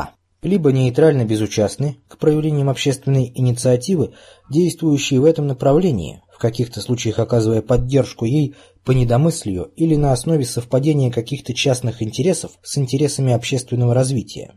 либо нейтрально безучастны к проявлениям общественной инициативы, действующей в этом направлении, в каких-то случаях оказывая поддержку ей по недомыслию или на основе совпадения каких-то частных интересов с интересами общественного развития.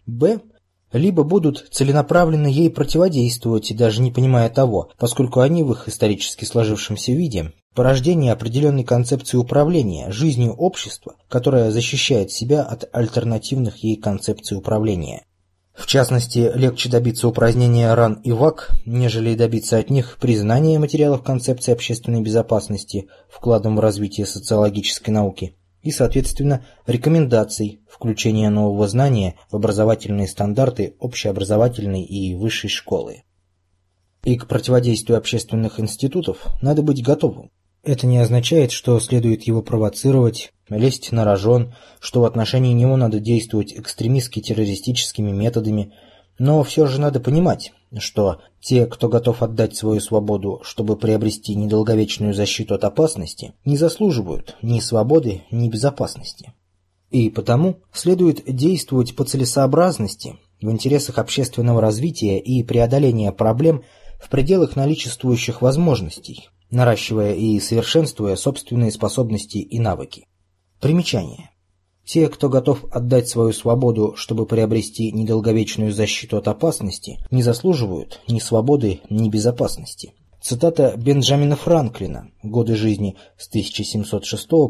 Либо будут целенаправленно ей противодействовать, даже не понимая того, поскольку они в их исторически сложившемся виде порождение определенной концепции управления жизнью общества, которая защищает себя от альтернативных ей концепций управления. В частности, легче добиться упразднения РАН и ВАК, нежели добиться от них признания материалов концепции общественной безопасности вкладом в развитие социологической науки и, соответственно, рекомендаций включения нового знания в образовательные стандарты общеобразовательной и высшей школы. И к противодействию общественных институтов надо быть готовым. Это не означает, что следует его провоцировать, лезть на рожон, что в отношении него надо действовать экстремистски-террористическими методами, но все же надо понимать, что те, кто готов отдать свою свободу, чтобы приобрести недолговечную защиту от опасности, не заслуживают ни свободы, ни безопасности. И потому следует действовать по целесообразности, в интересах общественного развития и преодоления проблем в пределах наличествующих возможностей, наращивая и совершенствуя собственные способности и навыки. Примечание. Те, кто готов отдать свою свободу, чтобы приобрести недолговечную защиту от опасности, не заслуживают ни свободы, ни безопасности. Цитата Бенджамина Франклина, годы жизни с 1706 по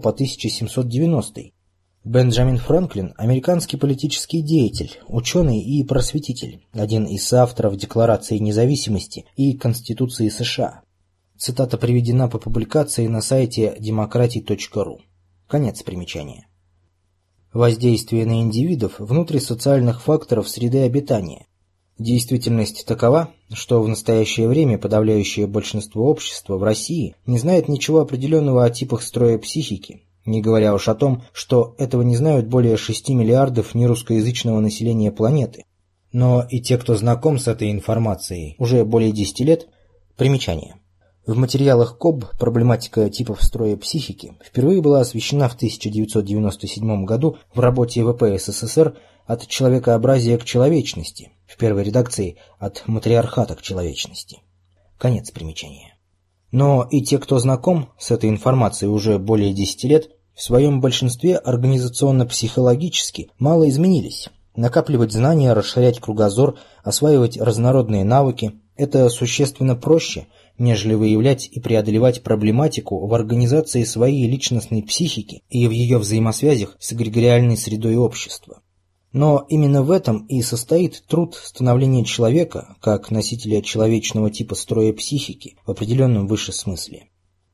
1790. Бенджамин Франклин – американский политический деятель, ученый и просветитель, один из авторов Декларации независимости и Конституции США. Цитата приведена по публикации на сайте democracy.ru. Конец примечания. Воздействие на индивидов внутрисоциальных факторов среды обитания. Действительность такова, что в настоящее время подавляющее большинство общества в России не знает ничего определенного о типах строя психики, не говоря уж о том, что этого не знают более 6 миллиардов нерусскоязычного населения планеты. Но и те, кто знаком с этой информацией уже более 10 лет, примечание. В материалах КОБ проблематика типов строя психики впервые была освещена в 1997 году в работе ВП СССР «От человекообразия к человечности», в первой редакции «От матриархата к человечности». Конец примечания. Но и те, кто знаком с этой информацией уже более 10 лет, в своем большинстве организационно-психологически мало изменились. Накапливать знания, расширять кругозор, осваивать разнородные навыки – это существенно проще, нежели выявлять и преодолевать проблематику в организации своей личностной психики и в ее взаимосвязях с эгрегориальной средой общества. Но именно в этом и состоит труд становления человека как носителя человечного типа строя психики в определенном выше смысле.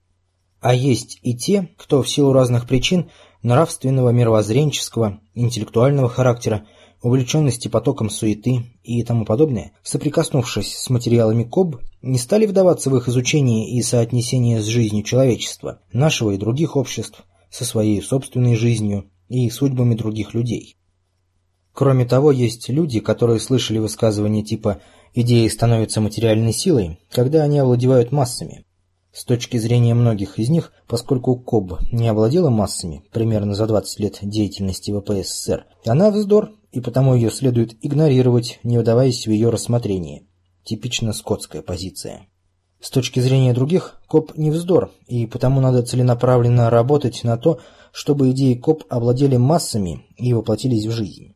А есть и те, кто в силу разных причин нравственного, мировоззренческого, интеллектуального характера, увлеченности потоком суеты и тому подобное, соприкоснувшись с материалами КОБ, не стали вдаваться в их изучение и соотнесение с жизнью человечества, нашего и других обществ, со своей собственной жизнью и судьбами других людей. Кроме того, есть люди, которые слышали высказывания типа «идеи становятся материальной силой, когда они овладевают массами». С точки зрения многих из них, поскольку КОБ не овладела массами примерно за 20 лет деятельности ВП СССР, она вздор, и потому ее следует игнорировать, не вдаваясь в ее рассмотрение. Типично скотская позиция. С точки зрения других, КОБ не вздор, и потому надо целенаправленно работать на то, чтобы идеи КОБ овладели массами и воплотились в жизнь.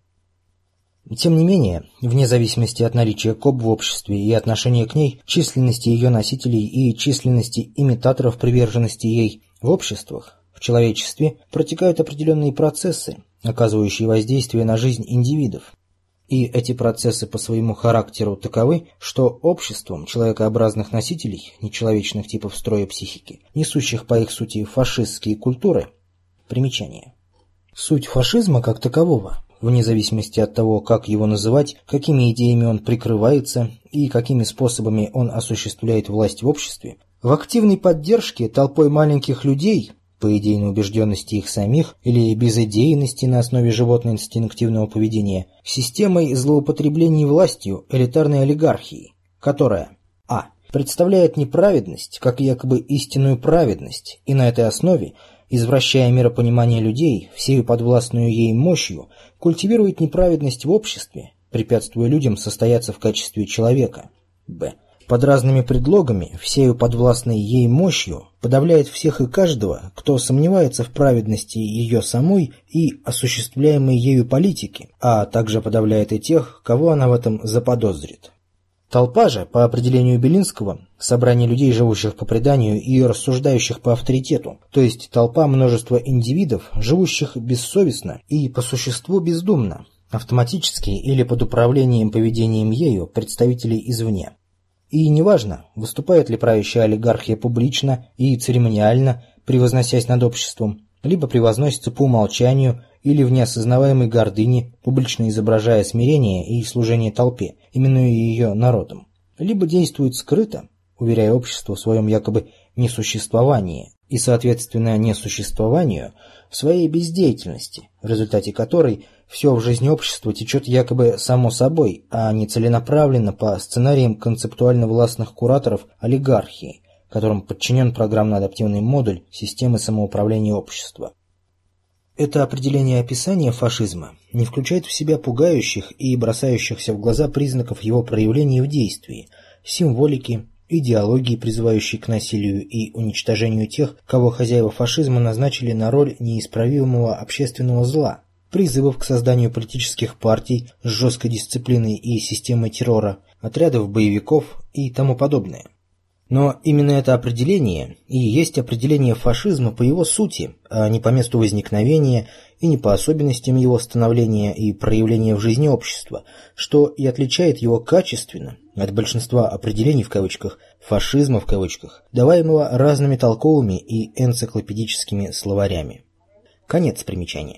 Тем не менее, вне зависимости от наличия КОБ в обществе и отношения к ней, численности ее носителей и численности имитаторов приверженности ей в обществах, в человечестве протекают определенные процессы, оказывающие воздействие на жизнь индивидов. И эти процессы по своему характеру таковы, что обществом человекообразных носителей нечеловечных типов строя психики, несущих по их сути фашистские культуры, примечание. Суть фашизма как такового, вне зависимости от того, как его называть, какими идеями он прикрывается и какими способами он осуществляет власть в обществе, в активной поддержке толпой маленьких людей, по идейной убежденности их самих или безидейности на основе животно-инстинктивного поведения, системой злоупотреблений властью элитарной олигархии, которая а. представляет неправедность как якобы истинную праведность и на этой основе, извращая миропонимание людей, всею подвластную ей мощью, культивирует неправедность в обществе, препятствуя людям состояться в качестве человека. Б. Под разными предлогами, всею подвластной ей мощью, подавляет всех и каждого, кто сомневается в праведности ее самой и осуществляемой ею политики, а также подавляет и тех, кого она в этом заподозрит. Толпа же, по определению Белинского, собрание людей, живущих по преданию и рассуждающих по авторитету, то есть толпа множества индивидов, живущих бессовестно и по существу бездумно, автоматически или под управлением поведением ею представителей извне. И неважно, выступает ли правящая олигархия публично и церемониально, превозносясь над обществом, либо превозносится по умолчанию или в неосознаваемой гордыне, публично изображая смирение и служение толпе, именуя ее народом. либо действует скрыто, уверяя общество в своем якобы несуществовании и, соответственно, несуществованию в своей бездеятельности, в результате которой все в жизни общества течет якобы само собой, а не целенаправленно по сценариям концептуально-властных кураторов олигархии, которым подчинен программно-адаптивный модуль системы самоуправления общества. Это определение описания фашизма не включает в себя пугающих и бросающихся в глаза признаков его проявления в действии, символики, идеологии, призывающей к насилию и уничтожению тех, кого хозяева фашизма назначили на роль неисправимого общественного зла, призывов к созданию политических партий с жесткой дисциплиной и системой террора, отрядов боевиков и тому подобное. Но именно это определение и есть определение фашизма по его сути, а не по месту возникновения и не по особенностям его становления и проявления в жизни общества, что и отличает его качественно от большинства определений в кавычках «фашизма» в кавычках, даваемого разными толковыми и энциклопедическими словарями. Конец примечания.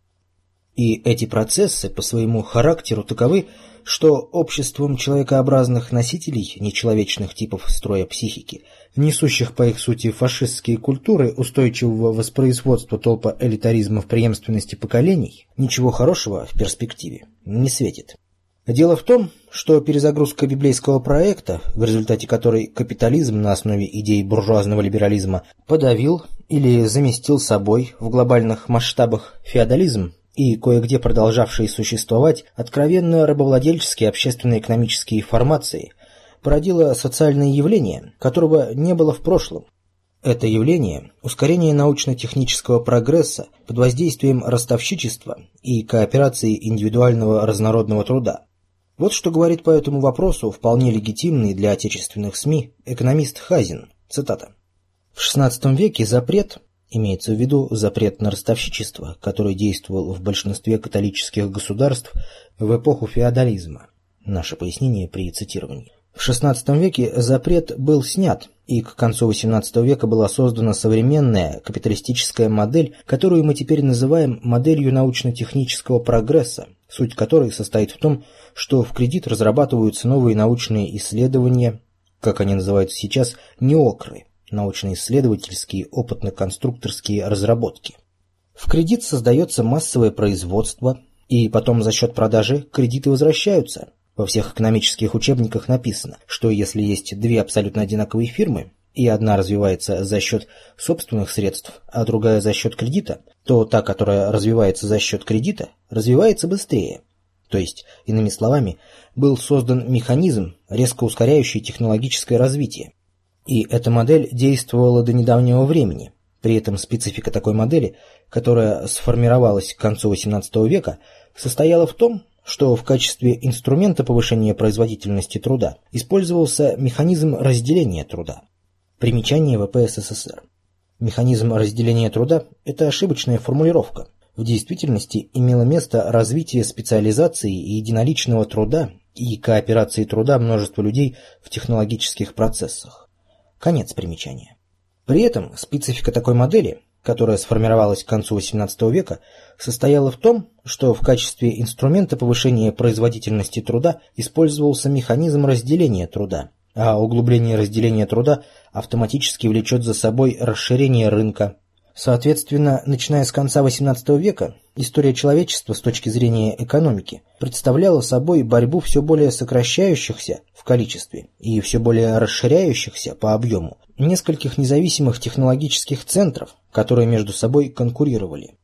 И эти процессы по своему характеру таковы, что обществом человекообразных носителей нечеловечных типов строя психики, несущих по их сути фашистские культуры устойчивого воспроизводства толпа элитаризма в преемственности поколений, ничего хорошего в перспективе не светит. Дело в том, что перезагрузка библейского проекта, в результате которой капитализм на основе идей буржуазного либерализма подавил или заместил собой в глобальных масштабах феодализм, и кое-где продолжавшие существовать откровенно рабовладельческие общественно-экономические формации, породило социальное явление, которого не было в прошлом. Это явление – ускорение научно-технического прогресса под воздействием ростовщичества и кооперации индивидуального разнородного труда. Вот что говорит по этому вопросу вполне легитимный для отечественных СМИ экономист Хазин, цитата. В XVI веке запрет, имеется в виду запрет на ростовщичество, который действовал в большинстве католических государств в эпоху феодализма. Наше пояснение при цитировании. В XVI веке запрет был снят, и к концу XVIII века была создана современная капиталистическая модель, которую мы теперь называем моделью научно-технического прогресса, суть которой состоит в том, что в кредит разрабатываются новые научные исследования, как они называются сейчас, неокры. Научно-исследовательские опытно-конструкторские разработки. В кредит создается массовое производство, и потом за счет продажи кредиты возвращаются. Во всех экономических учебниках написано, что если есть две абсолютно одинаковые фирмы, и одна развивается за счет собственных средств, а другая за счет кредита, то та, которая развивается за счет кредита, развивается быстрее. То есть, иными словами, был создан механизм, резко ускоряющий технологическое развитие. И эта модель действовала до недавнего времени. При этом специфика такой модели, которая сформировалась к концу XVIII века, состояла в том, что в качестве инструмента повышения производительности труда использовался механизм разделения труда. Примечание ВП СССР. Механизм разделения труда – это ошибочная формулировка. В действительности имело место развитие специализации и единоличного труда и кооперации труда множества людей в технологических процессах. Конец примечания. При этом специфика такой модели, которая сформировалась к концу XVIII века, состояла в том, что в качестве инструмента повышения производительности труда использовался механизм разделения труда, а углубление разделения труда автоматически влечет за собой расширение рынка. Соответственно, начиная с конца XVIII века, история человечества с точки зрения экономики представляла собой борьбу все более сокращающихся в количестве и все более расширяющихся по объему нескольких независимых технологических центров, которые между собой конкурировали.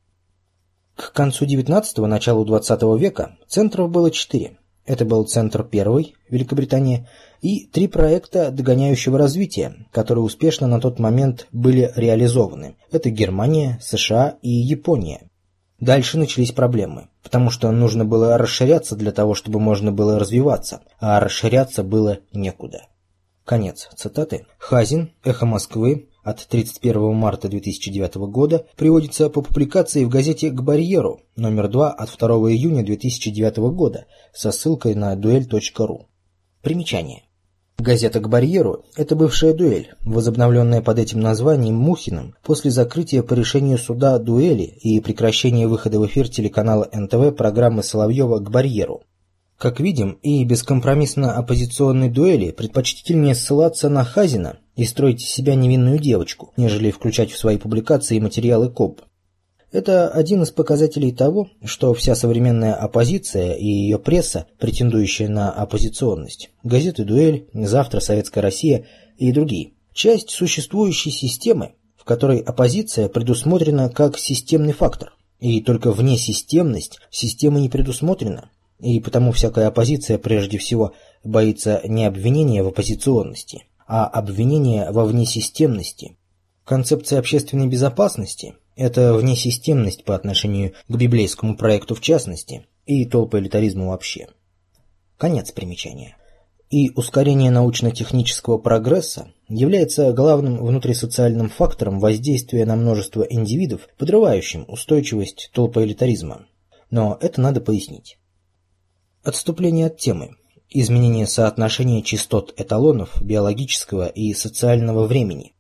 К концу XIX – началу XX века центров было 4. Это был центр первый, Великобритания, и 3 проекта догоняющего развития, которые успешно на тот момент были реализованы. Это Германия, США и Япония. Дальше начались проблемы, потому что нужно было расширяться для того, чтобы можно было развиваться, а расширяться было некуда. Конец цитаты. Хазин, Эхо Москвы, от 31 марта 2009 года, приводится по публикации в газете «К барьеру», номер 2 от 2 июня 2009 года, со ссылкой на duel.ru. Примечание. Газета «К барьеру» – это бывшая «Дуэль», возобновленная под этим названием Мухиным после закрытия по решению суда «Дуэли» и прекращения выхода в эфир телеканала НТВ программы Соловьева «К барьеру». Как видим, и бескомпромиссно-оппозиционной дуэли предпочтительнее ссылаться на Хазина и строить из себя невинную девочку, нежели включать в свои публикации материалы КОБ. Это один из показателей того, что вся современная оппозиция и ее пресса, претендующая на оппозиционность, газеты «Дуэль», «Завтра», «Советская Россия» и другие, часть существующей системы, в которой оппозиция предусмотрена как системный фактор, и только внесистемность системы не предусмотрена. И потому всякая оппозиция прежде всего боится не обвинения в оппозиционности, а обвинения во внесистемности. Концепция общественной безопасности – это внесистемность по отношению к библейскому проекту в частности и толпоэлитаризму вообще. Конец примечания. И ускорение научно-технического прогресса является главным внутрисоциальным фактором воздействия на множество индивидов, подрывающим устойчивость толпоэлитаризма. Но это надо пояснить. Отступление от темы. Изменение соотношения частот эталонов биологического и социального времени.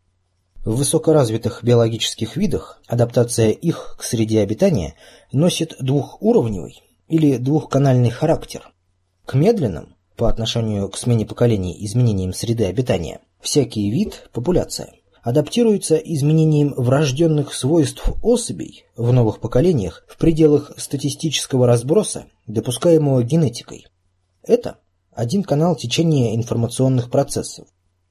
В высокоразвитых биологических видах адаптация их к среде обитания носит двухуровневый или двухканальный характер. К медленным, по отношению к смене поколений изменениям среды обитания, всякий вид, популяция, адаптируется изменением врожденных свойств особей в новых поколениях в пределах статистического разброса, допускаемого генетикой. Это один канал течения информационных процессов.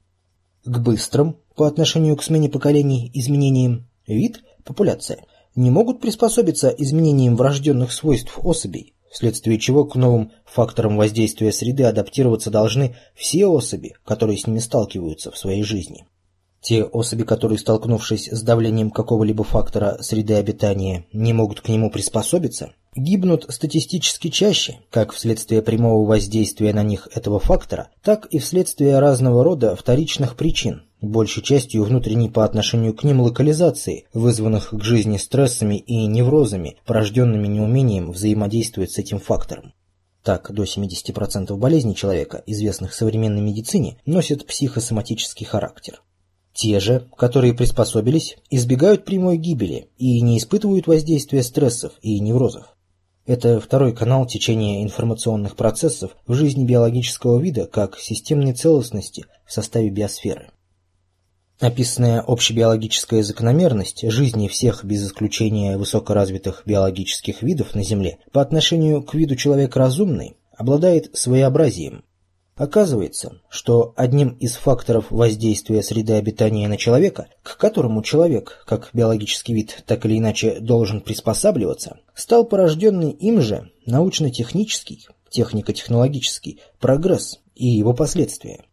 К быстрым, по отношению к смене поколений, изменениям вид, популяция, не могут приспособиться изменениям врожденных свойств особей, вследствие чего к новым факторам воздействия среды адаптироваться должны все особи, которые с ними сталкиваются в своей жизни. Те особи, которые, столкнувшись с давлением какого-либо фактора среды обитания, не могут к нему приспособиться, гибнут статистически чаще, как вследствие прямого воздействия на них этого фактора, так и вследствие разного рода вторичных причин, большей частью внутренней по отношению к ним локализации, вызванных к жизни стрессами и неврозами, порожденными неумением взаимодействовать с этим фактором. Так, до 70% болезней человека, известных в современной медицине, носят психосоматический характер. Те же, которые приспособились, избегают прямой гибели и не испытывают воздействия стрессов и неврозов. Это второй канал течения информационных процессов в жизни биологического вида как системной целостности в составе биосферы. Описанная общебиологическая закономерность жизни всех без исключения высокоразвитых биологических видов на Земле по отношению к виду человек разумный обладает своеобразием. Оказывается, что одним из факторов воздействия среды обитания на человека, к которому человек, как биологический вид, так или иначе должен приспосабливаться, стал порожденный им же научно-технический, технико-технологический прогресс и его последствия.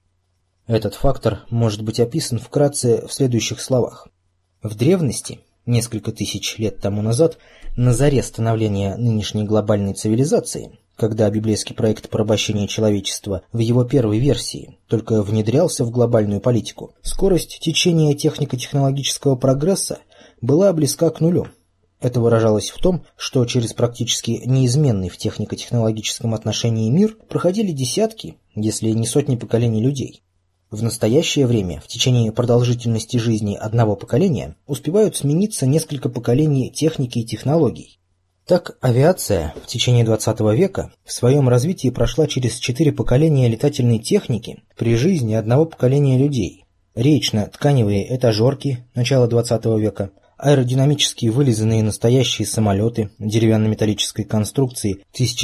Этот фактор может быть описан вкратце в следующих словах. В древности, несколько тысяч лет тому назад, на заре становления нынешней глобальной цивилизации, когда библейский проект порабощения человечества в его первой версии только внедрялся в глобальную политику, скорость течения технико-технологического прогресса была близка к нулю. Это выражалось в том, что через практически неизменный в технико-технологическом отношении мир проходили десятки, если не сотни поколений людей. В настоящее время, в течение продолжительности жизни одного поколения, успевают смениться несколько поколений техники и технологий. Так, авиация в течение 20 века в своем развитии прошла через 4 поколения летательной техники при жизни одного поколения людей. Речно-тканевые этажерки начала 20 века, аэродинамически вылизанные настоящие самолеты деревянно-металлической конструкции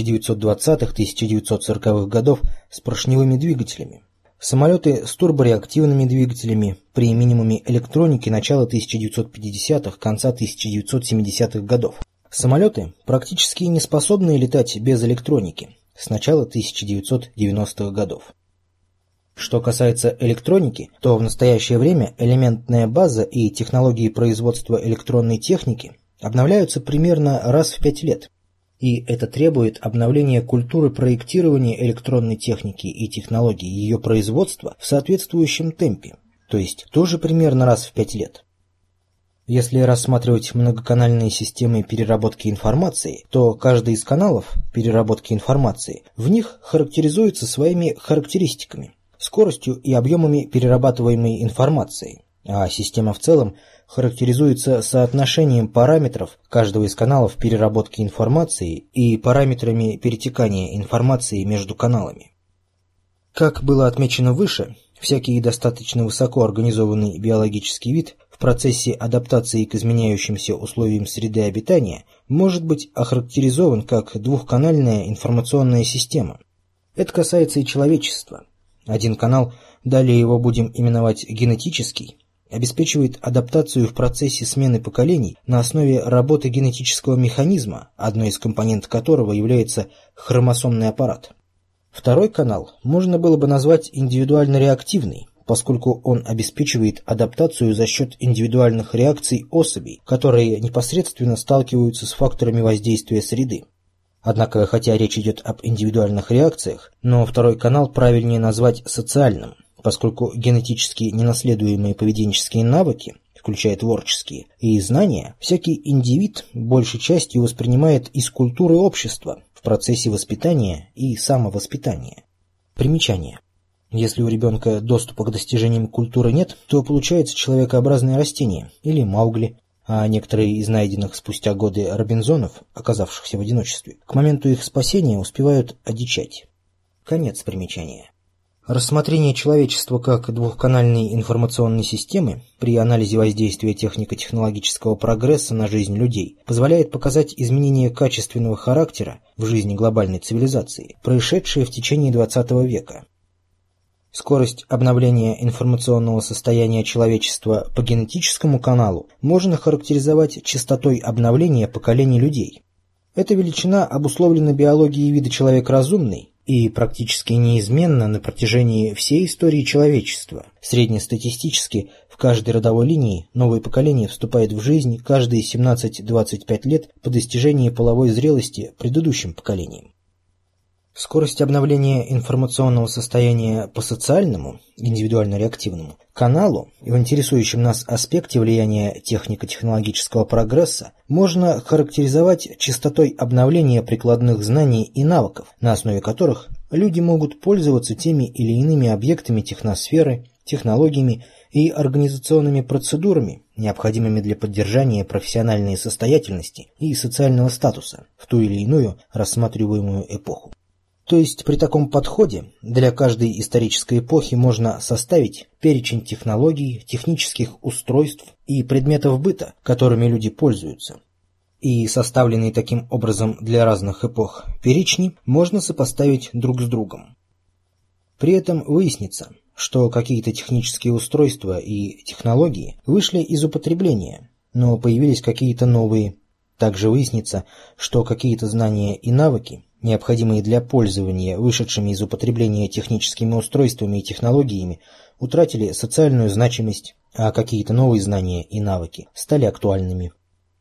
1920-1940-х годов с поршневыми двигателями. Самолеты с турбореактивными двигателями при минимуме электроники начала 1950-х, конца 1970-х годов. Самолеты, практически не способные летать без электроники, с начала 1990-х годов. Что касается электроники, то в настоящее время элементная база и технологии производства электронной техники обновляются примерно раз в 5 лет. И это требует обновления культуры проектирования электронной техники и технологий ее производства в соответствующем темпе, то есть тоже примерно раз в 5 лет. Если рассматривать многоканальные системы переработки информации, то каждый из каналов переработки информации в них характеризуется своими характеристиками, скоростью и объемами перерабатываемой информации, а система в целом характеризуется соотношением параметров каждого из каналов переработки информации и параметрами перетекания информации между каналами. Как было отмечено выше, всякий достаточно высоко организованный биологический вид в процессе адаптации к изменяющимся условиям среды обитания может быть охарактеризован как двухканальная информационная система. Это касается и человечества. Один канал, далее его будем именовать генетический, обеспечивает адаптацию в процессе смены поколений на основе работы генетического механизма, одной из компонентов которого является хромосомный аппарат. Второй канал можно было бы назвать индивидуально-реактивный, поскольку он обеспечивает адаптацию за счет индивидуальных реакций особей, которые непосредственно сталкиваются с факторами воздействия среды. Однако, хотя речь идет об индивидуальных реакциях, но второй канал правильнее назвать социальным, поскольку генетически ненаследуемые поведенческие навыки, включая творческие, и знания, всякий индивид большей частью воспринимает из культуры общества в процессе воспитания и самовоспитания. Примечание. Если у ребенка доступа к достижениям культуры нет, то получается человекообразное растение, или Маугли, а некоторые из найденных спустя годы робинзонов, оказавшихся в одиночестве, к моменту их спасения успевают одичать. Конец примечания. Рассмотрение человечества как двухканальной информационной системы при анализе воздействия технико-технологического прогресса на жизнь людей позволяет показать изменения качественного характера в жизни глобальной цивилизации, происшедшие в течение XX века. Скорость обновления информационного состояния человечества по генетическому каналу можно характеризовать частотой обновления поколений людей. Эта величина обусловлена биологией вида человек разумный и практически неизменна на протяжении всей истории человечества. Среднестатистически в каждой родовой линии новое поколение вступает в жизнь каждые 17-25 лет по достижении половой зрелости предыдущим поколением. Скорость обновления информационного состояния по социальному, индивидуально-реактивному, каналу и в интересующем нас аспекте влияния технико-технологического прогресса можно характеризовать частотой обновления прикладных знаний и навыков, на основе которых люди могут пользоваться теми или иными объектами техносферы, технологиями и организационными процедурами, необходимыми для поддержания профессиональной состоятельности и социального статуса в ту или иную рассматриваемую эпоху. То есть при таком подходе для каждой исторической эпохи можно составить перечень технологий, технических устройств и предметов быта, которыми люди пользуются. И составленные таким образом для разных эпох перечни можно сопоставить друг с другом. При этом выяснится, что какие-то технические устройства и технологии вышли из употребления, но появились какие-то новые. Также выяснится, что какие-то знания и навыки, необходимые для пользования вышедшими из употребления техническими устройствами и технологиями, утратили социальную значимость, а какие-то новые знания и навыки стали актуальными.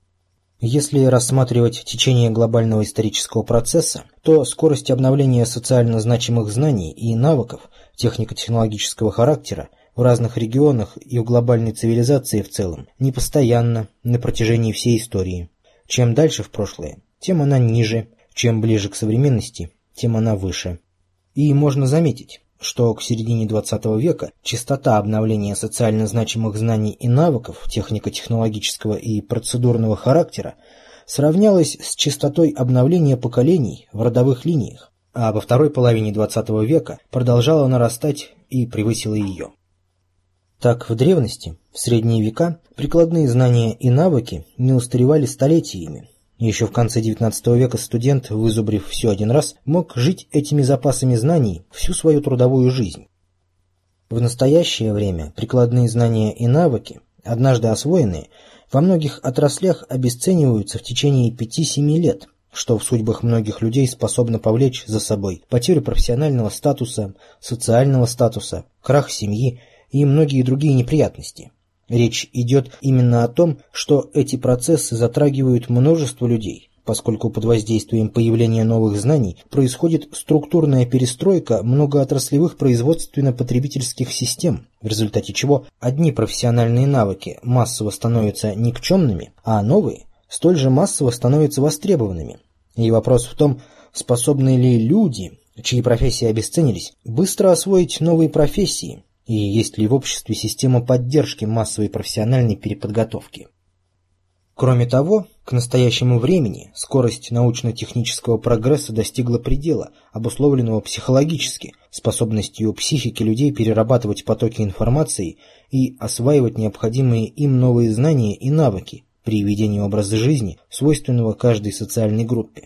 Если рассматривать течение глобального исторического процесса, то скорость обновления социально значимых знаний и навыков технико-технологического характера в разных регионах и в глобальной цивилизации в целом непостоянна на протяжении всей истории. Чем дальше в прошлое, тем она ниже, чем ближе к современности, тем она выше. И можно заметить, что к середине XX века частота обновления социально значимых знаний и навыков технико-технологического и процедурного характера сравнялась с частотой обновления поколений в родовых линиях, а во второй половине XX века продолжала нарастать и превысила ее. Так, в древности, в средние века, прикладные знания и навыки не устаревали столетиями. Еще в конце XIX века студент, вызубрив все один раз, мог жить этими запасами знаний всю свою трудовую жизнь. В настоящее время прикладные знания и навыки, однажды освоенные, во многих отраслях обесцениваются в течение 5-7 лет, что в судьбах многих людей способно повлечь за собой потерю профессионального статуса, социального статуса, крах семьи и многие другие неприятности. Речь идет именно о том, что эти процессы затрагивают множество людей, поскольку под воздействием появления новых знаний происходит структурная перестройка многоотраслевых производственно-потребительских систем, в результате чего одни профессиональные навыки массово становятся никчемными, а новые столь же массово становятся востребованными. И вопрос в том, способны ли люди, чьи профессии обесценились, быстро освоить новые профессии, и есть ли в обществе система поддержки массовой профессиональной переподготовки. Кроме того, к настоящему времени скорость научно-технического прогресса достигла предела, обусловленного психологически, способностью психики людей перерабатывать потоки информации и осваивать необходимые им новые знания и навыки при ведении образа жизни, свойственного каждой социальной группе.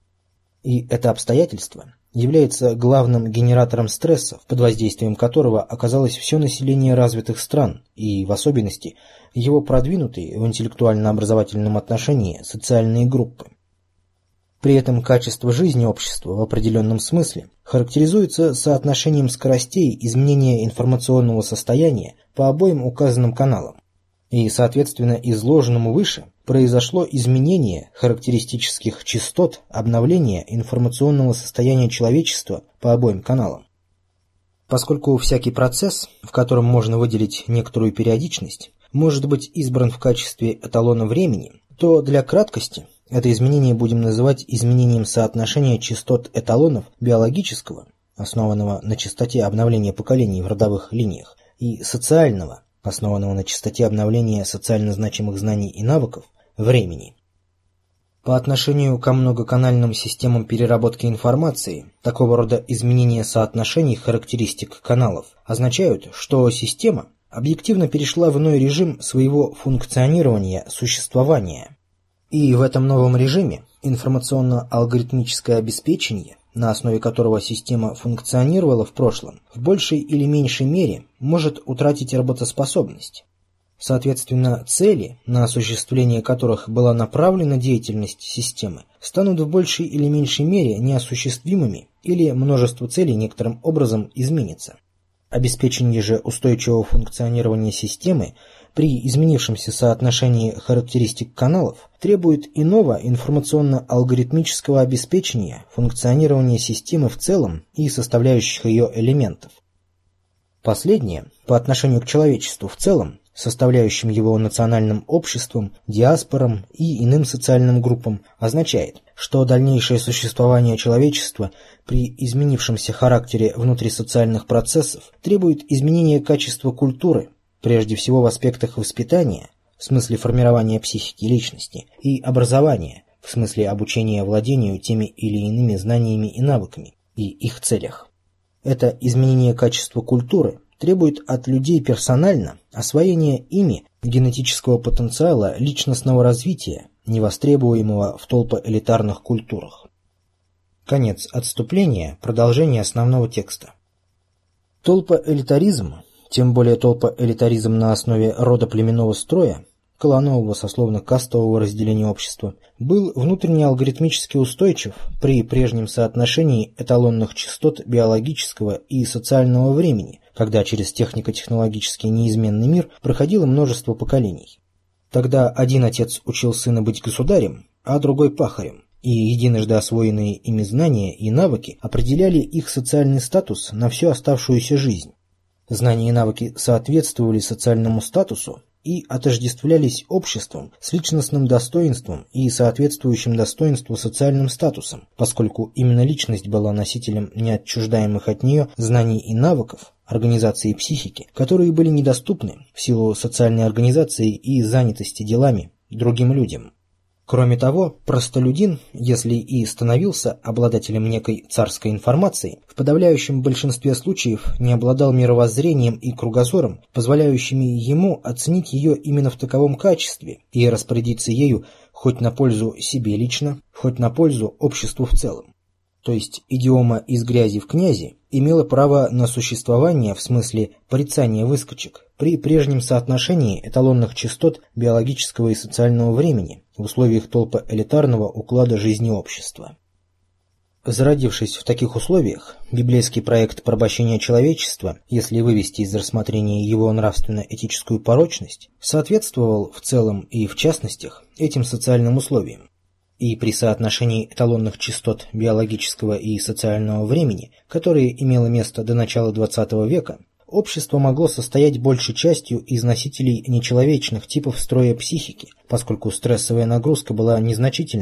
И это обстоятельство является главным генератором стресса, под воздействием которого оказалось все население развитых стран, и в особенности его продвинутые в интеллектуально-образовательном отношении социальные группы. При этом качество жизни общества в определенном смысле характеризуется соотношением скоростей изменения информационного состояния по обоим указанным каналам. И, соответственно, изложенному выше произошло изменение характеристических частот обновления информационного состояния человечества по обоим каналам. Поскольку всякий процесс, в котором можно выделить некоторую периодичность, может быть избран в качестве эталона времени, то для краткости это изменение будем называть изменением соотношения частот эталонов биологического, основанного на частоте обновления поколений в родовых линиях, и социального, основанного на частоте обновления социально значимых знаний и навыков, времени. По отношению ко многоканальным системам переработки информации, такого рода изменения соотношений характеристик каналов означают, что система объективно перешла в иной режим своего функционирования, существования. И в этом новом режиме информационно-алгоритмическое обеспечение, на основе которого система функционировала в прошлом, в большей или меньшей мере может утратить работоспособность. Соответственно, цели, на осуществление которых была направлена деятельность системы, станут в большей или меньшей мере неосуществимыми, или множество целей некоторым образом изменится. Обеспечение же устойчивого функционирования системы при изменившемся соотношении характеристик каналов требует иного информационно-алгоритмического обеспечения функционирования системы в целом и составляющих ее элементов. Последнее, по отношению к человечеству в целом, составляющим его национальным обществом, диаспорам и иным социальным группам, означает, что дальнейшее существование человечества при изменившемся характере внутрисоциальных процессов требует изменения качества культуры, прежде всего в аспектах воспитания, в смысле формирования психики личности, и образования, в смысле обучения владению теми или иными знаниями и навыками, и их целях. Это изменение качества культуры требует от людей персонально освоения ими генетического потенциала личностного развития, невостребуемого в толпоэлитарных культурах. Конец отступления, продолжение основного текста. Толпоэлитаризм, тем более толпоэлитаризм на основе родоплеменного строя, кланового сословно-кастового разделения общества, был внутренне алгоритмически устойчив при прежнем соотношении эталонных частот биологического и социального времени, когда через технико-технологический неизменный мир проходило множество поколений. Тогда один отец учил сына быть государем, а другой пахарем, и единожды освоенные ими знания и навыки определяли их социальный статус на всю оставшуюся жизнь. Знания и навыки соответствовали социальному статусу и отождествлялись обществом с личностным достоинством и соответствующим достоинству социальным статусом, поскольку именно личность была носителем неотчуждаемых от нее знаний и навыков, организации психики, которые были недоступны в силу социальной организации и занятости делами другим людям. Кроме того, простолюдин, если и становился обладателем некой царской информации, в подавляющем большинстве случаев не обладал мировоззрением и кругозором, позволяющими ему оценить ее именно в таковом качестве и распорядиться ею хоть на пользу себе лично, хоть на пользу обществу в целом. То есть идиома «из грязи в князи» имела право на существование в смысле порицания выскочек при прежнем соотношении эталонных частот биологического и социального времени в условиях толпоэлитарного уклада жизни общества. Зародившись в таких условиях, библейский проект порабощения человечества, если вывести из рассмотрения его нравственно-этическую порочность, соответствовал в целом и в частностях этим социальным условиям. И при соотношении эталонных частот биологического и социального времени, которое имело место до начала XX века, общество могло состоять большей частью из носителей нечеловечных типов строя психики, поскольку стрессовая нагрузка была незначительной,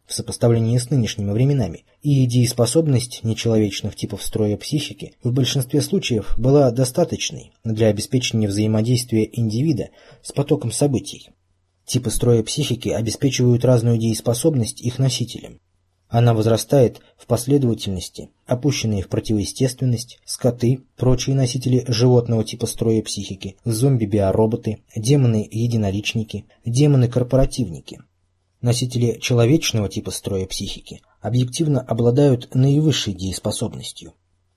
в сопоставлении с нынешними временами, и дееспособность нечеловечных типов строя психики в большинстве случаев была достаточной для обеспечения взаимодействия индивида с потоком событий. Типы строя психики обеспечивают разную дееспособность их носителям. Она возрастает в последовательности, опущенные в противоестественность, скоты, прочие носители животного типа строя психики, зомби-биороботы, демоны-единоличники, демоны-корпоративники. Носители человечного типа строя психики объективно обладают наивысшей дееспособностью.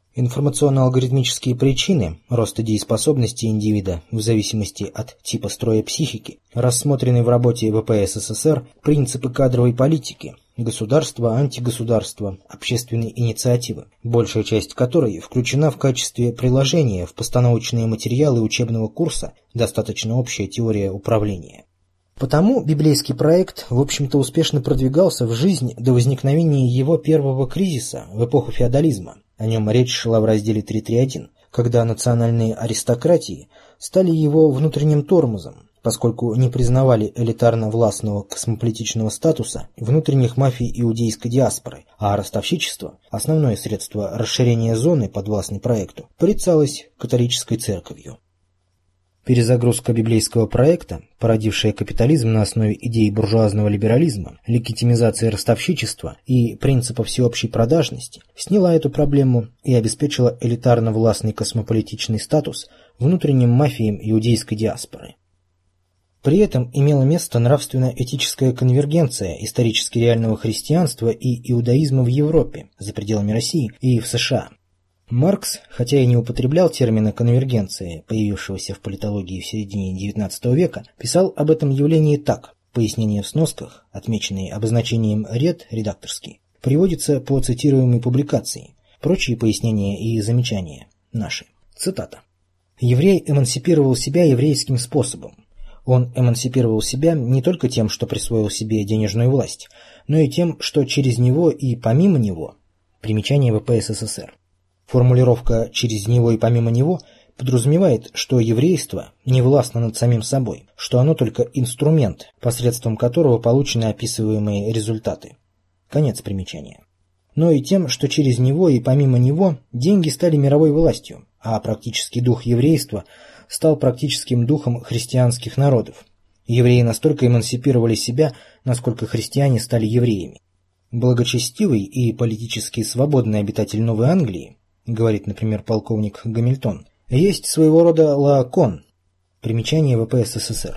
Информационно-алгоритмические причины роста дееспособности индивида в зависимости от типа строя психики рассмотрены в работе ВПС СССР «Принципы кадровой политики. Государство, антигосударство, общественные инициативы», большая часть которой включена в качестве приложения в постановочные материалы учебного курса «Достаточно общая теория управления». Потому библейский проект, в общем-то, успешно продвигался в жизнь до возникновения его первого кризиса в эпоху феодализма. О нем речь шла в разделе 3.3.1, когда национальные аристократии стали его внутренним тормозом, поскольку не признавали элитарно-властного космополитичного статуса внутренних мафий иудейской диаспоры, а ростовщичество, основное средство расширения зоны, подвластной проекту, порицалось католической церковью. Перезагрузка библейского проекта, породившая капитализм на основе идей буржуазного либерализма, легитимизации ростовщичества и принципа всеобщей продажности, сняла эту проблему и обеспечила элитарно-властный космополитичный статус внутренним мафиям иудейской диаспоры. При этом имела место нравственно-этическая конвергенция исторически реального христианства и иудаизма в Европе, за пределами России и в США. Маркс, хотя и не употреблял термина «конвергенция», появившегося в политологии в середине XIX века, писал об этом явлении так. Пояснения в сносках, отмеченные обозначением «ред» редакторский, приводятся по цитируемой публикации. Прочие пояснения и замечания наши. Цитата. «Еврей эмансипировал себя еврейским способом. Он эмансипировал себя не только тем, что присвоил себе денежную власть, но и тем, что через него и помимо него». Примечание ВПС СССР. Формулировка «через него и помимо него» подразумевает, что еврейство не властно над самим собой, что оно только инструмент, посредством которого получены описываемые результаты. Конец примечания. Но и тем, что через него и помимо него деньги стали мировой властью, а практический дух еврейства стал практическим духом христианских народов. Евреи настолько эмансипировали себя, насколько христиане стали евреями. Благочестивый и политически свободный обитатель Новой Англии, говорит, например, полковник Гамильтон, есть своего рода Лаокон. Примечание ВПС СССР.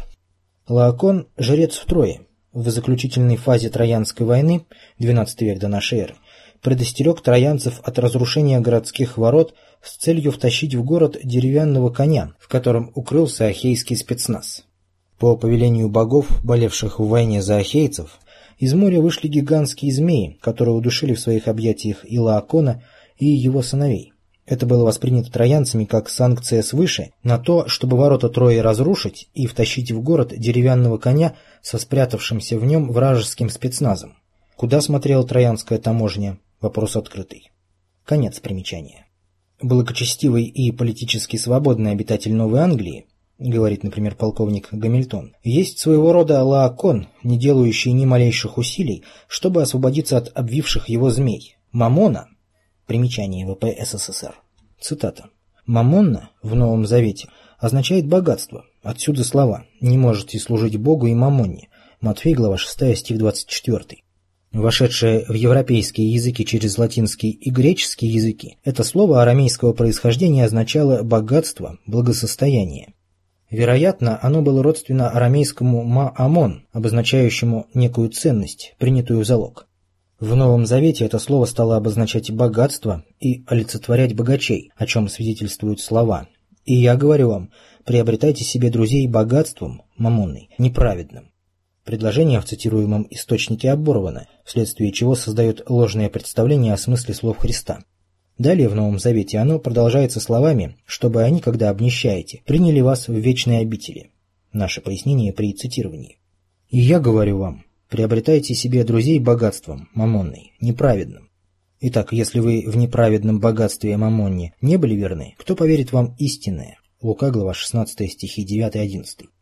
Лаокон – жрец в Трое. В заключительной фазе Троянской войны, 12 век до нашей эры, предостерег троянцев от разрушения городских ворот с целью втащить в город деревянного коня, в котором укрылся ахейский спецназ. По повелению богов, болевших в войне за ахейцев, из моря вышли гигантские змеи, которые удушили в своих объятиях и Лаокона, и его сыновей. Это было воспринято троянцами как санкция свыше на то, чтобы ворота Трои разрушить и втащить в город деревянного коня со спрятавшимся в нем вражеским спецназом. Куда смотрела троянская таможня? Вопрос открытый. Конец примечания. Благочестивый и политически свободный обитатель Новой Англии, говорит, например, полковник Гамильтон, есть своего рода Лаокон, не делающий ни малейших усилий, чтобы освободиться от обвивших его змей. Мамона. Примечание ВПС СССР. Цитата. «Мамонна в Новом Завете означает богатство. Отсюда слова «не можете служить Богу и мамонне». Матфей, глава 6, стих 24. Вошедшее в европейские языки через латинский и греческий языки, это слово арамейского происхождения означало «богатство», «благосостояние». Вероятно, оно было родственно арамейскому «маамон», обозначающему некую ценность, принятую в залог. В Новом Завете это слово стало обозначать богатство и олицетворять богачей, о чем свидетельствуют слова. «И я говорю вам, приобретайте себе друзей богатством, мамонной, неправедным». Предложение в цитируемом источнике оборвано, вследствие чего создает ложное представление о смысле слов Христа. Далее в Новом Завете оно продолжается словами, чтобы они, когда обнищаете, приняли вас в вечные обители. Наше пояснение при цитировании. «И я говорю вам, приобретайте себе друзей богатством, мамонной, неправедным». Итак, если вы в неправедном богатстве мамонне не были верны, кто поверит вам истинное? Лука, глава 16, стихи 9-11.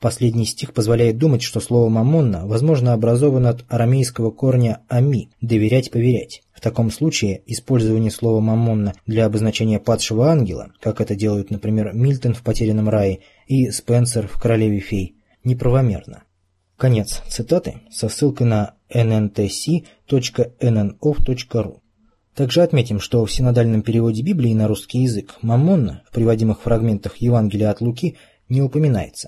Последний стих позволяет думать, что слово «мамонна» возможно образовано от арамейского корня «ами» – «доверять, поверять». В таком случае использование слова «мамонна» для обозначения падшего ангела, как это делают, например, Мильтон в «Потерянном рае» и Спенсер в «Королеве фей», неправомерно. Конец цитаты со ссылкой на nntc.nnov.ru. Также отметим, что в синодальном переводе Библии на русский язык «мамонна» в приводимых фрагментах Евангелия от Луки не упоминается.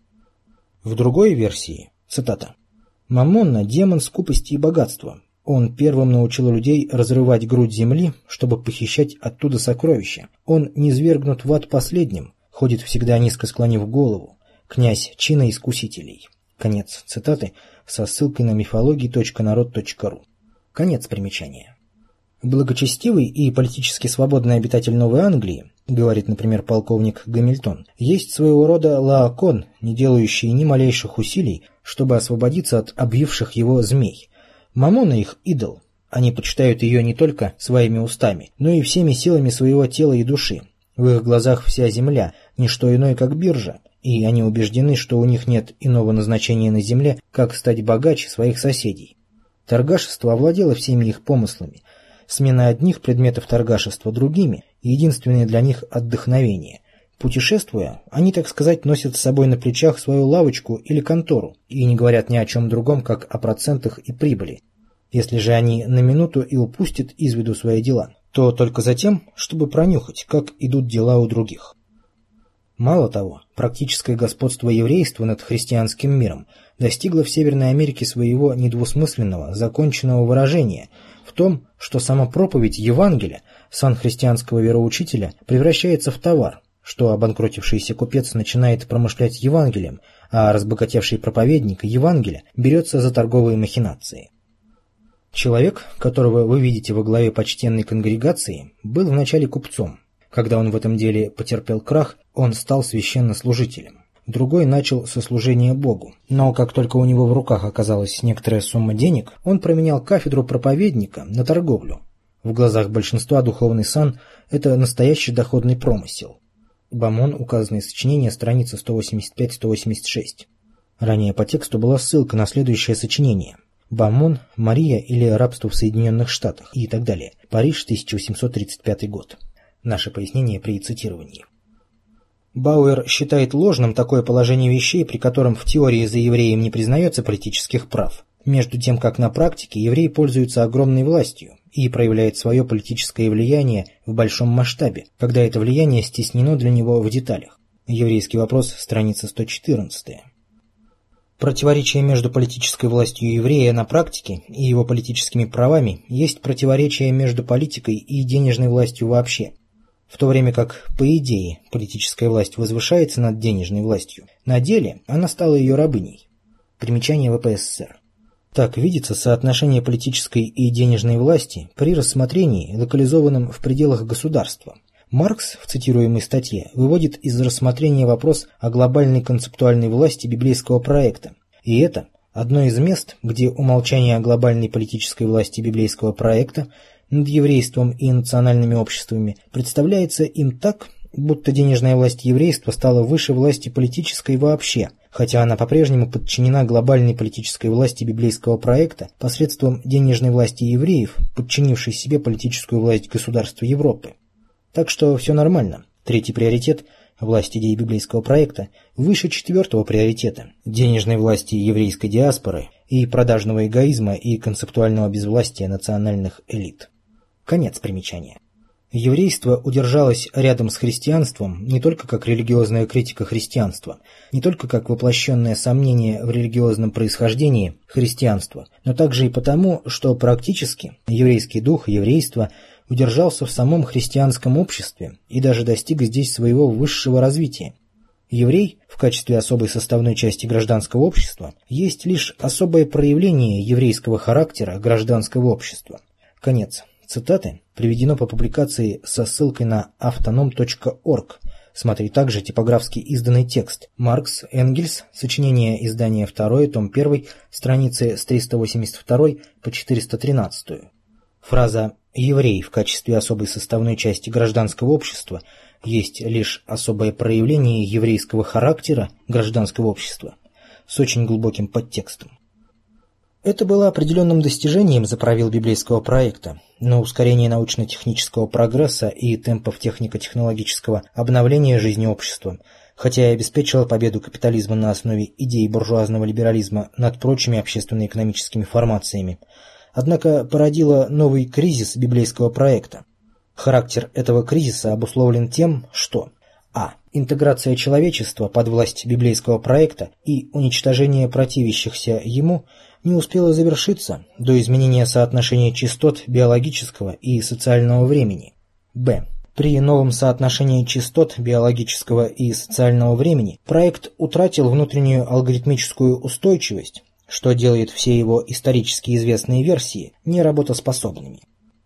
В другой версии, цитата, «Мамонна – демон скупости и богатства. Он первым научил людей разрывать грудь земли, чтобы похищать оттуда сокровища. Он низвергнут в ад последним, ходит всегда низко склонив голову. Князь чина искусителей». Конец цитаты со ссылкой на мифологии.народ.ру. Конец примечания. Благочестивый и политически свободный обитатель Новой Англии, говорит, например, полковник Гамильтон, есть своего рода лаокон, не делающий ни малейших усилий, чтобы освободиться от обвивших его змей. Мамонна их идол. Они почитают ее не только своими устами, но и всеми силами своего тела и души. В их глазах вся земля – не что иное, как биржа, и они убеждены, что у них нет иного назначения на земле, как стать богаче своих соседей. Торгашество овладело всеми их помыслами. Смена одних предметов торгашества другими – единственное для них отдохновение. Путешествуя, они, так сказать, носят с собой на плечах свою лавочку или контору и не говорят ни о чем другом, как о процентах и прибыли. Если же они на минуту и упустят из виду свои дела, то только за тем, чтобы пронюхать, как идут дела у других. Мало того, практическое господство еврейства над христианским миром достигло в Северной Америке своего недвусмысленного, законченного выражения в том, что сама проповедь Евангелия, сан христианского вероучителя, превращается в товар, что обанкротившийся купец начинает промышлять Евангелием, а разбогатевший проповедник Евангелия берется за торговые махинации. Человек, которого вы видите во главе почтенной конгрегации, был вначале купцом. Когда он в этом деле потерпел крах, он стал священнослужителем. Другой начал со служения Богу. Но как только у него в руках оказалась некоторая сумма денег, он променял кафедру проповедника на торговлю. В глазах большинства духовный сан – это настоящий доходный промысел. Бамон, указанное сочинение, страница 185-186. Ранее по тексту была ссылка на следующее сочинение. Бамон, Мария или рабство в Соединенных Штатах и так далее. Париж, 1835 год. Наше пояснение при цитировании. Бауэр считает ложным такое положение вещей, при котором в теории за евреем не признается политических прав, между тем как на практике еврей пользуется огромной властью и проявляет свое политическое влияние в большом масштабе, когда это влияние стеснено для него в деталях. Еврейский вопрос, страница 114. Противоречие между политической властью еврея на практике и его политическими правами есть противоречие между политикой и денежной властью вообще. В то время как, по идее, политическая власть возвышается над денежной властью, на деле она стала ее рабыней. Примечание ВПССР. Так видится соотношение политической и денежной власти при рассмотрении, локализованном в пределах государства. Маркс в цитируемой статье выводит из рассмотрения вопрос о глобальной концептуальной власти библейского проекта. И это одно из мест, где умолчание о глобальной политической власти библейского проекта над еврейством и национальными обществами представляется им так, будто денежная власть еврейства стала выше власти политической вообще, хотя она по-прежнему подчинена глобальной политической власти библейского проекта посредством денежной власти евреев, подчинившей себе политическую власть государства Европы. Так что все нормально. Третий приоритет – власть идей библейского проекта выше четвертого приоритета – денежной власти еврейской диаспоры и продажного эгоизма и концептуального безвластия национальных элит. Конец примечания. Еврейство удержалось рядом с христианством не только как религиозная критика христианства, не только как воплощенное сомнение в религиозном происхождении христианства, но также и потому, что практически еврейский дух еврейства удержался в самом христианском обществе и даже достиг здесь своего высшего развития. Еврей, в качестве особой составной части гражданского общества, есть лишь особое проявление еврейского характера гражданского общества. Конец цитаты приведено по публикации со ссылкой на autonom.org. Смотри также типографски изданный текст. Маркс, Энгельс, сочинение издания 2, том 1, страницы с 382 по 413. Фраза «еврей в качестве особой составной части гражданского общества» есть лишь особое проявление еврейского характера гражданского общества с очень глубоким подтекстом. Это было определенным достижением за правил библейского проекта, но ускорение научно-технического прогресса и темпов технико-технологического обновления жизни общества, хотя и обеспечило победу капитализма на основе идей буржуазного либерализма над прочими общественно-экономическими формациями, однако породило новый кризис библейского проекта. Характер этого кризиса обусловлен тем, что интеграция человечества под власть библейского проекта и уничтожение противящихся ему не успела завершиться до изменения соотношения частот биологического и социального времени. При новом соотношении частот биологического и социального времени проект утратил внутреннюю алгоритмическую устойчивость, что делает все его исторически известные версии неработоспособными.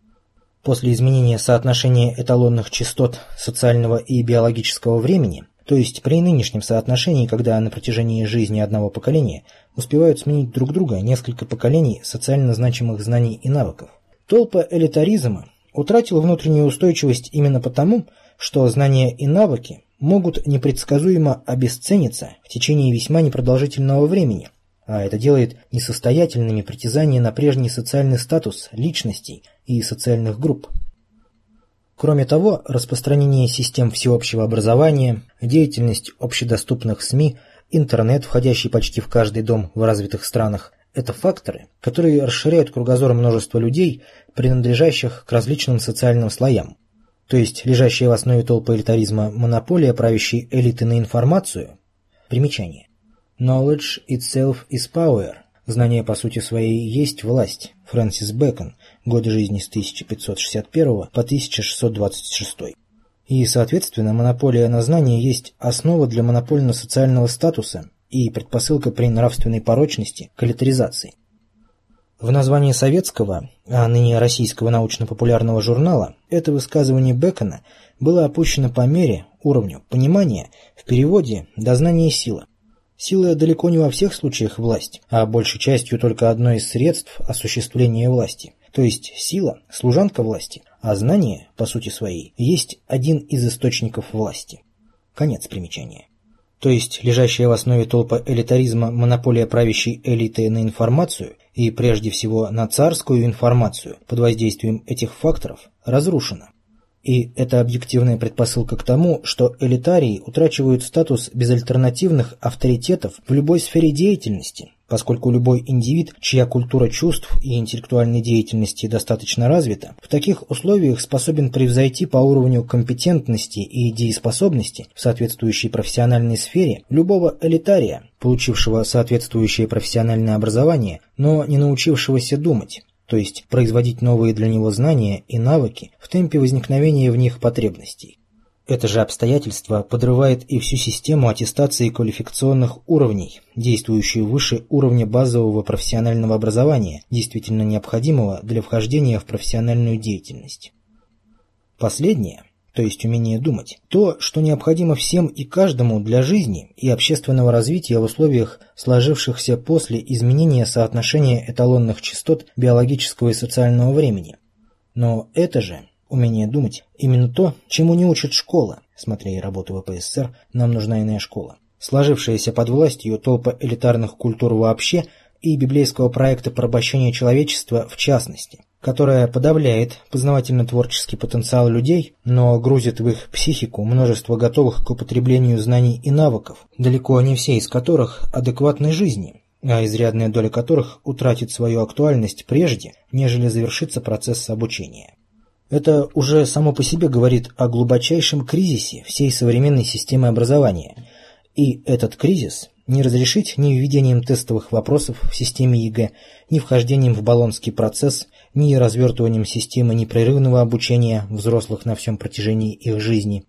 После изменения соотношения эталонных частот социального и биологического времени, то есть при нынешнем соотношении, когда на протяжении жизни одного поколения успевают сменить друг друга несколько поколений социально значимых знаний и навыков, толпа элитаризма утратил внутреннюю устойчивость именно потому, что знания и навыки могут непредсказуемо обесцениться в течение весьма непродолжительного времени, а это делает несостоятельными притязания на прежний социальный статус личностей и социальных групп. Кроме того, распространение систем всеобщего образования, деятельность общедоступных СМИ, интернет, входящий почти в каждый дом в развитых странах – это факторы, которые расширяют кругозор множества людей, принадлежащих к различным социальным слоям. То есть лежащая в основе толпы элитаризма монополия правящей элиты на информацию. Примечание. Knowledge itself is power. Знание по сути своей есть власть. Фрэнсис Бэкон. Годы жизни с 1561 по 1626. И, соответственно, монополия на знание есть основа для монопольно-социального статуса и предпосылка при нравственной порочности к элитаризации. В названии советского, а ныне российского научно-популярного журнала это высказывание Бэкона было опущено по мере, уровню понимания в переводе «дознание сила». Сила далеко не во всех случаях власть, а большей частью только одно из средств осуществления власти. То есть сила – служанка власти, а знание, по сути своей, есть один из источников власти. Конец примечания. То есть лежащая в основе толпы элитаризма монополия правящей элиты на информацию и прежде всего на царскую информацию под воздействием этих факторов разрушена. И это объективная предпосылка к тому, что элитарии утрачивают статус безальтернативных авторитетов в любой сфере деятельности, поскольку любой индивид, чья культура чувств и интеллектуальной деятельности достаточно развита, в таких условиях способен превзойти по уровню компетентности и дееспособности в соответствующей профессиональной сфере любого элитария, получившего соответствующее профессиональное образование, но не научившегося думать, то есть производить новые для него знания и навыки в темпе возникновения в них потребностей. Это же обстоятельство подрывает и всю систему аттестации квалификационных уровней, действующую выше уровня базового профессионального образования, действительно необходимого для вхождения в профессиональную деятельность. Последнее, то есть умение думать, то, что необходимо всем и каждому для жизни и общественного развития в условиях сложившихся после изменения соотношения эталонных частот биологического и социального времени. Но это же умение думать именно то, чему не учит школа. Смотря и работу ВПСР, нам нужна иная школа. Сложившаяся под властью толпа элитарных культур вообще и библейского проекта порабощения человечества в частности, которая подавляет познавательно-творческий потенциал людей, но грузит в их психику множество готовых к употреблению знаний и навыков, далеко не все из которых адекватны жизни, а изрядная доля которых утратит свою актуальность прежде, нежели завершится процесс обучения. Это уже само по себе говорит о глубочайшем кризисе всей современной системы образования, и этот кризис не разрешить ни введением тестовых вопросов в системе ЕГЭ, ни вхождением в Болонский процесс, ни развертыванием системы непрерывного обучения взрослых на всем протяжении их жизни.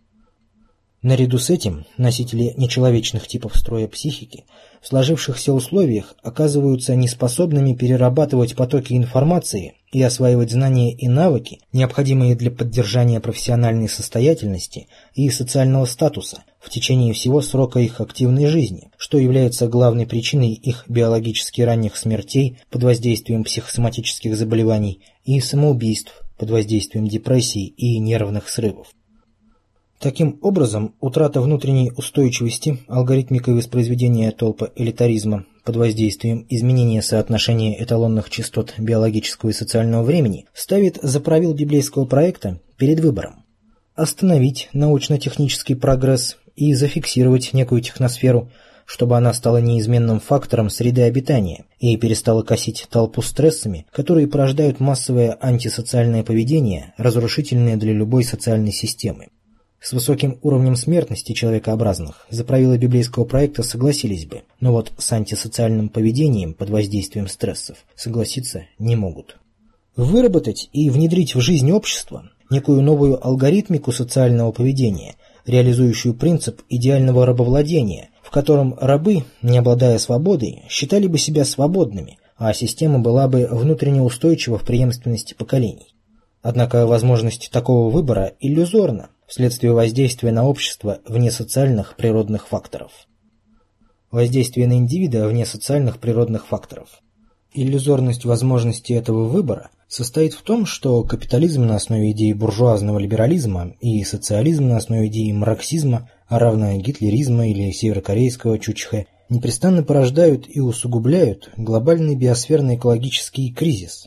Наряду с этим носители нечеловечных типов строя психики в сложившихся условиях оказываются неспособными перерабатывать потоки информации и осваивать знания и навыки, необходимые для поддержания профессиональной состоятельности и социального статуса в течение всего срока их активной жизни, что является главной причиной их биологически ранних смертей под воздействием психосоматических заболеваний и самоубийств под воздействием депрессий и нервных срывов. Таким образом, утрата внутренней устойчивости, алгоритмика воспроизведения толпа элитаризма под воздействием изменения соотношения эталонных частот биологического и социального времени ставит за правил библейского проекта перед выбором: остановить научно-технический прогресс и зафиксировать некую техносферу, чтобы она стала неизменным фактором среды обитания и перестала косить толпу стрессами, которые порождают массовое антисоциальное поведение, разрушительное для любой социальной системы. С высоким уровнем смертности человекообразных за правила библейского проекта согласились бы, но вот с антисоциальным поведением под воздействием стрессов согласиться не могут. Выработать и внедрить в жизнь общества некую новую алгоритмику социального поведения, реализующую принцип идеального рабовладения, в котором рабы, не обладая свободой, считали бы себя свободными, а система была бы внутренне устойчива в преемственности поколений. Однако возможность такого выбора иллюзорна вследствие воздействия на общество вне социальных природных факторов. Воздействие на индивида вне социальных природных факторов. Иллюзорность возможности этого выбора состоит в том, что капитализм на основе идеи буржуазного либерализма и социализм на основе идеи марксизма, а равно гитлеризма или северокорейского чучхе, непрестанно порождают и усугубляют глобальный биосферно-экологический кризис.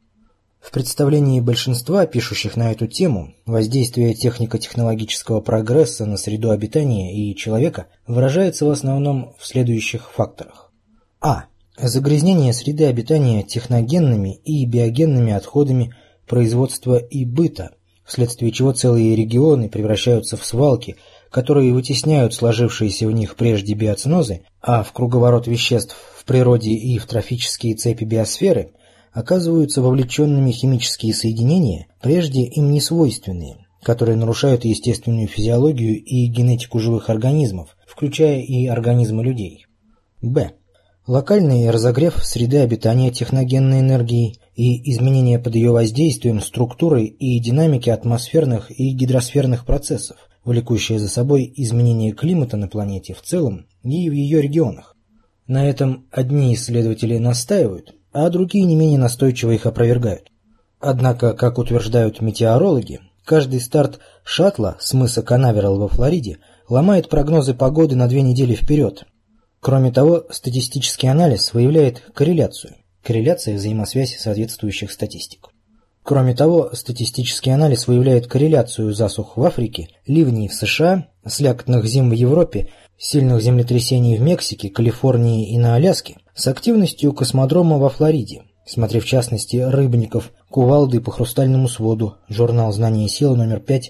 В представлении большинства пишущих на эту тему воздействие технико-технологического прогресса на среду обитания и человека выражается в основном в следующих факторах. А. Загрязнение среды обитания техногенными и биогенными отходами производства и быта, вследствие чего целые регионы превращаются в свалки, которые вытесняют сложившиеся в них прежде биоценозы, а в круговорот веществ в природе и в трофические цепи биосферы оказываются вовлеченными химические соединения, прежде им не свойственные, которые нарушают естественную физиологию и генетику живых организмов, включая и организмы людей. Б. Локальный разогрев среды обитания техногенной энергией и изменение под ее воздействием структуры и динамики атмосферных и гидросферных процессов, влекущие за собой изменение климата на планете в целом и в ее регионах. На этом одни исследователи настаивают, а другие не менее настойчиво их опровергают. Однако, как утверждают метеорологи, каждый старт шаттла с мыса Канаверал во Флориде ломает прогнозы погоды на 2 недели вперед. Кроме того, статистический анализ выявляет корреляцию. Корреляция – взаимосвязь соответствующих статистик. Кроме того, статистический анализ выявляет корреляцию засух в Африке, ливней в США, слякотных зим в Европе, сильных землетрясений в Мексике, Калифорнии и на Аляске с активностью космодрома во Флориде. Смотри в частности «Рыбников. Кувалды по хрустальному своду», журнал «Знание и сила» номер 5,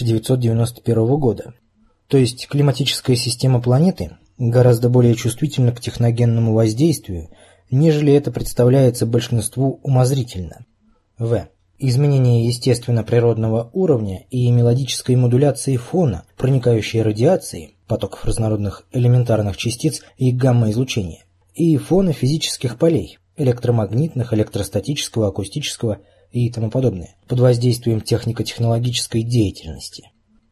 1991 года. То есть климатическая система планеты гораздо более чувствительна к техногенному воздействию, нежели это представляется большинству умозрительно. В. Изменение естественно-природного уровня и мелодической модуляции фона, проникающей радиации, потоков разнородных элементарных частиц и гамма-излучения, и фона физических полей, электромагнитных, электростатического, акустического и тому подобное, под воздействием технико-технологической деятельности.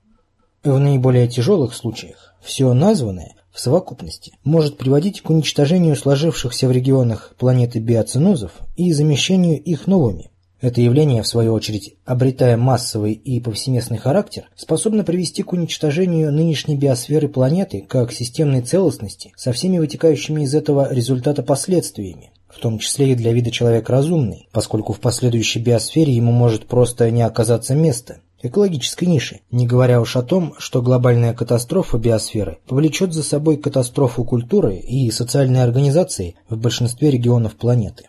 В наиболее тяжелых случаях все названное в совокупности может приводить к уничтожению сложившихся в регионах планеты биоценозов и замещению их новыми. Это явление, в свою очередь, обретая массовый и повсеместный характер, способно привести к уничтожению нынешней биосферы планеты как системной целостности со всеми вытекающими из этого результата последствиями, в том числе и для вида человек разумный, поскольку в последующей биосфере ему может просто не оказаться места, экологической ниши, не говоря уж о том, что глобальная катастрофа биосферы повлечет за собой катастрофу культуры и социальной организации в большинстве регионов планеты.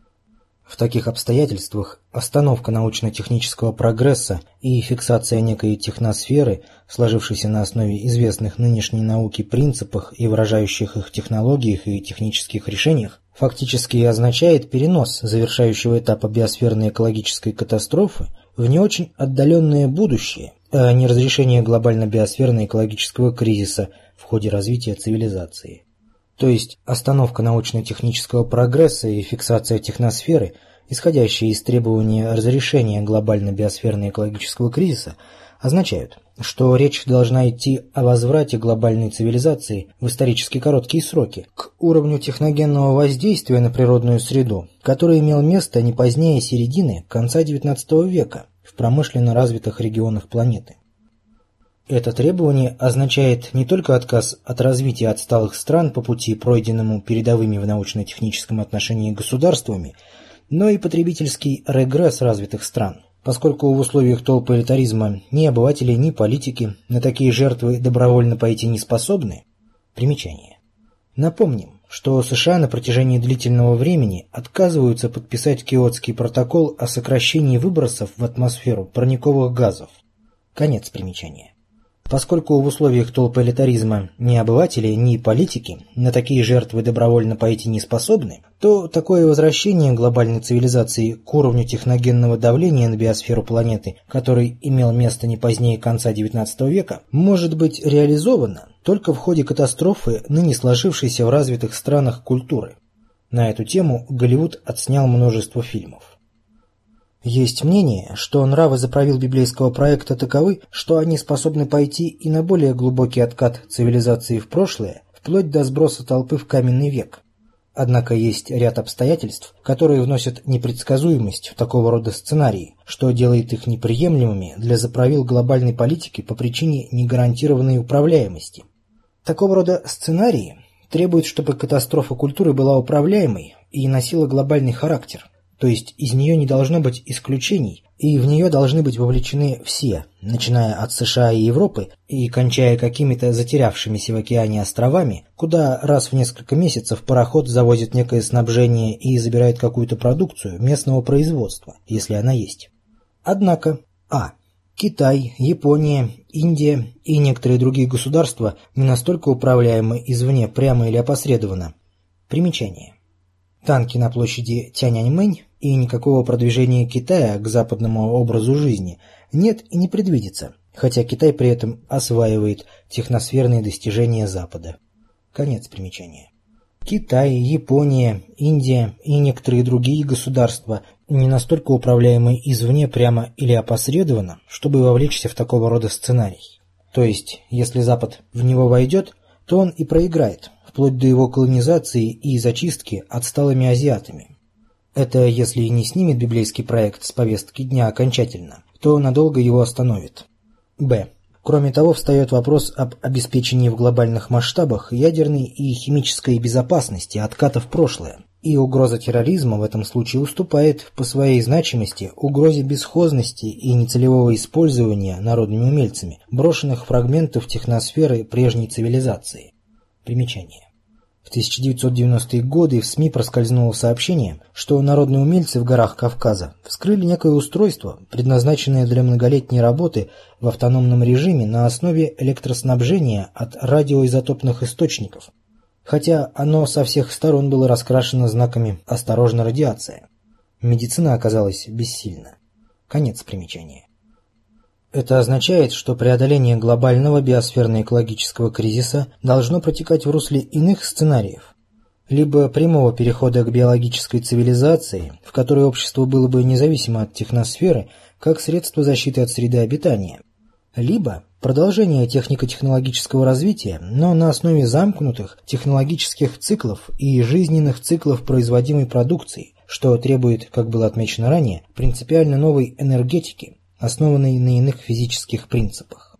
В таких обстоятельствах остановка научно-технического прогресса и фиксация некой техносферы, сложившейся на основе известных нынешней науки принципах и выражающих их технологиях и технических решениях, фактически означает перенос завершающего этапа биосферной экологической катастрофы в не очень отдаленное будущее, а не разрешение глобально-биосферно-экологического кризиса в ходе развития цивилизации. То есть остановка научно-технического прогресса и фиксация техносферы, исходящие из требования разрешения глобально-биосферно-экологического кризиса, означают, что речь должна идти о возврате глобальной цивилизации в исторически короткие сроки к уровню техногенного воздействия на природную среду, который имел место не позднее середины конца XIX века в промышленно развитых регионах планеты. Это требование означает не только отказ от развития отсталых стран по пути, пройденному передовыми в научно-техническом отношении государствами, но и потребительский регресс развитых стран, поскольку в условиях толпоэлитаризма ни обыватели, ни политики на такие жертвы добровольно пойти не способны. Примечание. Напомним, что США на протяжении длительного времени отказываются подписать Киотский протокол о сокращении выбросов в атмосферу парниковых газов. Конец примечания. Поскольку в условиях толпоэлитаризма ни обыватели, ни политики на такие жертвы добровольно пойти не способны, то такое возвращение глобальной цивилизации к уровню техногенного давления на биосферу планеты, который имел место не позднее конца XIX века, может быть реализовано только в ходе катастрофы, ныне сложившейся в развитых странах культуры. На эту тему Голливуд отснял множество фильмов. Есть мнение, что нравы заправил библейского проекта таковы, что они способны пойти и на более глубокий откат цивилизации в прошлое, вплоть до сброса толпы в каменный век. Однако есть ряд обстоятельств, которые вносят непредсказуемость в такого рода сценарии, что делает их неприемлемыми для заправил глобальной политики по причине негарантированной управляемости. Такого рода сценарии требуют, чтобы катастрофа культуры была управляемой и носила глобальный характер. То есть из нее не должно быть исключений, и в нее должны быть вовлечены все, начиная от США и Европы и кончая какими-то затерявшимися в океане островами, куда раз в несколько месяцев пароход завозит некое снабжение и забирает какую-то продукцию местного производства, если она есть. Однако, Китай, Япония, Индия и некоторые другие государства не настолько управляемы извне прямо или опосредованно. Примечание. Танки на площади Тяньаньмэнь и никакого продвижения Китая к западному образу жизни нет и не предвидится, хотя Китай при этом осваивает техносферные достижения Запада. Конец примечания. Китай, Япония, Индия и некоторые другие государства не настолько управляемы извне прямо или опосредованно, чтобы вовлечься в такого рода сценарий. То есть, если Запад в него войдет, то он и проиграет, вплоть до его колонизации и зачистки отсталыми азиатами. Это если и не снимет библейский проект с повестки дня окончательно, то надолго его остановит. Б. Кроме того, встает вопрос об обеспечении в глобальных масштабах ядерной и химической безопасности отката в прошлое, и угроза терроризма в этом случае уступает по своей значимости угрозе бесхозности и нецелевого использования народными умельцами брошенных фрагментов техносферы прежней цивилизации. Примечание. В 1990-е годы в СМИ проскользнуло сообщение, что народные умельцы в горах Кавказа вскрыли некое устройство, предназначенное для многолетней работы в автономном режиме на основе электроснабжения от радиоизотопных источников, хотя оно со всех сторон было раскрашено знаками «Осторожно, радиация». Медицина оказалась бессильна. Конец примечания. Это означает, что преодоление глобального биосферно-экологического кризиса должно протекать в русле иных сценариев. Либо прямого перехода к биологической цивилизации, в которой общество было бы независимо от техносферы, как средство защиты от среды обитания. Либо продолжение технико-технологического развития, но на основе замкнутых технологических циклов и жизненных циклов производимой продукции, что требует, как было отмечено ранее, принципиально новой энергетики, основанный на иных физических принципах.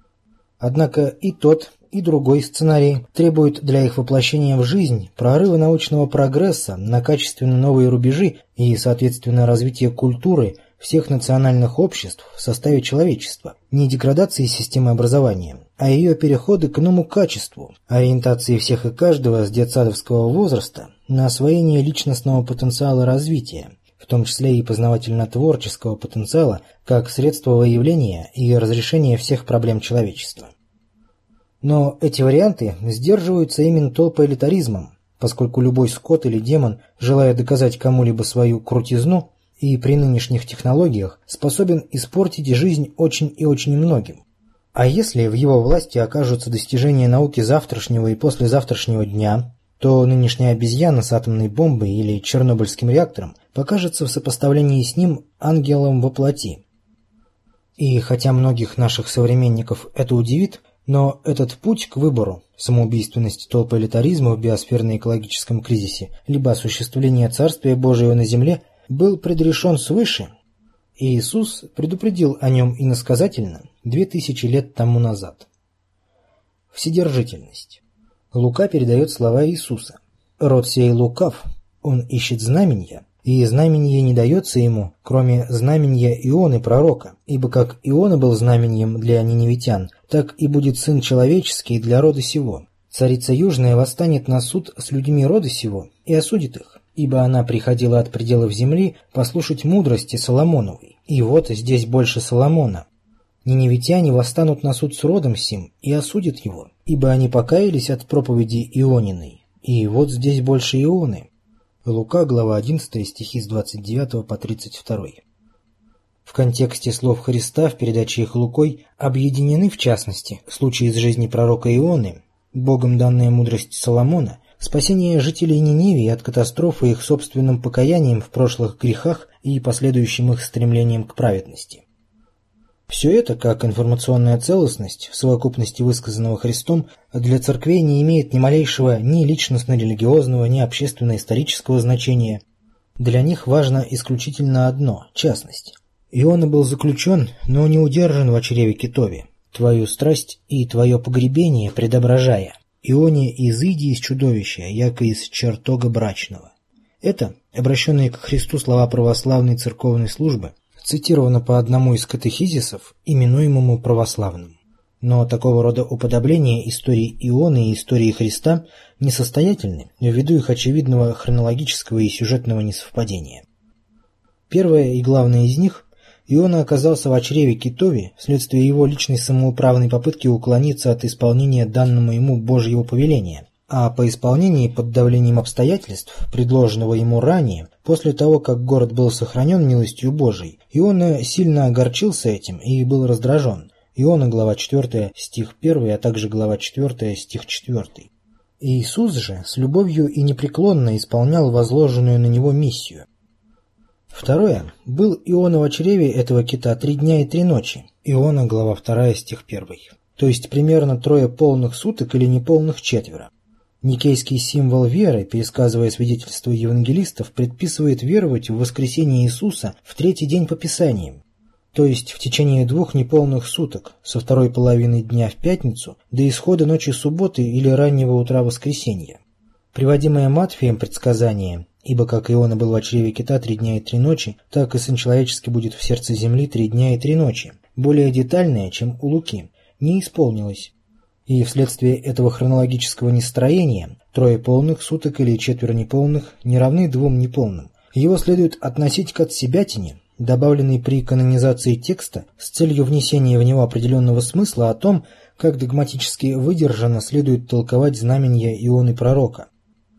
Однако и тот, и другой сценарий требуют для их воплощения в жизнь прорыва научного прогресса на качественно новые рубежи и, соответственно, развития культуры всех национальных обществ в составе человечества, не деградации системы образования, а ее перехода к иному качеству, ориентации всех и каждого с детсадовского возраста на освоение личностного потенциала развития, в том числе и познавательно-творческого потенциала, как средство выявления и разрешения всех проблем человечества. Но эти варианты сдерживаются именно толпоэлитаризмом, поскольку любой скот или демон, желая доказать кому-либо свою крутизну, и при нынешних технологиях способен испортить жизнь очень и очень многим. А если в его власти окажутся достижения науки завтрашнего и послезавтрашнего дня, то нынешняя обезьяна с атомной бомбой или чернобыльским реактором покажется в сопоставлении с ним ангелом во плоти. И хотя многих наших современников это удивит, но этот путь к выбору самоубийственности толпоэлитаризма в биосферно-экологическом кризисе либо осуществление Царствия Божьего на земле был предрешен свыше, и Иисус предупредил о нем иносказательно, 2000 лет тому назад. Вседержительность. Лука передает слова Иисуса. «Род сей лукав, он ищет знамения, и знамение не дается ему, кроме знамения Ионы пророка, ибо как Иона был знамением для ниневитян, так и будет Сын Человеческий для рода сего. Царица Южная восстанет на суд с людьми рода сего и осудит их, ибо она приходила от пределов земли послушать мудрости Соломоновой, и вот здесь больше Соломона. Ниневитяне восстанут на суд с родом сим и осудят его, ибо они покаялись от проповеди Иониной, и вот здесь больше Ионы». Лука, глава 11, стихи с 29 по 32. В контексте слов Христа в передаче их Лукой объединены, в частности, случаи из жизни пророка Ионы, Богом данная мудрость Соломона, спасение жителей Ниневии от катастрофы их собственным покаянием в прошлых грехах и последующим их стремлением к праведности. Все это, как информационная целостность в совокупности высказанного Христом, для церквей не имеет ни малейшего ни личностно-религиозного, ни общественно-исторического значения. Для них важно исключительно одно – частность. Иона был заключен, но не удержан в чреве китове. Твою страсть и твое погребение предображая. Ионе, изыди из чудовища, яко из чертога брачного. Это, обращенные к Христу слова православной церковной службы, цитировано по одному из катехизисов, именуемому православным. Но такого рода уподобления истории Ионы и истории Христа несостоятельны ввиду их очевидного хронологического и сюжетного несовпадения. Первое и главное из них – Иона оказался в чреве китове вследствие его личной самоуправной попытки уклониться от исполнения данного ему Божьего повеления, а по исполнении под давлением обстоятельств, предложенного ему ранее, после того, как город был сохранен милостью Божией, Иона сильно огорчился этим и был раздражен. Иона, глава 4, стих 1, а также глава 4, стих 4. Иисус же с любовью и непреклонно исполнял возложенную на него миссию. Второе. Был Иона в чреве этого кита 3 дня и 3 ночи. Иона, глава 2, стих 1. То есть примерно 3 полных суток или неполных четверо. Никейский символ веры, пересказывая свидетельства евангелистов, предписывает веровать в воскресение Иисуса в 3-й день по Писаниям, то есть в течение 2 неполных суток, со 2-й половины дня в пятницу до исхода ночи субботы или раннего утра воскресенья. Приводимое Матфеем предсказание, ибо как Иона был в чреве кита 3 дня и 3 ночи, так и Сын Человеческий будет в сердце земли 3 дня и 3 ночи, более детальное, чем у Луки, не исполнилось. И вследствие этого хронологического нестроения 3 полных суток или 4 неполных не равны 2 неполным. Его следует относить к отсебятине, добавленной при канонизации текста с целью внесения в него определенного смысла о том, как догматически выдержанно следует толковать знамения Ионы пророка.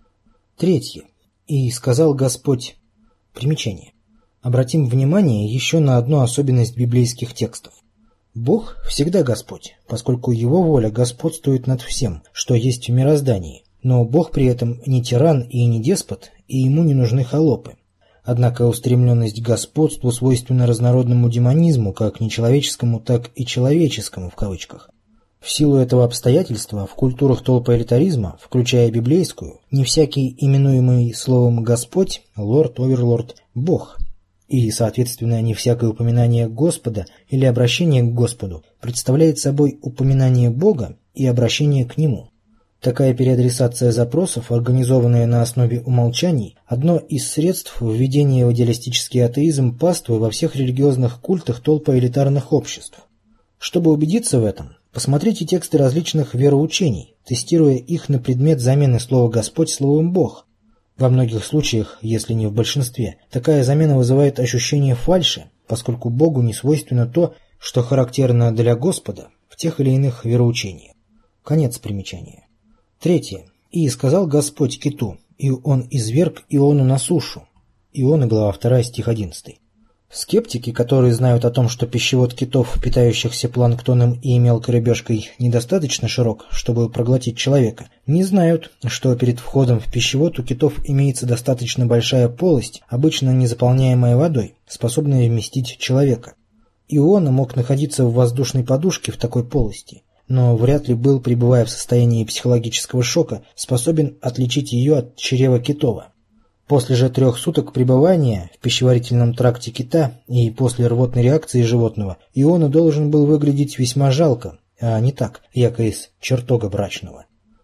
Третье. «И сказал Господь». Примечание. Обратим внимание еще на одну особенность библейских текстов. Бог всегда Господь, поскольку Его воля господствует над всем, что есть в мироздании, но Бог при этом не тиран и не деспот, и Ему не нужны холопы. Однако устремленность к господству свойственна разнородному демонизму, как нечеловеческому, так и человеческому в кавычках. В силу этого обстоятельства в культурах толпоэлитаризма, включая библейскую, не всякий именуемый словом «Господь», «Лорд», «Оверлорд» – «Бог». И, соответственно, не всякое упоминание Господа или обращение к Господу представляет собой упоминание Бога и обращение к Нему. Такая переадресация запросов, организованная на основе умолчаний, одно из средств введения в идеалистический атеизм паствы во всех религиозных культах толпоэлитарных обществ. Чтобы убедиться в этом, посмотрите тексты различных вероучений, тестируя их на предмет замены слова «Господь» словом «Бог». Во многих случаях, если не в большинстве, такая замена вызывает ощущение фальши, поскольку Богу не свойственно то, что характерно для Господа в тех или иных вероучениях. Конец примечания. Третье. «И сказал Господь киту, и он изверг Иону на сушу». Иона, глава 2, стих 11. Скептики, которые знают о том, что пищевод китов, питающихся планктоном и мелкой рыбешкой, недостаточно широк, чтобы проглотить человека, не знают, что перед входом в пищевод у китов имеется достаточно большая полость, обычно не заполняемая водой, способная вместить человека. Иона мог находиться в воздушной подушке в такой полости, но вряд ли был, пребывая в состоянии психологического шока, способен отличить ее от чрева китова. После же 3 суток пребывания в пищеварительном тракте кита и после рвотной реакции животного Иона должен был выглядеть весьма жалко, а не так, яко из чертога брачного.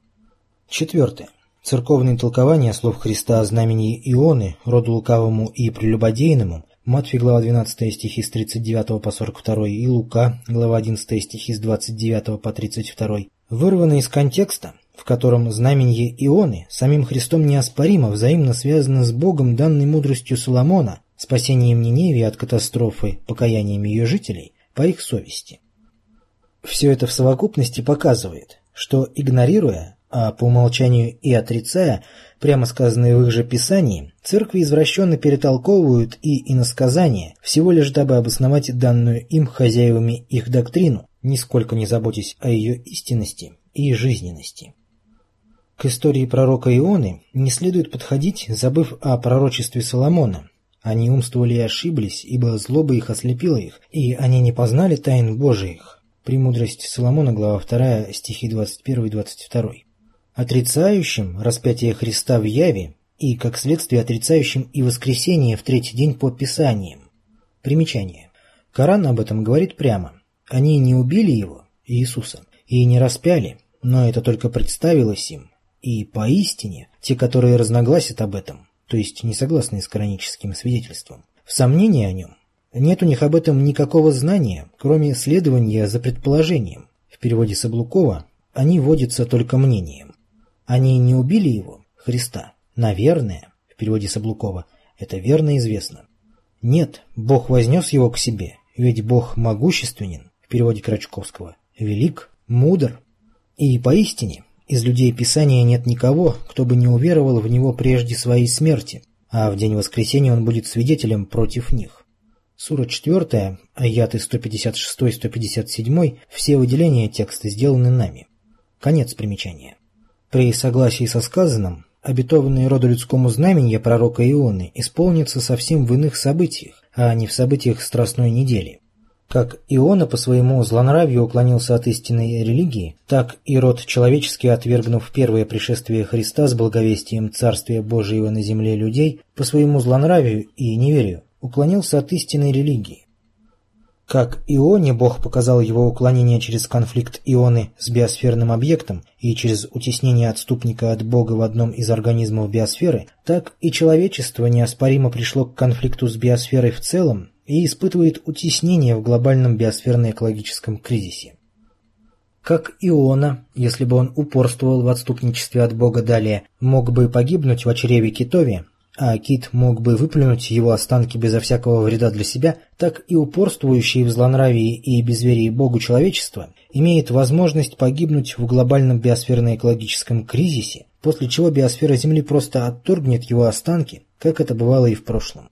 4. Церковные толкования слов Христа о знамении Ионы, роду лукавому и прелюбодейному, Матфея, глава 12, стихи с 39 по 42, и Лука, глава 11, стихи с 29 по 32, вырваны из контекста, в котором знамение Ионы самим Христом неоспоримо взаимно связано с Богом, данной мудростью Соломона, спасением Ниневии от катастрофы, покаянием ее жителей, по их совести. Все это в совокупности показывает, что, игнорируя, а по умолчанию и отрицая прямо сказанное в их же Писании, церкви извращенно перетолковывают и иносказания, всего лишь дабы обосновать данную им хозяевами их доктрину, нисколько не заботясь о ее истинности и жизненности. К истории пророка Ионы не следует подходить, забыв о пророчестве Соломона. Они умствовали и ошиблись, ибо злоба их ослепила их, и они не познали тайн Божиих. Премудрость Соломона, глава 2, стихи 21 и 22. Отрицающим распятие Христа в яве и, как следствие, отрицающим и воскресение в 3-й день по Писаниям. Примечание. Коран об этом говорит прямо. Они не убили его, Иисуса, и не распяли, но это только представилось им. И поистине, те, которые разногласят об этом, то есть не согласны с кораническим свидетельством, в сомнении о нем, нет у них об этом никакого знания, кроме следования за предположением. В переводе с Облукова они водятся только мнением. Они не убили его, Христа, наверное, в переводе с Облукова, это верно известно. Нет, Бог вознес его к себе, ведь Бог могущественен, в переводе Крачковского, велик, мудр. И поистине, из людей Писания нет никого, кто бы не уверовал в него прежде своей смерти, а в день воскресения он будет свидетелем против них. Сура 4, аяты 156-157, все выделения текста сделаны нами. Конец примечания. При согласии со сказанным, обетованные роду людскому знамения пророка Ионы исполнится совсем в иных событиях, а не в событиях Страстной недели. Как Иона по своему злонравию уклонился от истинной религии, так и род человеческий, отвергнув первое пришествие Христа с благовестием Царствия Божьего на земле людей, по своему злонравию и неверию, уклонился от истинной религии. Как Ионе Бог показал его уклонение через конфликт Ионы с биосферным объектом и через утеснение отступника от Бога в одном из организмов биосферы, так и человечество неоспоримо пришло к конфликту с биосферой в целом и испытывает утеснение в глобальном биосферно-экологическом кризисе. Как Иона, если бы он упорствовал в отступничестве от Бога далее, мог бы погибнуть в чреве китове, а кит мог бы выплюнуть его останки безо всякого вреда для себя, так и упорствующий в злонравии и безверии Богу человечества имеет возможность погибнуть в глобальном биосферно-экологическом кризисе, после чего биосфера Земли просто отторгнет его останки, как это бывало и в прошлом.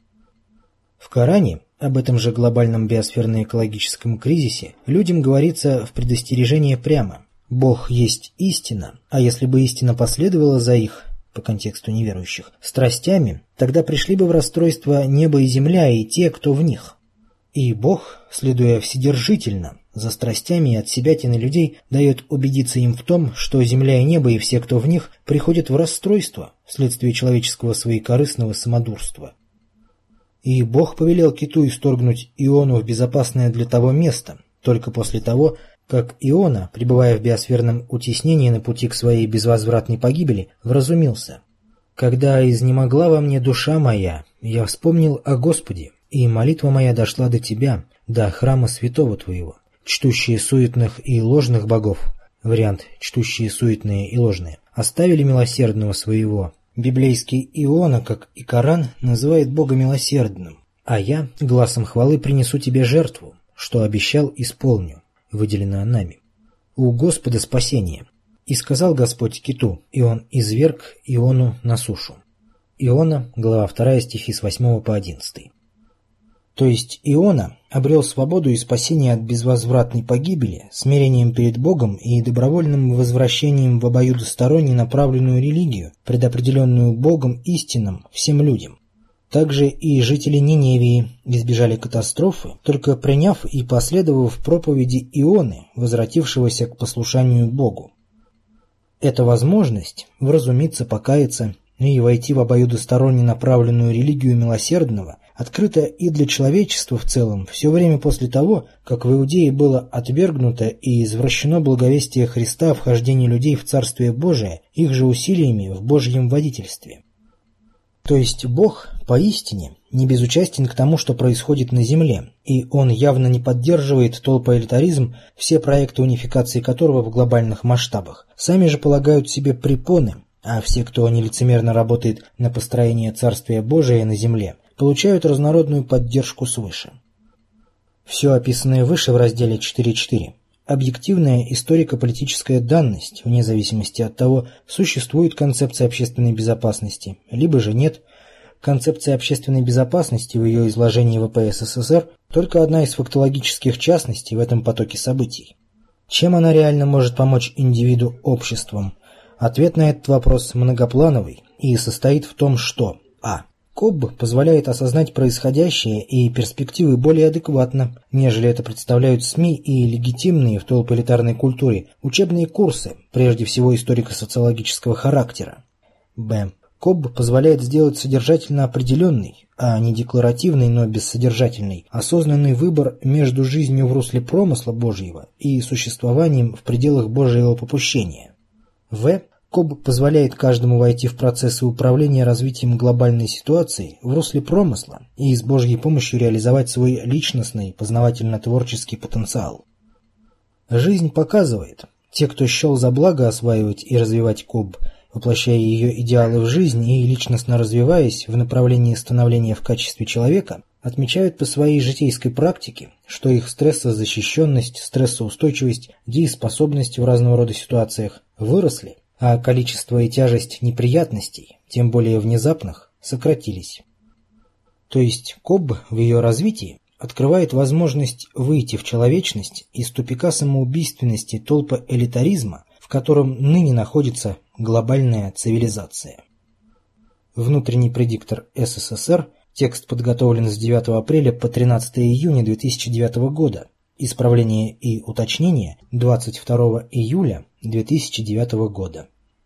В Коране об этом же глобальном биосферно-экологическом кризисе людям говорится в предостережении прямо: Бог есть истина, а если бы истина последовала за их, по контексту неверующих, страстями, тогда пришли бы в расстройство небо и земля и те, кто в них. И Бог, следуя вседержительно за страстями и от себятины людей, дает убедиться им в том, что земля и небо и все, кто в них, приходят в расстройство вследствие человеческого своекорыстного самодурства. И Бог повелел киту исторгнуть Иону в безопасное для того место, только после того, как Иона, пребывая в биосферном утеснении на пути к своей безвозвратной погибели, вразумился. «Когда изнемогла во мне душа моя, я вспомнил о Господе, и молитва моя дошла до Тебя, до храма святого Твоего. Чтущие суетных и ложных богов, вариант «чтущие суетные и ложные», оставили милосердного своего». Библейский Иона, как и Коран, называет Бога милосердным, а я гласом хвалы принесу Тебе жертву, что обещал, исполню. Выделено нами. У Господа спасение. И сказал Господь киту, и он изверг Иону на сушу. Иона, глава 2, стихи с 8 по 11. То есть Иона обрел свободу и спасение от безвозвратной погибели смирением перед Богом и добровольным возвращением в обоюдосторонне направленную религию, предопределенную Богом истинным всем людям. Также и жители Ниневии избежали катастрофы, только приняв и последовав проповеди Ионы, возвратившегося к послушанию Богу. Эта возможность вразумиться, покаяться и войти в обоюдосторонне направленную религию милосердного открыто и для человечества в целом все время после того, как в Иудее было отвергнуто и извращено благовестие Христа о вхождении людей в Царствие Божие их же усилиями в Божьем водительстве. То есть Бог поистине не безучастен к тому, что происходит на земле, и Он явно не поддерживает толпоэлитаризм, все проекты унификации которого в глобальных масштабах сами же полагают себе препоны, а все, кто нелицемерно работает на построение Царствия Божия на земле, получают разнородную поддержку свыше. Все описанное выше в разделе 4.4. Объективная историко-политическая данность, вне зависимости от того, существует концепция общественной безопасности, либо же нет. Концепция общественной безопасности в ее изложении ВП СССР только одна из фактологических частностей в этом потоке событий. Чем она реально может помочь индивиду обществам? Ответ на этот вопрос многоплановый и состоит в том, что а. КОБ позволяет осознать происходящее и перспективы более адекватно, нежели это представляют СМИ и легитимные в толпоэлитарной культуре учебные курсы, прежде всего историко-социологического характера. Б. КОБ позволяет сделать содержательно определенный, а не декларативный, но бессодержательный, осознанный выбор между жизнью в русле промысла Божьего и существованием в пределах Божьего попущения. В. КОБ позволяет каждому войти в процессы управления развитием глобальной ситуации в русле промысла и с Божьей помощью реализовать свой личностный, познавательно-творческий потенциал. Жизнь показывает, те, кто счел за благо осваивать и развивать КОБ, воплощая ее идеалы в жизнь и личностно развиваясь в направлении становления в качестве человека, отмечают по своей житейской практике, что их стрессозащищенность, стрессоустойчивость, дееспособность в разного рода ситуациях выросли, а количество и тяжесть неприятностей, тем более внезапных, сократились. То есть КОБ в ее развитии открывает возможность выйти в человечность из тупика самоубийственности толпоэлитаризма, в котором ныне находится глобальная цивилизация. Внутренний предиктор СССР. Текст подготовлен с 9 апреля по 13 июня 2009 года. Исправление и уточнение 22 июля 2009 года.